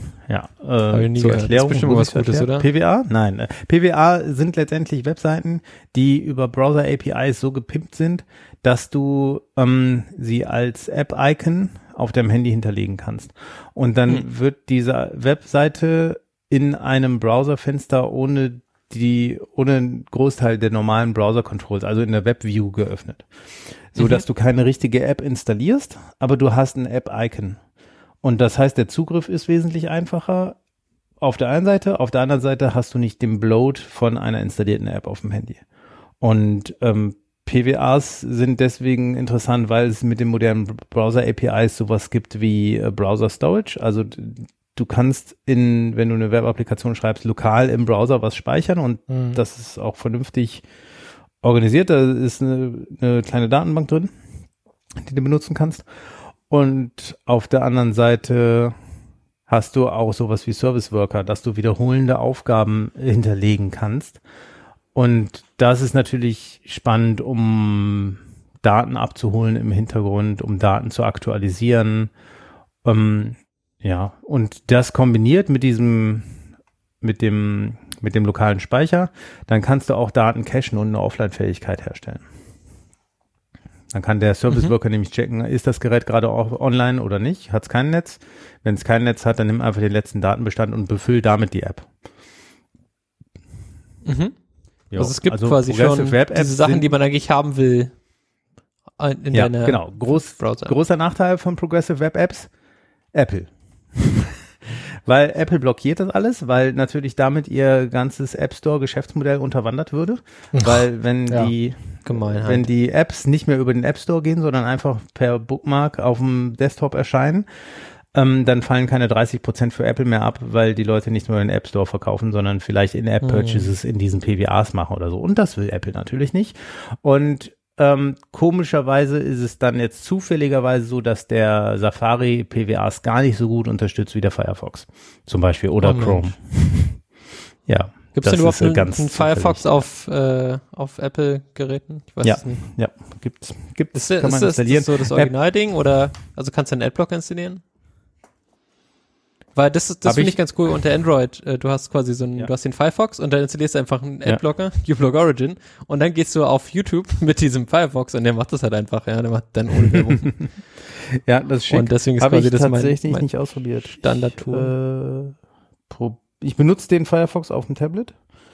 Erklärung. Das ist bestimmt was Gutes, oder? PWA? Nein. PWA sind letztendlich Webseiten, die über Browser-APIs so gepimpt sind, dass du sie als App-Icon auf deinem Handy hinterlegen kannst. Und dann wird diese Webseite in einem Browserfenster ohne einen Großteil der normalen Browser-Controls, also in der Web-View geöffnet. So, dass du keine richtige App installierst, aber du hast ein App-Icon. Und das heißt, der Zugriff ist wesentlich einfacher auf der einen Seite, auf der anderen Seite hast du nicht den Bloat von einer installierten App auf dem Handy. Und PWAs sind deswegen interessant, weil es mit den modernen Browser-APIs sowas gibt wie Browser Storage, also du kannst wenn du eine Web-Applikation schreibst, lokal im Browser was speichern und das ist auch vernünftig organisiert. Da ist eine kleine Datenbank drin, die du benutzen kannst. Und auf der anderen Seite hast du auch sowas wie Service Worker, dass du wiederholende Aufgaben hinterlegen kannst. Und das ist natürlich spannend, um Daten abzuholen im Hintergrund, um Daten zu aktualisieren. Ja, und das kombiniert mit dem lokalen Speicher, dann kannst du auch Daten cachen und eine Offline-Fähigkeit herstellen. Dann kann der Service Worker nämlich checken, ist das Gerät gerade auch online oder nicht? Hat es kein Netz? Wenn es kein Netz hat, dann nimm einfach den letzten Datenbestand und befüll damit die App. Jo, also es gibt quasi schon diese Sachen, die man eigentlich haben will in deiner genau. Browser. Großer Nachteil von Progressive Web Apps, Apple. Weil Apple blockiert das alles, weil natürlich damit ihr ganzes App Store Geschäftsmodell unterwandert würde. Weil wenn die Apps nicht mehr über den App Store gehen, sondern einfach per Bookmark auf dem Desktop erscheinen, dann fallen keine 30% für Apple mehr ab, weil die Leute nicht nur in den App Store verkaufen, sondern vielleicht In-App-Purchases in diesen PWAs machen oder so. Und das will Apple natürlich nicht. Und komischerweise ist es dann jetzt zufälligerweise so, dass der Safari PWAs gar nicht so gut unterstützt wie der Firefox zum Beispiel oder Chrome. Ja. Gibt es denn überhaupt einen Firefox auf Apple-Geräten? Ich weiß es nicht. Ja, gibt's. Kann man installieren. Ist das so das Originalding oder also kannst du einen Adblocker installieren? Weil das finde ich ganz cool unter Android. Du hast quasi du hast den Firefox und dann installierst du einfach einen Adblocker, uBlock Origin, und dann gehst du auf YouTube mit diesem Firefox und der macht das halt einfach, der macht dann ohne Werbung. Ja, das ist schick. Und deswegen ist quasi das tatsächlich nicht ausprobiert. Standard-Tool. Ich benutze den Firefox auf dem Tablet.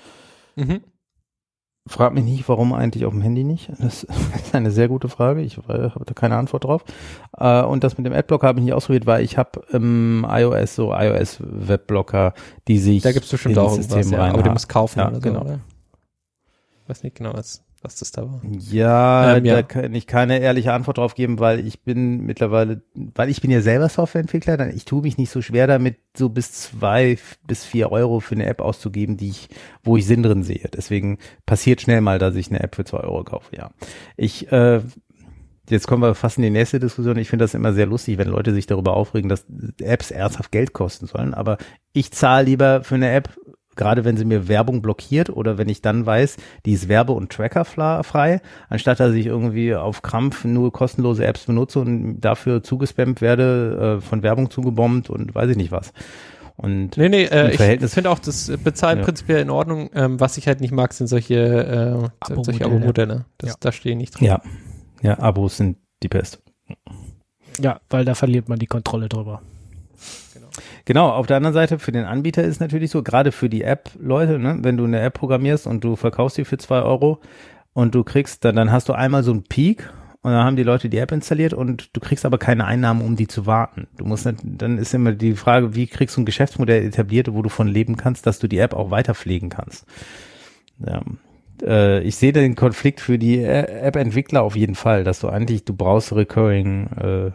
Frag mich nicht, warum eigentlich auf dem Handy nicht. Das ist eine sehr gute Frage. Ich habe da keine Antwort drauf. Und das mit dem Adblocker habe ich nicht ausprobiert, weil ich habe iOS-Webblocker, die sich da gibt's bestimmt auch System rein. Aber du musst kaufen oder genau. so, oder? Ich weiß nicht genau, was das da war. Ja, da kann ich keine ehrliche Antwort drauf geben, weil ich bin ja selber Softwareentwickler, dann ich tue mich nicht so schwer damit, so bis 2 bis 4 Euro für eine App auszugeben, wo ich Sinn drin sehe. Deswegen passiert schnell mal, dass ich eine App für 2 Euro kaufe, ja. Jetzt kommen wir fast in die nächste Diskussion. Ich finde das immer sehr lustig, wenn Leute sich darüber aufregen, dass Apps ernsthaft Geld kosten sollen, aber ich zahle lieber für eine App, gerade wenn sie mir Werbung blockiert oder wenn ich dann weiß, die ist werbe- und trackerfrei, anstatt dass ich irgendwie auf Krampf nur kostenlose Apps benutze und dafür zugespammt werde, von Werbung zugebombt und weiß ich nicht was. Und ich finde auch das Bezahlen prinzipiell in Ordnung. Was ich halt nicht mag, sind solche Abo-Modelle. Da stehe ich nicht drin. Ja, Abos sind die Pest. Ja, weil da verliert man die Kontrolle drüber. Genau, auf der anderen Seite, für den Anbieter ist es natürlich so, gerade für die App-Leute, ne, wenn du eine App programmierst und du verkaufst die für 2 Euro und du kriegst, dann hast du einmal so einen Peak und dann haben die Leute die App installiert und du kriegst aber keine Einnahmen, um die zu warten. Dann ist immer die Frage, wie kriegst du ein Geschäftsmodell etabliert, wo du von leben kannst, dass du die App auch weiter pflegen kannst. Ja. Ich sehe den Konflikt für die App-Entwickler auf jeden Fall, dass du brauchst Recurring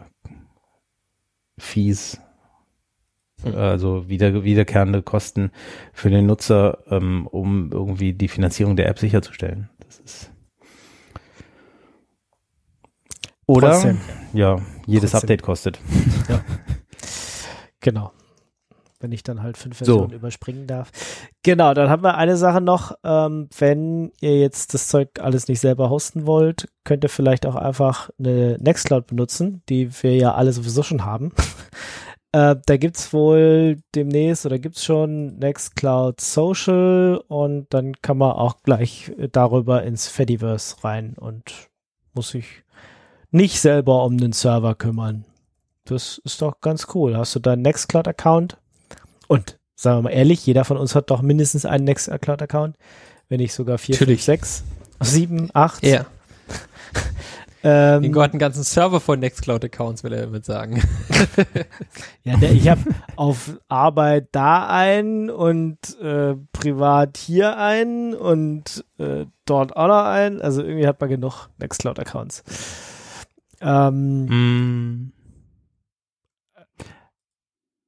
Fees, also wiederkehrende Kosten für den Nutzer, um irgendwie die Finanzierung der App sicherzustellen. Das ist oder Trotzdem. Jedes Update kostet. Ja. Genau. Wenn ich dann halt 5 Versionen überspringen darf. Genau, dann haben wir eine Sache noch. Wenn ihr jetzt das Zeug alles nicht selber hosten wollt, könnt ihr vielleicht auch einfach eine Nextcloud benutzen, die wir ja alle sowieso schon haben. Da gibt's wohl demnächst oder gibt's schon Nextcloud Social und dann kann man auch gleich darüber ins Fediverse rein und muss sich nicht selber um den Server kümmern. Das ist doch ganz cool. Hast du deinen Nextcloud-Account? Und sagen wir mal ehrlich, jeder von uns hat doch mindestens einen Nextcloud-Account, wenn nicht sogar 4, 5, 6, 7, 8. Ja. Ingo hat einen ganzen Server von Nextcloud-Accounts, will er damit sagen. Ja, ich habe auf Arbeit da einen und privat hier einen und dort auch noch einen. Also irgendwie hat man genug Nextcloud-Accounts.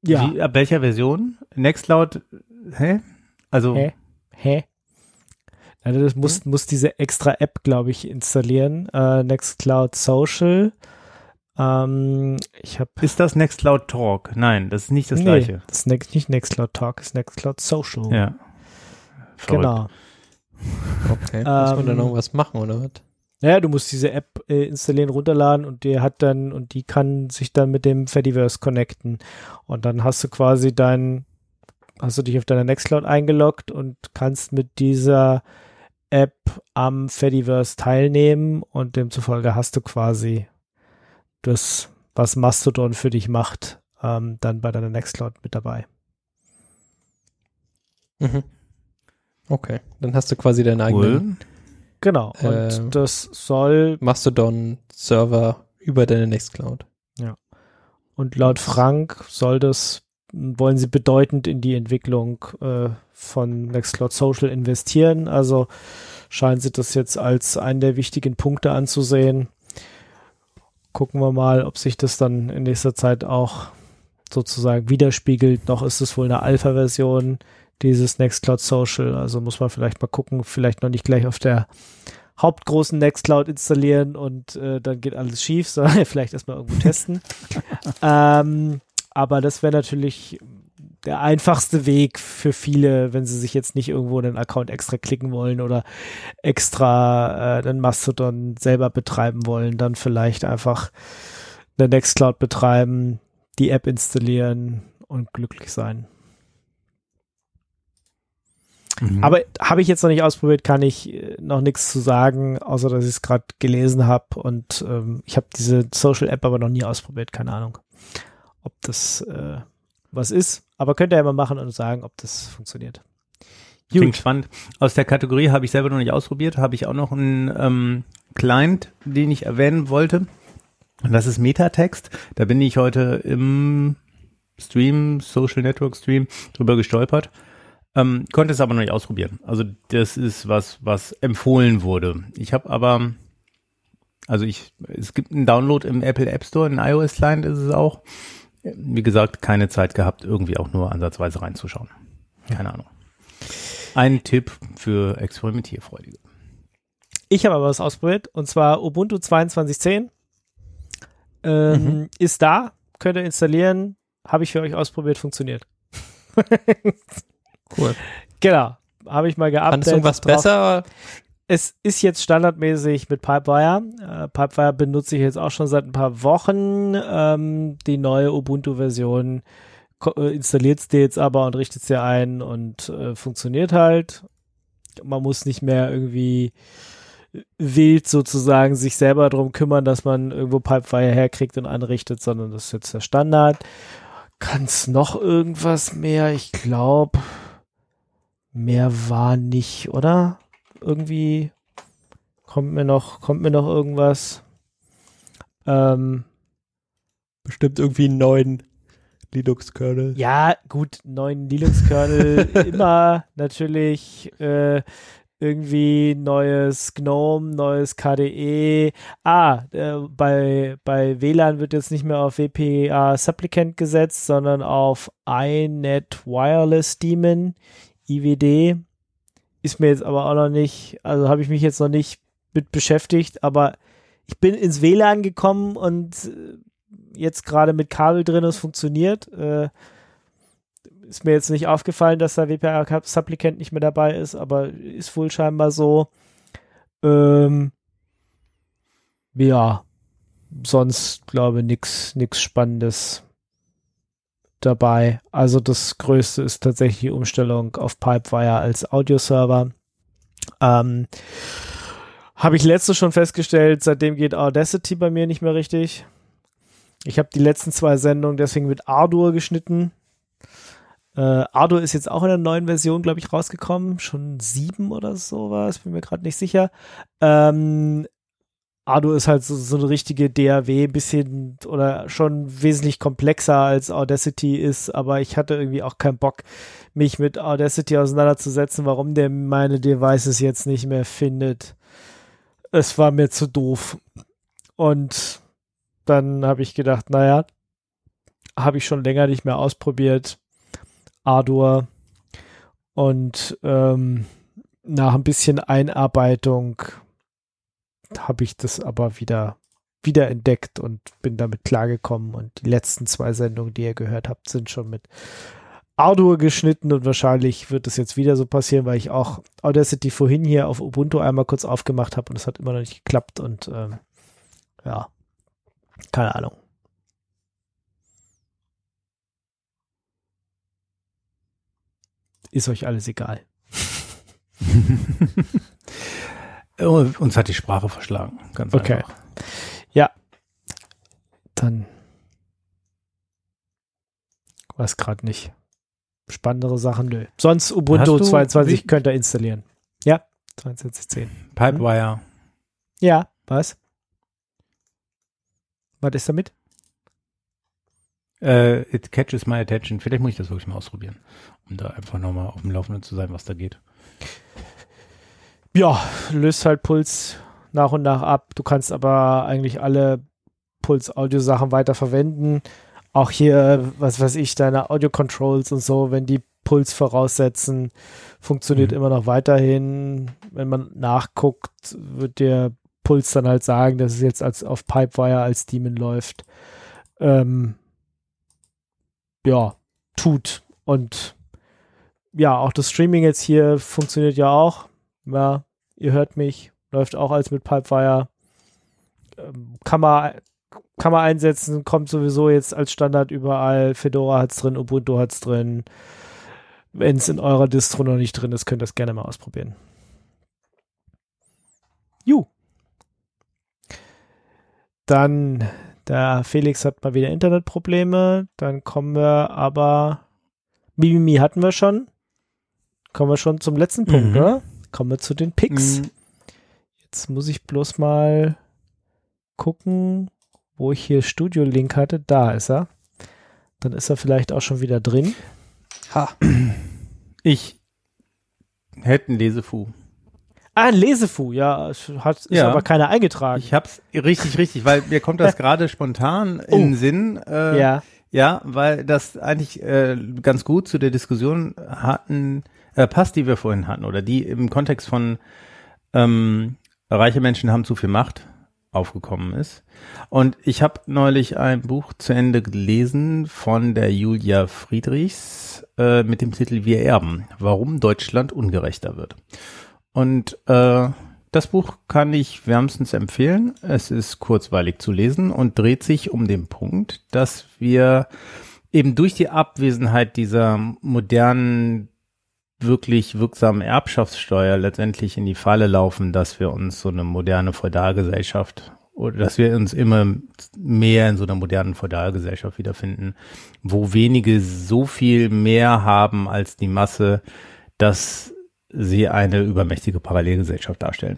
Ja. Ab welcher Version? Nextcloud, Also, Hä? Also das muss diese extra App, glaube ich, installieren. Nextcloud Social. Ist das Nextcloud Talk? Nein, das ist nicht das Gleiche. Das ist nicht Nextcloud Talk, das ist Nextcloud Social. Ja. Verrückt. Genau. Okay. Muss man dann irgendwas machen, oder was? Ja, du musst diese App installieren, runterladen und die kann sich dann mit dem Fediverse connecten. Und dann hast du quasi hast du dich auf deiner Nextcloud eingeloggt und kannst mit dieser App am Fediverse teilnehmen und demzufolge hast du quasi das, was Mastodon für dich macht, dann bei deiner Nextcloud mit dabei. Mhm. Okay, dann hast du quasi deinen eigenen Genau, und das soll Mastodon-Server über deine Nextcloud. Ja. Und laut Frank wollen sie bedeutend in die Entwicklung von Nextcloud Social investieren. Also scheinen sie das jetzt als einen der wichtigen Punkte anzusehen. Gucken wir mal, ob sich das dann in nächster Zeit auch sozusagen widerspiegelt. Noch ist es wohl eine Alpha-Version dieses Nextcloud Social. Also muss man vielleicht mal gucken, vielleicht noch nicht gleich auf der hauptgroßen Nextcloud installieren und dann geht alles schief, sondern vielleicht erstmal irgendwo testen. Aber das wäre natürlich der einfachste Weg für viele, wenn sie sich jetzt nicht irgendwo einen Account extra klicken wollen oder extra einen Mastodon selber betreiben wollen, dann vielleicht einfach eine Nextcloud betreiben, die App installieren und glücklich sein. Mhm. Aber habe ich jetzt noch nicht ausprobiert, kann ich noch nichts zu sagen, außer dass ich es gerade gelesen habe und ich habe diese Social App aber noch nie ausprobiert, keine Ahnung, ob das was ist, aber könnt ihr ja mal machen und sagen, ob das funktioniert. Klingt spannend. Aus der Kategorie habe ich selber noch nicht ausprobiert, habe ich auch noch einen Client, den ich erwähnen wollte. Und das ist Metatext. Da bin ich heute im Social Network Stream drüber gestolpert. Konnte es aber noch nicht ausprobieren. Also das ist was empfohlen wurde. Ich habe aber, es gibt einen Download im Apple App Store, ein iOS Client ist es auch. Wie gesagt, keine Zeit gehabt, irgendwie auch nur ansatzweise reinzuschauen. Keine Ahnung. Ein Tipp für Experimentierfreudige. Ich habe aber was ausprobiert und zwar Ubuntu 22.10 ist da, könnt ihr installieren, habe ich für euch ausprobiert, funktioniert. Cool. Genau, habe ich mal geupdatet. Fandest du irgendwas besser? Es ist jetzt standardmäßig mit Pipewire. Pipewire benutze ich jetzt auch schon seit ein paar Wochen. Die neue Ubuntu-Version installiert es dir jetzt aber und richtet es dir ein und funktioniert halt. Man muss nicht mehr irgendwie wild sozusagen sich selber darum kümmern, dass man irgendwo Pipewire herkriegt und anrichtet, sondern das ist jetzt der Standard. Kann es noch irgendwas mehr? Ich glaube, mehr war nicht, oder? Irgendwie kommt mir noch irgendwas. Bestimmt irgendwie einen neuen Linux-Kernel. Ja, gut, neuen Linux-Kernel, immer natürlich irgendwie neues GNOME, neues KDE. Bei WLAN wird jetzt nicht mehr auf WPA Supplicant gesetzt, sondern auf iNet Wireless Daemon, IWD. Ist mir jetzt aber auch noch nicht, also habe ich mich jetzt noch nicht mit beschäftigt, aber ich bin ins WLAN gekommen und jetzt gerade mit Kabel drin, es funktioniert. Ist mir jetzt nicht aufgefallen, dass da WPA Supplicant nicht mehr dabei ist, aber ist wohl scheinbar so. Ja, sonst glaube ich nichts Spannendes dabei. Also das Größte ist tatsächlich die Umstellung auf Pipewire als Audioserver. Habe ich letzte schon festgestellt, seitdem geht Audacity bei mir nicht mehr richtig. Ich habe die letzten 2 Sendungen deswegen mit Ardour geschnitten. Ardour ist jetzt auch in der neuen Version, glaube ich, rausgekommen. Schon 7 oder sowas, bin mir gerade nicht sicher. Ardour ist halt so eine richtige DAW, bisschen oder schon wesentlich komplexer als Audacity ist, aber ich hatte irgendwie auch keinen Bock, mich mit Audacity auseinanderzusetzen, warum der meine Devices jetzt nicht mehr findet. Es war mir zu doof. Und dann habe ich gedacht, naja, habe ich schon länger nicht mehr ausprobiert. Ardour. Und nach ein bisschen Einarbeitung habe ich das aber wieder entdeckt und bin damit klargekommen. Und die letzten 2 Sendungen, die ihr gehört habt, sind schon mit Ardour geschnitten und wahrscheinlich wird es jetzt wieder so passieren, weil ich auch Audacity vorhin hier auf Ubuntu einmal kurz aufgemacht habe und es hat immer noch nicht geklappt und ja, keine Ahnung. Ist euch alles egal. Uns hat die Sprache verschlagen, ganz Okay. einfach. Ja, dann weiß gerade nicht. Spannendere Sachen, nö. Sonst Ubuntu Hast du 22 könnt ihr installieren. Ja, 22.10. Pipewire. Ja, was? Was ist damit? It catches my attention. Vielleicht muss ich das wirklich mal ausprobieren, um da einfach nochmal auf dem Laufenden zu sein, was da geht. Ja, löst halt Puls nach und nach ab. Du kannst aber eigentlich alle Puls-Audio-Sachen weiter verwenden. Auch hier, was weiß ich, deine Audio-Controls und so, wenn die Puls voraussetzen, funktioniert immer noch weiterhin. Wenn man nachguckt, wird der Puls dann halt sagen, dass es jetzt als auf Pipewire als Daemon läuft. Ja, tut. Und ja, auch das Streaming jetzt hier funktioniert ja auch. Ja, ihr hört mich, läuft auch als mit Pipewire. Kann man einsetzen, kommt sowieso jetzt als Standard überall. Fedora hat's drin, Ubuntu hat's drin. Wenn es in eurer Distro noch nicht drin ist, könnt ihr das gerne mal ausprobieren. Dann, der Felix hat mal wieder Internetprobleme. Dann kommen wir aber, Mimimi hatten wir schon. Kommen wir schon zum letzten Punkt, oder? Kommen wir zu den Picks. Jetzt muss ich bloß mal gucken, wo ich hier Studio-Link hatte. Da ist er. Dann ist er vielleicht auch schon wieder drin. Ha. Ich hätte einen Lesefu. Ein Lesefu, ja. Ist aber keiner eingetragen. Ich hab's richtig, weil mir kommt das gerade spontan in den Sinn. Ja. Ja, weil das eigentlich ganz gut zu der Diskussion passt, die wir vorhin hatten, oder die im Kontext von reiche Menschen haben zu viel Macht aufgekommen ist. Und ich habe neulich ein Buch zu Ende gelesen von der Julia Friedrichs mit dem Titel Wir erben, warum Deutschland ungerechter wird. Und das Buch kann ich wärmstens empfehlen. Es ist kurzweilig zu lesen und dreht sich um den Punkt, dass wir eben durch die Abwesenheit dieser modernen, wirklich wirksamen Erbschaftssteuer letztendlich in die Falle laufen, dass wir uns so eine moderne Feudalgesellschaft oder dass wir uns immer mehr in so einer modernen Feudalgesellschaft wiederfinden, wo wenige so viel mehr haben als die Masse, dass sie eine übermächtige Parallelgesellschaft darstellen.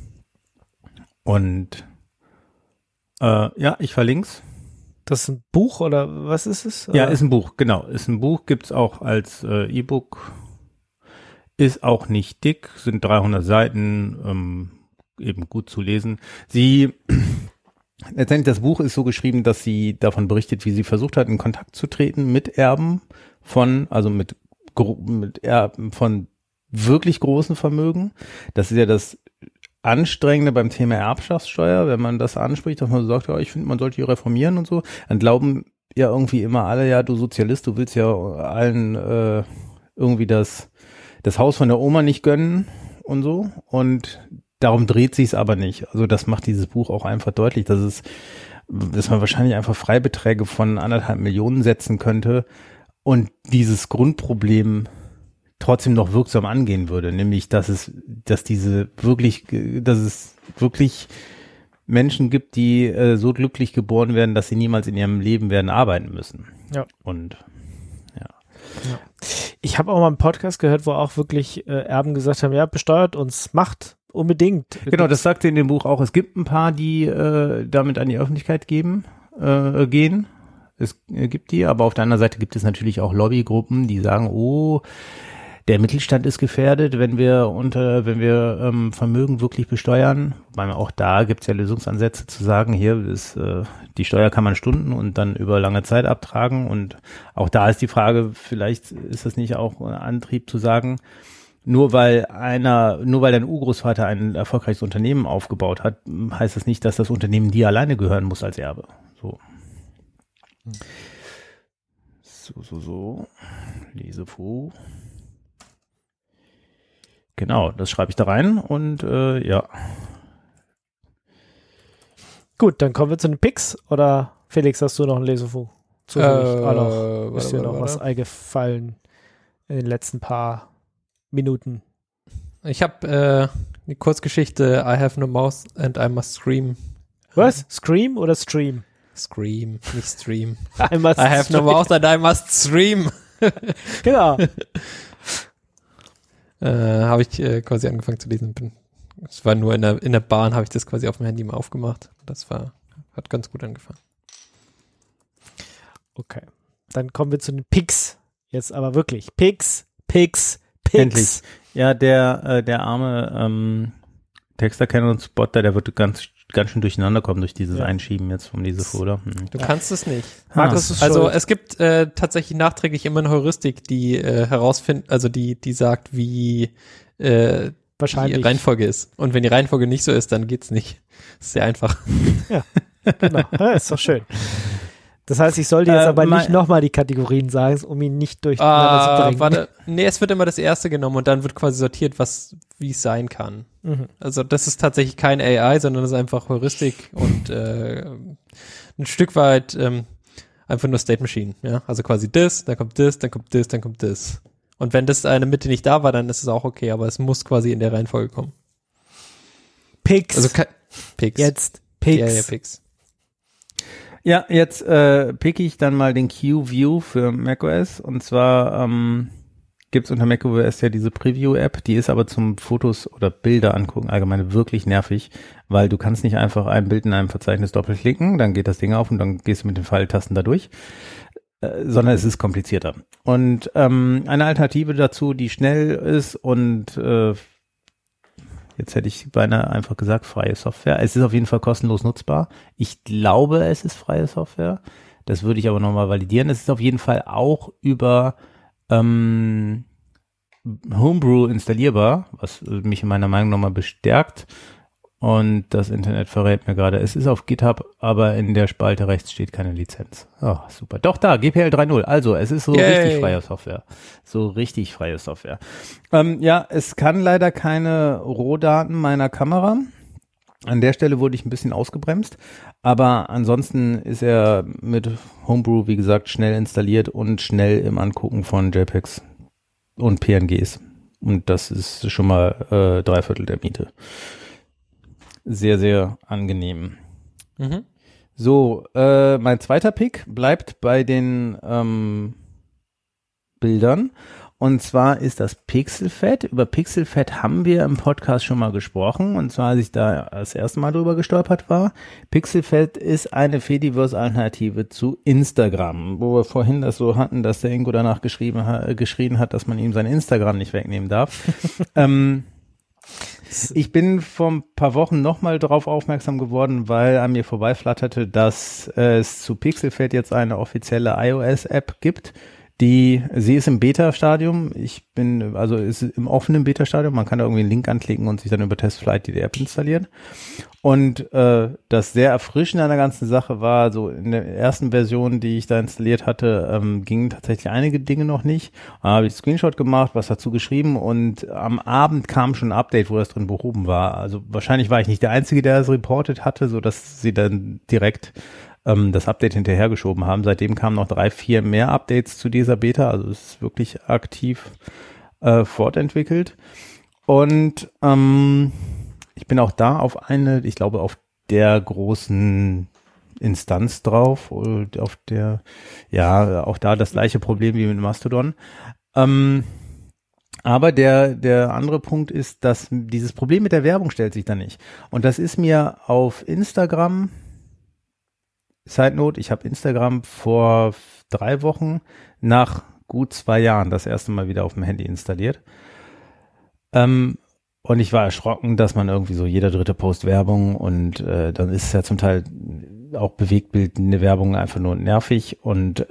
Und ja, ich verlink's. Das ist ein Buch oder was ist es? Ja, ist ein Buch, genau. Ist ein Buch, gibt's auch als E-Book. Ist auch nicht dick, sind 300 Seiten, eben gut zu lesen. Letztendlich das Buch ist so geschrieben, dass sie davon berichtet, wie sie versucht hat, in Kontakt zu treten mit Erben mit Erben von wirklich großen Vermögen. Das ist ja das Anstrengende beim Thema Erbschaftssteuer, wenn man das anspricht, dass man so sagt, ja, ich finde, man sollte die reformieren und so, dann glauben ja irgendwie immer alle, ja, du Sozialist, du willst ja allen irgendwie das Haus von der Oma nicht gönnen und so, und darum dreht sich's aber nicht. Also das macht dieses Buch auch einfach deutlich, dass man wahrscheinlich einfach Freibeträge von 1,5 Millionen setzen könnte und dieses Grundproblem trotzdem noch wirksam angehen würde, nämlich dass es wirklich Menschen gibt, die so glücklich geboren werden, dass sie niemals in ihrem Leben werden arbeiten müssen. Ja. Und ja. Ich habe auch mal einen Podcast gehört, wo auch wirklich Erben gesagt haben, ja, besteuert uns, macht unbedingt. Genau, das sagt sie in dem Buch auch. Es gibt ein paar, die damit an die Öffentlichkeit gehen. Es gibt die, aber auf der anderen Seite gibt es natürlich auch Lobbygruppen, die sagen, oh, Der Mittelstand ist gefährdet, wenn wir Vermögen wirklich besteuern. Weil auch da gibt es ja Lösungsansätze zu sagen, hier ist die Steuer kann man stunden und dann über lange Zeit abtragen. Und auch da ist die Frage, vielleicht ist das nicht auch ein Antrieb zu sagen, nur weil dein Urgroßvater ein erfolgreiches Unternehmen aufgebaut hat, heißt das nicht, dass das Unternehmen dir alleine gehören muss als Erbe. So. Lese vor. Genau, das schreibe ich da rein und ja. Gut, dann kommen wir zu den Picks. Oder Felix, hast du noch ein Lesefu? Ist dir noch was eingefallen in den letzten paar Minuten? Ich habe eine Kurzgeschichte, I have no mouth and I must scream. Was? Scream oder Stream? Scream, nicht Stream. I have no mouth and I must stream. Genau. Habe ich quasi angefangen zu lesen. Es war nur in der Bahn, habe ich das quasi auf dem Handy mal aufgemacht. Hat ganz gut angefangen. Okay. Dann kommen wir zu den Picks. Jetzt aber wirklich. Picks. Endlich. Ja, der arme Texterkenner und Spotter, der wird ganz schön durcheinander kommen durch dieses Einschieben jetzt vom Lesefolder. Du kannst es nicht. Markus ist also schuld. es gibt tatsächlich nachträglich immer eine Heuristik, die herausfindet, also die sagt, wie Wahrscheinlich. die Reihenfolge ist. Und wenn die Reihenfolge nicht so ist, dann geht's nicht. Das ist sehr einfach. Ja, genau. Ja, ist doch schön. Das heißt, ich sollte jetzt aber nicht nochmal die Kategorien sagen, um ihn nicht durcheinander zu bringen. Warte. Nee, es wird immer das erste genommen und dann wird quasi sortiert, wie es sein kann. Mhm. Also das ist tatsächlich kein AI, sondern das ist einfach Heuristik und ein Stück weit einfach nur State Machine. Ja? Also quasi das, dann kommt das, dann kommt das, dann kommt das. Und wenn das eine Mitte nicht da war, dann ist es auch okay, aber es muss quasi in der Reihenfolge kommen. Picks. Also Picks. Jetzt Picks. Ja, Picks. Ja, jetzt picke ich dann mal den Q-View für macOS und zwar gibt es unter macOS ja diese Preview-App, die ist aber zum Fotos oder Bilder angucken allgemein wirklich nervig, weil du kannst nicht einfach ein Bild in einem Verzeichnis doppelklicken, dann geht das Ding auf und dann gehst du mit den Pfeiltasten da durch, sondern es ist komplizierter. Und eine Alternative dazu, die schnell ist und jetzt hätte ich beinahe einfach gesagt, freie Software. Es ist auf jeden Fall kostenlos nutzbar. Ich glaube, es ist freie Software. Das würde ich aber nochmal validieren. Es ist auf jeden Fall auch über Homebrew installierbar, was mich in meiner Meinung nochmal bestärkt. Und das Internet verrät mir gerade, es ist auf GitHub, aber in der Spalte rechts steht keine Lizenz. Oh, super. Doch, da, GPL 3.0. Also, es ist so richtig freie Software. So richtig freie Software. Ja, es kann leider keine Rohdaten meiner Kamera. An der Stelle wurde ich ein bisschen ausgebremst. Aber ansonsten ist er mit Homebrew, wie gesagt, schnell installiert und schnell im Angucken von JPEGs und PNGs. Und das ist schon mal 3/4 der Miete. Sehr, sehr angenehm. Mhm. So, mein zweiter Pick bleibt bei den Bildern. Und zwar ist das Pixelfed. Über Pixelfed haben wir im Podcast schon mal gesprochen. Und zwar, als ich da das erste Mal drüber gestolpert war. Pixelfed ist eine Fediverse-Alternative zu Instagram. Wo wir vorhin das so hatten, dass der Ingo danach geschrien hat, dass man ihm sein Instagram nicht wegnehmen darf. Ich bin vor ein paar Wochen nochmal drauf aufmerksam geworden, weil an mir vorbeiflatterte, dass es zu Pixelfed jetzt eine offizielle iOS-App gibt. Sie ist im Beta-Stadium. Ist im offenen Beta-Stadium. Man kann da irgendwie einen Link anklicken und sich dann über Testflight die App installieren. Und das sehr Erfrischende an der ganzen Sache war, so in der ersten Version, die ich da installiert hatte, gingen tatsächlich einige Dinge noch nicht. Da habe ich einen Screenshot gemacht, was dazu geschrieben und am Abend kam schon ein Update, wo das drin behoben war. Also wahrscheinlich war ich nicht der Einzige, der das reportet hatte, so dass sie dann direkt das Update hinterhergeschoben haben. Seitdem kamen noch 3-4 mehr Updates zu dieser Beta, also es ist wirklich aktiv fortentwickelt. Und ich bin auch da auf auf der großen Instanz drauf, und auf der, ja, auch da das gleiche Problem wie mit Mastodon. Aber der andere Punkt ist, dass dieses Problem mit der Werbung stellt sich da nicht. Und das ist mir auf Instagram, Side Note, ich habe Instagram vor 3 Wochen nach gut 2 Jahren das erste Mal wieder auf dem Handy installiert. Und ich war erschrocken, dass man irgendwie so jeder dritte Post Werbung und dann ist es ja zum Teil auch bewegtbildende Werbung einfach nur nervig und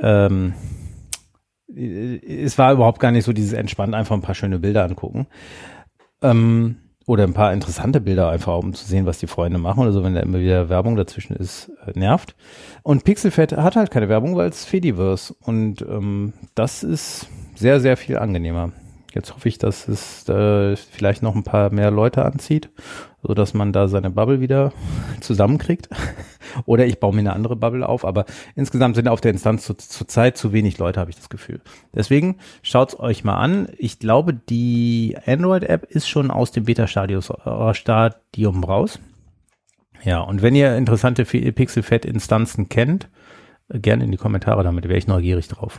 es war überhaupt gar nicht so dieses entspannt, einfach ein paar schöne Bilder angucken. Oder ein paar interessante Bilder einfach, um zu sehen, was die Freunde machen oder so, wenn da immer wieder Werbung dazwischen ist, nervt. Und Pixelfed hat halt keine Werbung, weil es Fediverse und das ist sehr, sehr viel angenehmer. Jetzt hoffe ich, dass es vielleicht noch ein paar mehr Leute anzieht, so dass man da seine Bubble wieder zusammenkriegt. Oder ich baue mir eine andere Bubble auf, aber insgesamt sind auf der Instanz zurzeit zu wenig Leute, habe ich das Gefühl. Deswegen schaut's euch mal an. Ich glaube, die Android-App ist schon aus dem Beta-Stadium raus. Ja, und wenn ihr interessante Pixelfed-Instanzen kennt, gerne in die Kommentare, damit wäre ich neugierig drauf.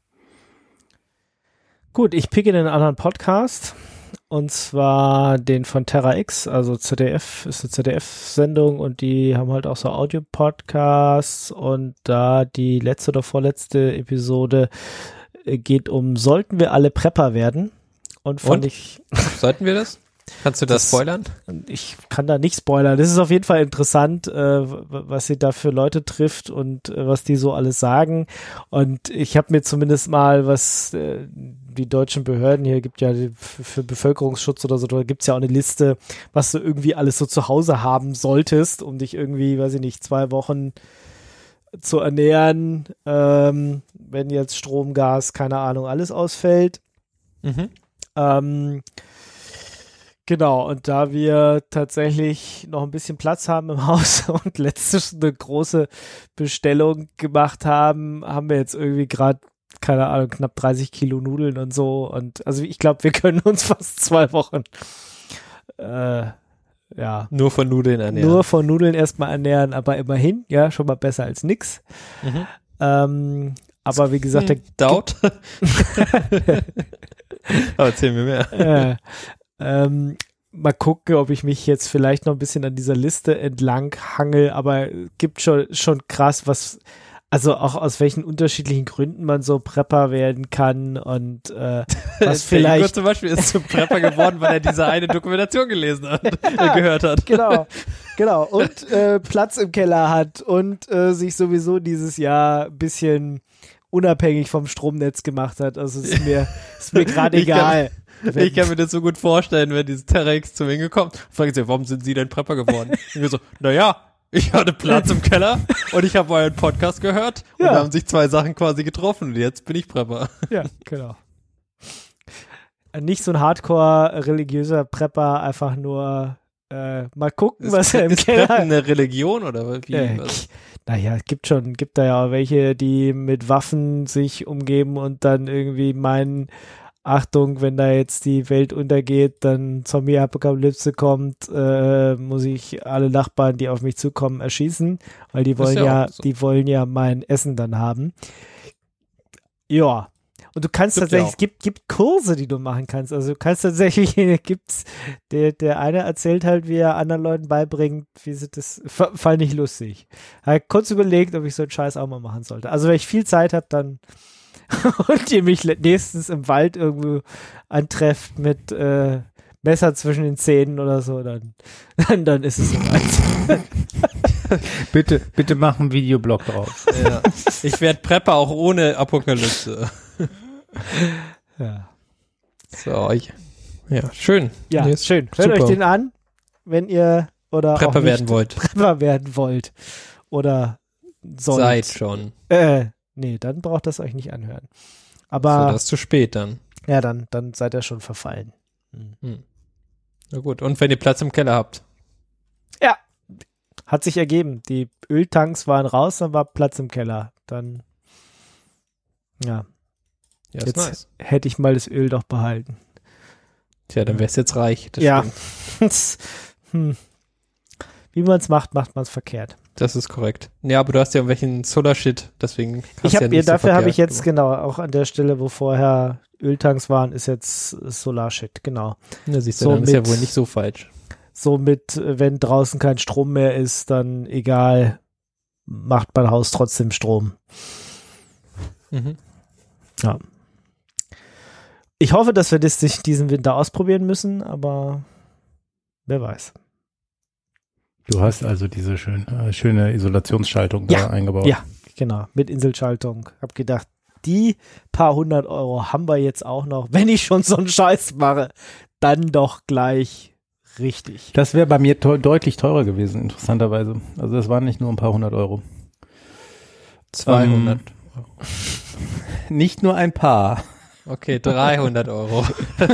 Gut, ich picke einen anderen Podcast und zwar den von Terra X, also ZDF, ist eine ZDF-Sendung und die haben halt auch so Audio-Podcasts und da die letzte oder vorletzte Episode geht um, sollten wir alle Prepper werden? Und fand ich... Sollten wir das? Kannst du das spoilern? Ich kann da nicht spoilern. Das ist auf jeden Fall interessant, was sie da für Leute trifft und was die so alles sagen. Und ich habe mir zumindest mal, was die deutschen Behörden hier gibt ja für Bevölkerungsschutz oder so, da gibt's ja auch eine Liste, was du irgendwie alles so zu Hause haben solltest, um dich irgendwie, weiß ich nicht, 2 Wochen zu ernähren, wenn jetzt Strom, Gas, keine Ahnung, alles ausfällt. Genau, und da wir tatsächlich noch ein bisschen Platz haben im Haus und letztens eine große Bestellung gemacht haben, haben wir jetzt irgendwie gerade, keine Ahnung, knapp 30 Kilo Nudeln und so. Und also ich glaube, wir können uns fast 2 Wochen nur von Nudeln ernähren. Nur von Nudeln erstmal ernähren, aber immerhin, ja, schon mal besser als nix. Aber wie gesagt, Doubt. Aber erzähl mir mehr. Mal gucken, ob ich mich jetzt vielleicht noch ein bisschen an dieser Liste entlang hangel, aber gibt schon krass, was, also auch aus welchen unterschiedlichen Gründen man so Prepper werden kann und was vielleicht. Igor zum Beispiel ist zum Prepper geworden, weil er diese eine Dokumentation gelesen hat, gehört hat. Genau. Und Platz im Keller hat und sich sowieso dieses Jahr ein bisschen unabhängig vom Stromnetz gemacht hat. Also ist mir gerade egal. Ich kann mir das so gut vorstellen, wenn dieses Terra X zu mir gekommen fragt sie, warum sind Sie denn Prepper geworden? Und wir so, naja, ich hatte Platz im Keller und ich habe euren Podcast gehört und da haben sich 2 Sachen quasi getroffen und jetzt bin ich Prepper. Ja, genau. Nicht so ein Hardcore-religiöser Prepper, einfach nur mal gucken, was er im Keller hat. Ist eine Religion oder wie? Naja, gibt da ja auch welche, die mit Waffen sich umgeben und dann irgendwie meinen, Achtung, wenn da jetzt die Welt untergeht, dann Zombie-Apokalypse kommt, muss ich alle Nachbarn, die auf mich zukommen, erschießen, weil die wollen die wollen ja mein Essen dann haben. Ja. Und du kannst tatsächlich, es gibt Kurse, die du machen kannst. Also du kannst tatsächlich, der eine erzählt halt, wie er anderen Leuten beibringt, wie sie das, fand ich lustig. Habe kurz überlegt, ob ich so einen Scheiß auch mal machen sollte. Also wenn ich viel Zeit habe, dann und ihr mich nächstens im Wald irgendwo antrefft mit Messer zwischen den Zähnen oder so, dann ist es soweit. Bitte mach einen Videoblog drauf. Ja. Ich werde Prepper auch ohne Apokalypse. Ja. So, ja, schön. Ja, nee, schön. Hört euch den an, wenn ihr oder Prepper auch nicht werden wollt. Prepper werden wollt. Oder sollt. Seid schon. Nee, dann braucht das euch nicht anhören. Aber so, das ist zu spät dann. Ja, dann seid ihr schon verfallen. Na gut, und wenn ihr Platz im Keller habt? Ja, hat sich ergeben. Die Öltanks waren raus, dann war Platz im Keller. Dann, ja. Ja, ist jetzt nice. Hätte ich mal das Öl doch behalten. Tja, dann wär's jetzt reich. Das ja. stimmt. Wie man es macht man es verkehrt. Das ist korrekt. Ja, aber du hast ja irgendwelchen Solar-Shit, deswegen dafür habe ich jetzt, genau, auch an der Stelle, wo vorher Öltanks waren, ist jetzt Solar-Shit, genau. Ja, siehst du, dann ist ja wohl nicht so falsch. Somit, wenn draußen kein Strom mehr ist, dann egal, macht mein Haus trotzdem Strom. Mhm. Ja. Ich hoffe, dass wir das nicht diesen Winter ausprobieren müssen, aber wer weiß. Du hast also diese schöne Isolationsschaltung da eingebaut. Ja, genau, mit Inselschaltung. Hab gedacht, die paar 100 € haben wir jetzt auch noch. Wenn ich schon so einen Scheiß mache, dann doch gleich richtig. Das wäre bei mir deutlich teurer gewesen, interessanterweise. Also das waren nicht nur ein paar 100 €. 200 €. Nicht nur ein paar. Okay, 300 €.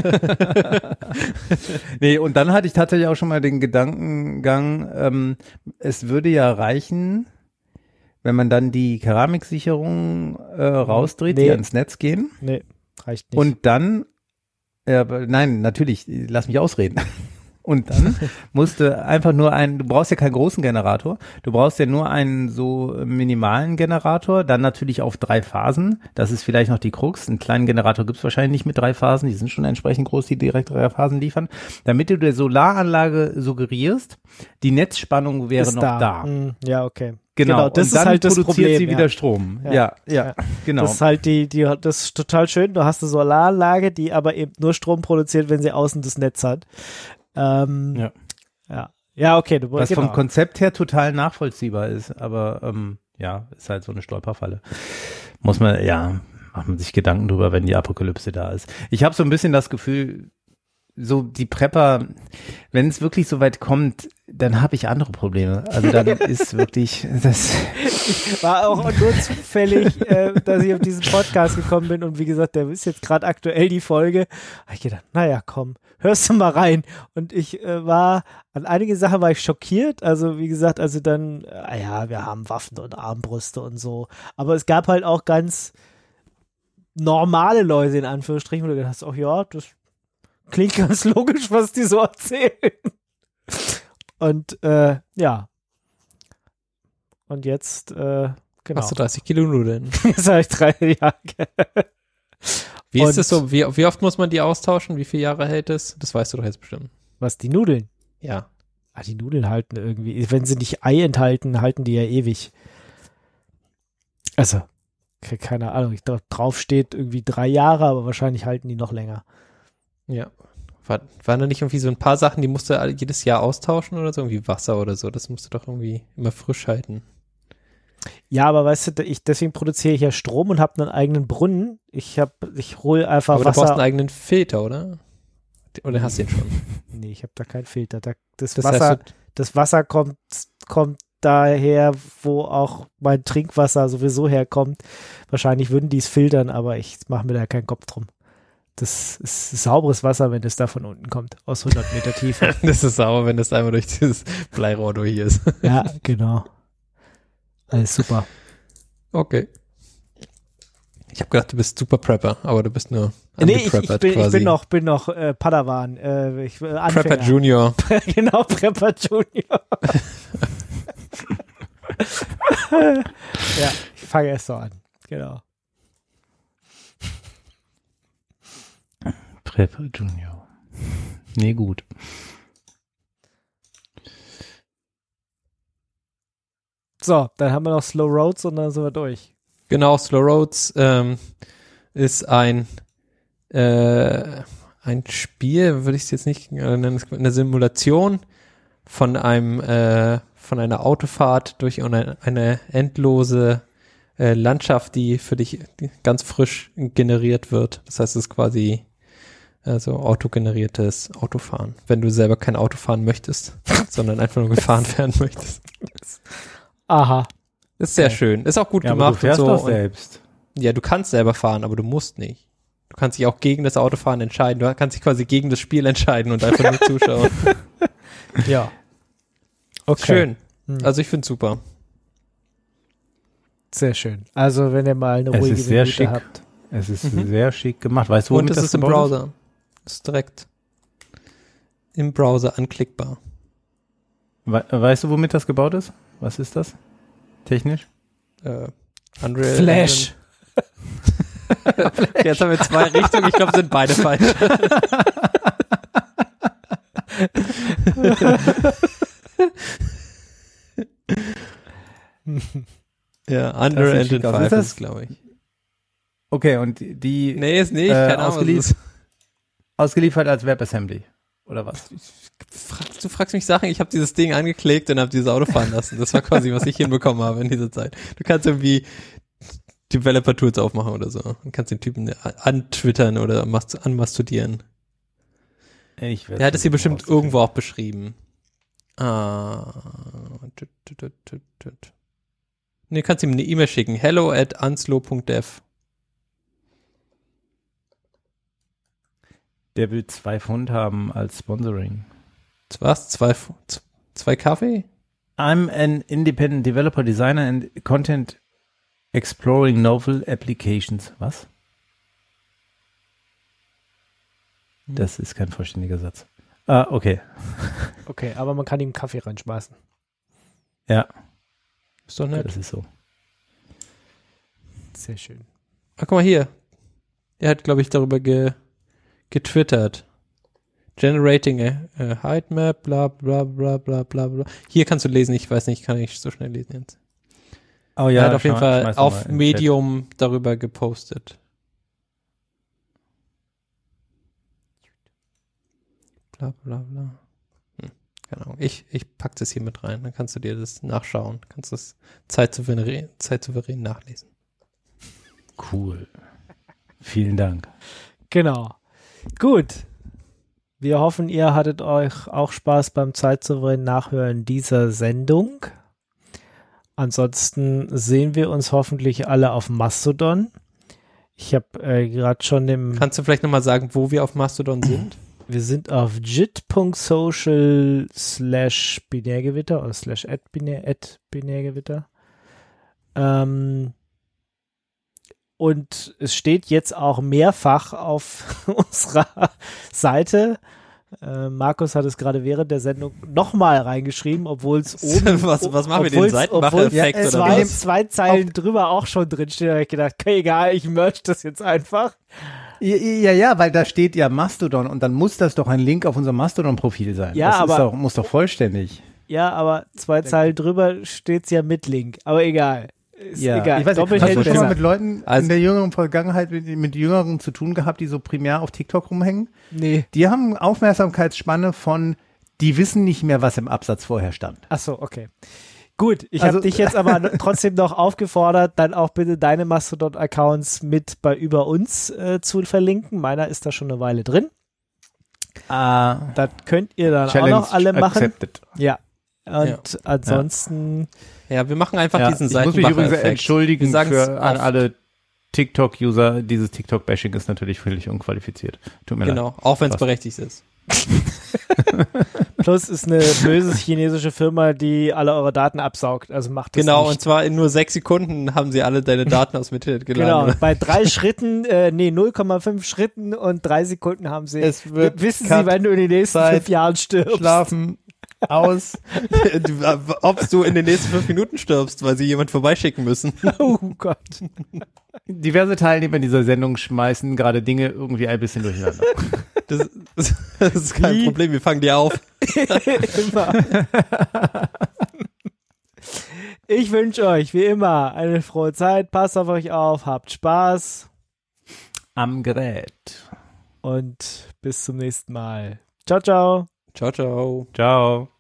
Nee, und dann hatte ich tatsächlich auch schon mal den Gedankengang, es würde ja reichen, wenn man dann die Keramiksicherung rausdreht, die ans Netz gehen. Nee, reicht nicht. Und dann, nein, natürlich, lass mich ausreden. Und dann musste einfach nur du brauchst ja keinen großen Generator, du brauchst ja nur einen so minimalen Generator, dann natürlich auf 3 Phasen, das ist vielleicht noch die Krux, einen kleinen Generator gibt's wahrscheinlich nicht mit 3 Phasen, die sind schon entsprechend groß, die direkt 3 Phasen liefern, damit du der Solaranlage suggerierst, die Netzspannung wäre noch da. Ja, okay. Genau, das und ist dann halt das produziert Problem, sie wieder Strom. Ja, genau. Das ist halt das ist total schön. Du hast eine Solaranlage, die aber eben nur Strom produziert, wenn sie außen das Netz hat. Ja, okay. Was vom Konzept her total nachvollziehbar ist, aber ist halt so eine Stolperfalle. Macht man sich Gedanken drüber, wenn die Apokalypse da ist. Ich habe so ein bisschen das Gefühl, so die Prepper, wenn es wirklich so weit kommt, dann habe ich andere Probleme. Also dann ist wirklich das. Ich war auch nur zufällig, dass ich auf diesen Podcast gekommen bin und wie gesagt, der ist jetzt gerade aktuell die Folge. Habe ich gedacht, naja, komm, hörst du mal rein. Und ich an einige Sachen war ich schockiert. Also wie gesagt, also dann, wir haben Waffen und Armbrüste und so. Aber es gab halt auch ganz normale Leute in Anführungsstrichen, wo du gedacht hast, ach ja, das klingt ganz logisch, was die so erzählen. Und Und jetzt, genau. Hast du 30 Kilo Nudeln? Jetzt habe ich 3 Jahre. Wie ist es so? Wie oft muss man die austauschen? Wie viele Jahre hält es? Das weißt du doch jetzt bestimmt. Was, die Nudeln? Ja. Die Nudeln halten irgendwie, wenn sie nicht Ei enthalten, halten die ja ewig. Also, keine Ahnung, ich glaube, drauf steht irgendwie 3 Jahre, aber wahrscheinlich halten die noch länger. Ja. Waren da nicht irgendwie so ein paar Sachen, die musst du jedes Jahr austauschen oder so? Irgendwie Wasser oder so, das musst du doch irgendwie immer frisch halten. Ja, aber weißt du, deswegen produziere ich ja Strom und habe einen eigenen Brunnen. Ich hole einfach aber Wasser. Du brauchst einen eigenen Filter, oder? Oder hast du den schon? Nee, ich habe da keinen Filter. Das Wasser kommt daher, wo auch mein Trinkwasser sowieso herkommt. Wahrscheinlich würden die es filtern, aber ich mache mir da keinen Kopf drum. Das ist sauberes Wasser, wenn es da von unten kommt, aus 100 Meter Tiefe. Das ist sauber, wenn das einmal durch dieses Bleirohr durch ist. Ja, genau. Alles super. Okay. Ich habe gedacht, du bist super Prepper, aber du bist nur angepreppert quasi. Ich bin noch Padawan. Prepper Junior. Genau, Prepper Junior. Ja, ich fange erst so an. Genau. Prepper Junior. Nee, gut. So, dann haben wir noch Slow Roads und dann sind wir durch. Genau, Slow Roads ist ein Spiel, würde ich es jetzt nicht nennen, eine Simulation von einer Autofahrt durch eine endlose Landschaft, die für dich ganz frisch generiert wird. Das heißt, es ist quasi so autogeneriertes Autofahren, wenn du selber kein Auto fahren möchtest, sondern einfach nur gefahren werden möchtest. Aha. Ist sehr schön. Ist auch gut gemacht. Aber du fährst und so. Doch selbst. Ja, du kannst selber fahren, aber du musst nicht. Du kannst dich auch gegen das Autofahren entscheiden. Du kannst dich quasi gegen das Spiel entscheiden und einfach nur zuschauen. Ja. Okay. Schön. Also ich finde es super. Sehr schön. Also wenn ihr mal eine ruhige Minute habt. Es ist sehr schick gemacht. Weißt du, womit das ist im Browser. Das ist direkt im Browser anklickbar. Weißt du, womit das gebaut ist? Was ist das? Technisch? Unreal Flash. Jetzt haben wir 2 Richtungen. Ich glaube, sind beide falsch. Ja, Unreal Engine 5 ist, glaube ich. Okay, und die Nee, ist nicht. Keine Ahnung. Ausgeliefert als WebAssembly. Oder was? Du fragst mich Sachen, ich habe dieses Ding angeklickt und habe dieses Auto fahren lassen. Das war quasi, was ich hinbekommen habe in dieser Zeit. Du kannst irgendwie Developer-Tools aufmachen oder so. Du kannst den Typen antwittern oder anmastudieren. Der hat es hier bestimmt irgendwo auch beschrieben. Nee, kannst ihm eine E-Mail schicken. hello@anslo.dev. Der will 2 Pfund haben als Sponsoring. Was? 2 Kaffee? I'm an independent developer, designer and content exploring novel applications. Was? Das ist kein vollständiger Satz. Okay. Okay, aber man kann ihm Kaffee reinschmeißen. Ja. Ist doch nett. Das ist so. Sehr schön. Guck mal hier. Er hat, glaube ich, darüber getwittert. Generating a height map, bla bla bla bla bla bla. Hier kannst du lesen, ich weiß nicht, kann ich so schnell lesen jetzt. Oh ja, er hat auf jeden Fall auf Medium darüber gepostet. Bla bla bla. Keine Ahnung. Ich pack das hier mit rein, dann kannst du dir das nachschauen. Kannst das zeitsouverän nachlesen. Cool. Vielen Dank. Genau. Gut. Wir hoffen, ihr hattet euch auch Spaß beim zeitsouveränen Nachhören dieser Sendung. Ansonsten sehen wir uns hoffentlich alle auf Mastodon. Ich habe gerade schon Kannst du vielleicht nochmal sagen, wo wir auf Mastodon sind? Wir sind auf jit.social/binärgewitter oder /binärgewitter. Und es steht jetzt auch mehrfach auf unserer Seite. Markus hat es gerade während der Sendung nochmal reingeschrieben, obwohl es oben... was machen wir den Seitenbacher-Effekt? Obwohl zwei Zeilen drüber auch schon drin steht, habe ich gedacht, okay, egal, ich merge das jetzt einfach. Ja, weil da steht ja Mastodon und dann muss das doch ein Link auf unserem Mastodon-Profil sein. Ja, das muss doch vollständig. Ja, aber 2 Zeilen drüber steht's ja mit Link, aber egal. Ist egal. Ich weiß nicht, hast du schon mal mit Leuten in der jüngeren Vergangenheit mit Jüngeren zu tun gehabt, die so primär auf TikTok rumhängen? Nee. Die haben Aufmerksamkeitsspanne von, die wissen nicht mehr, was im Absatz vorher stand. Ach so, okay. Gut, ich habe dich jetzt aber trotzdem noch aufgefordert, dann auch bitte deine Mastodon-Accounts mit bei über uns zu verlinken. Meiner ist da schon eine Weile drin. Das könnt ihr dann Challenge auch noch alle machen. Accepted. Ja. Und ansonsten... Ja, wir machen einfach diesen Seitenbacher-Effekt. Ich muss mich übrigens entschuldigen für an alle TikTok-User. Dieses TikTok-Bashing ist natürlich völlig unqualifiziert. Tut mir leid. Genau, auch wenn es berechtigt ist. Plus ist eine böse chinesische Firma, die alle eure Daten absaugt. Also macht das Genau, nicht. und zwar in nur 6 Sekunden haben sie alle deine Daten aus dem Internet geladen. Genau, bei 3 Schritten, 0,5 Schritten und 3 Sekunden haben sie. Wissen Sie, wenn du in den nächsten 5 Jahren stirbst. Schlafen. Aus. Ob du in den nächsten 5 Minuten stirbst, weil sie jemand vorbeischicken müssen. Oh Gott. Diverse Teilnehmer dieser Sendung schmeißen gerade Dinge irgendwie ein bisschen durcheinander. Das ist kein Problem, wir fangen dir auf. Immer. Ich wünsche euch, wie immer, eine frohe Zeit. Passt auf euch auf, habt Spaß. Am Gerät. Und bis zum nächsten Mal. Ciao, ciao. Ciao, ciao. Ciao.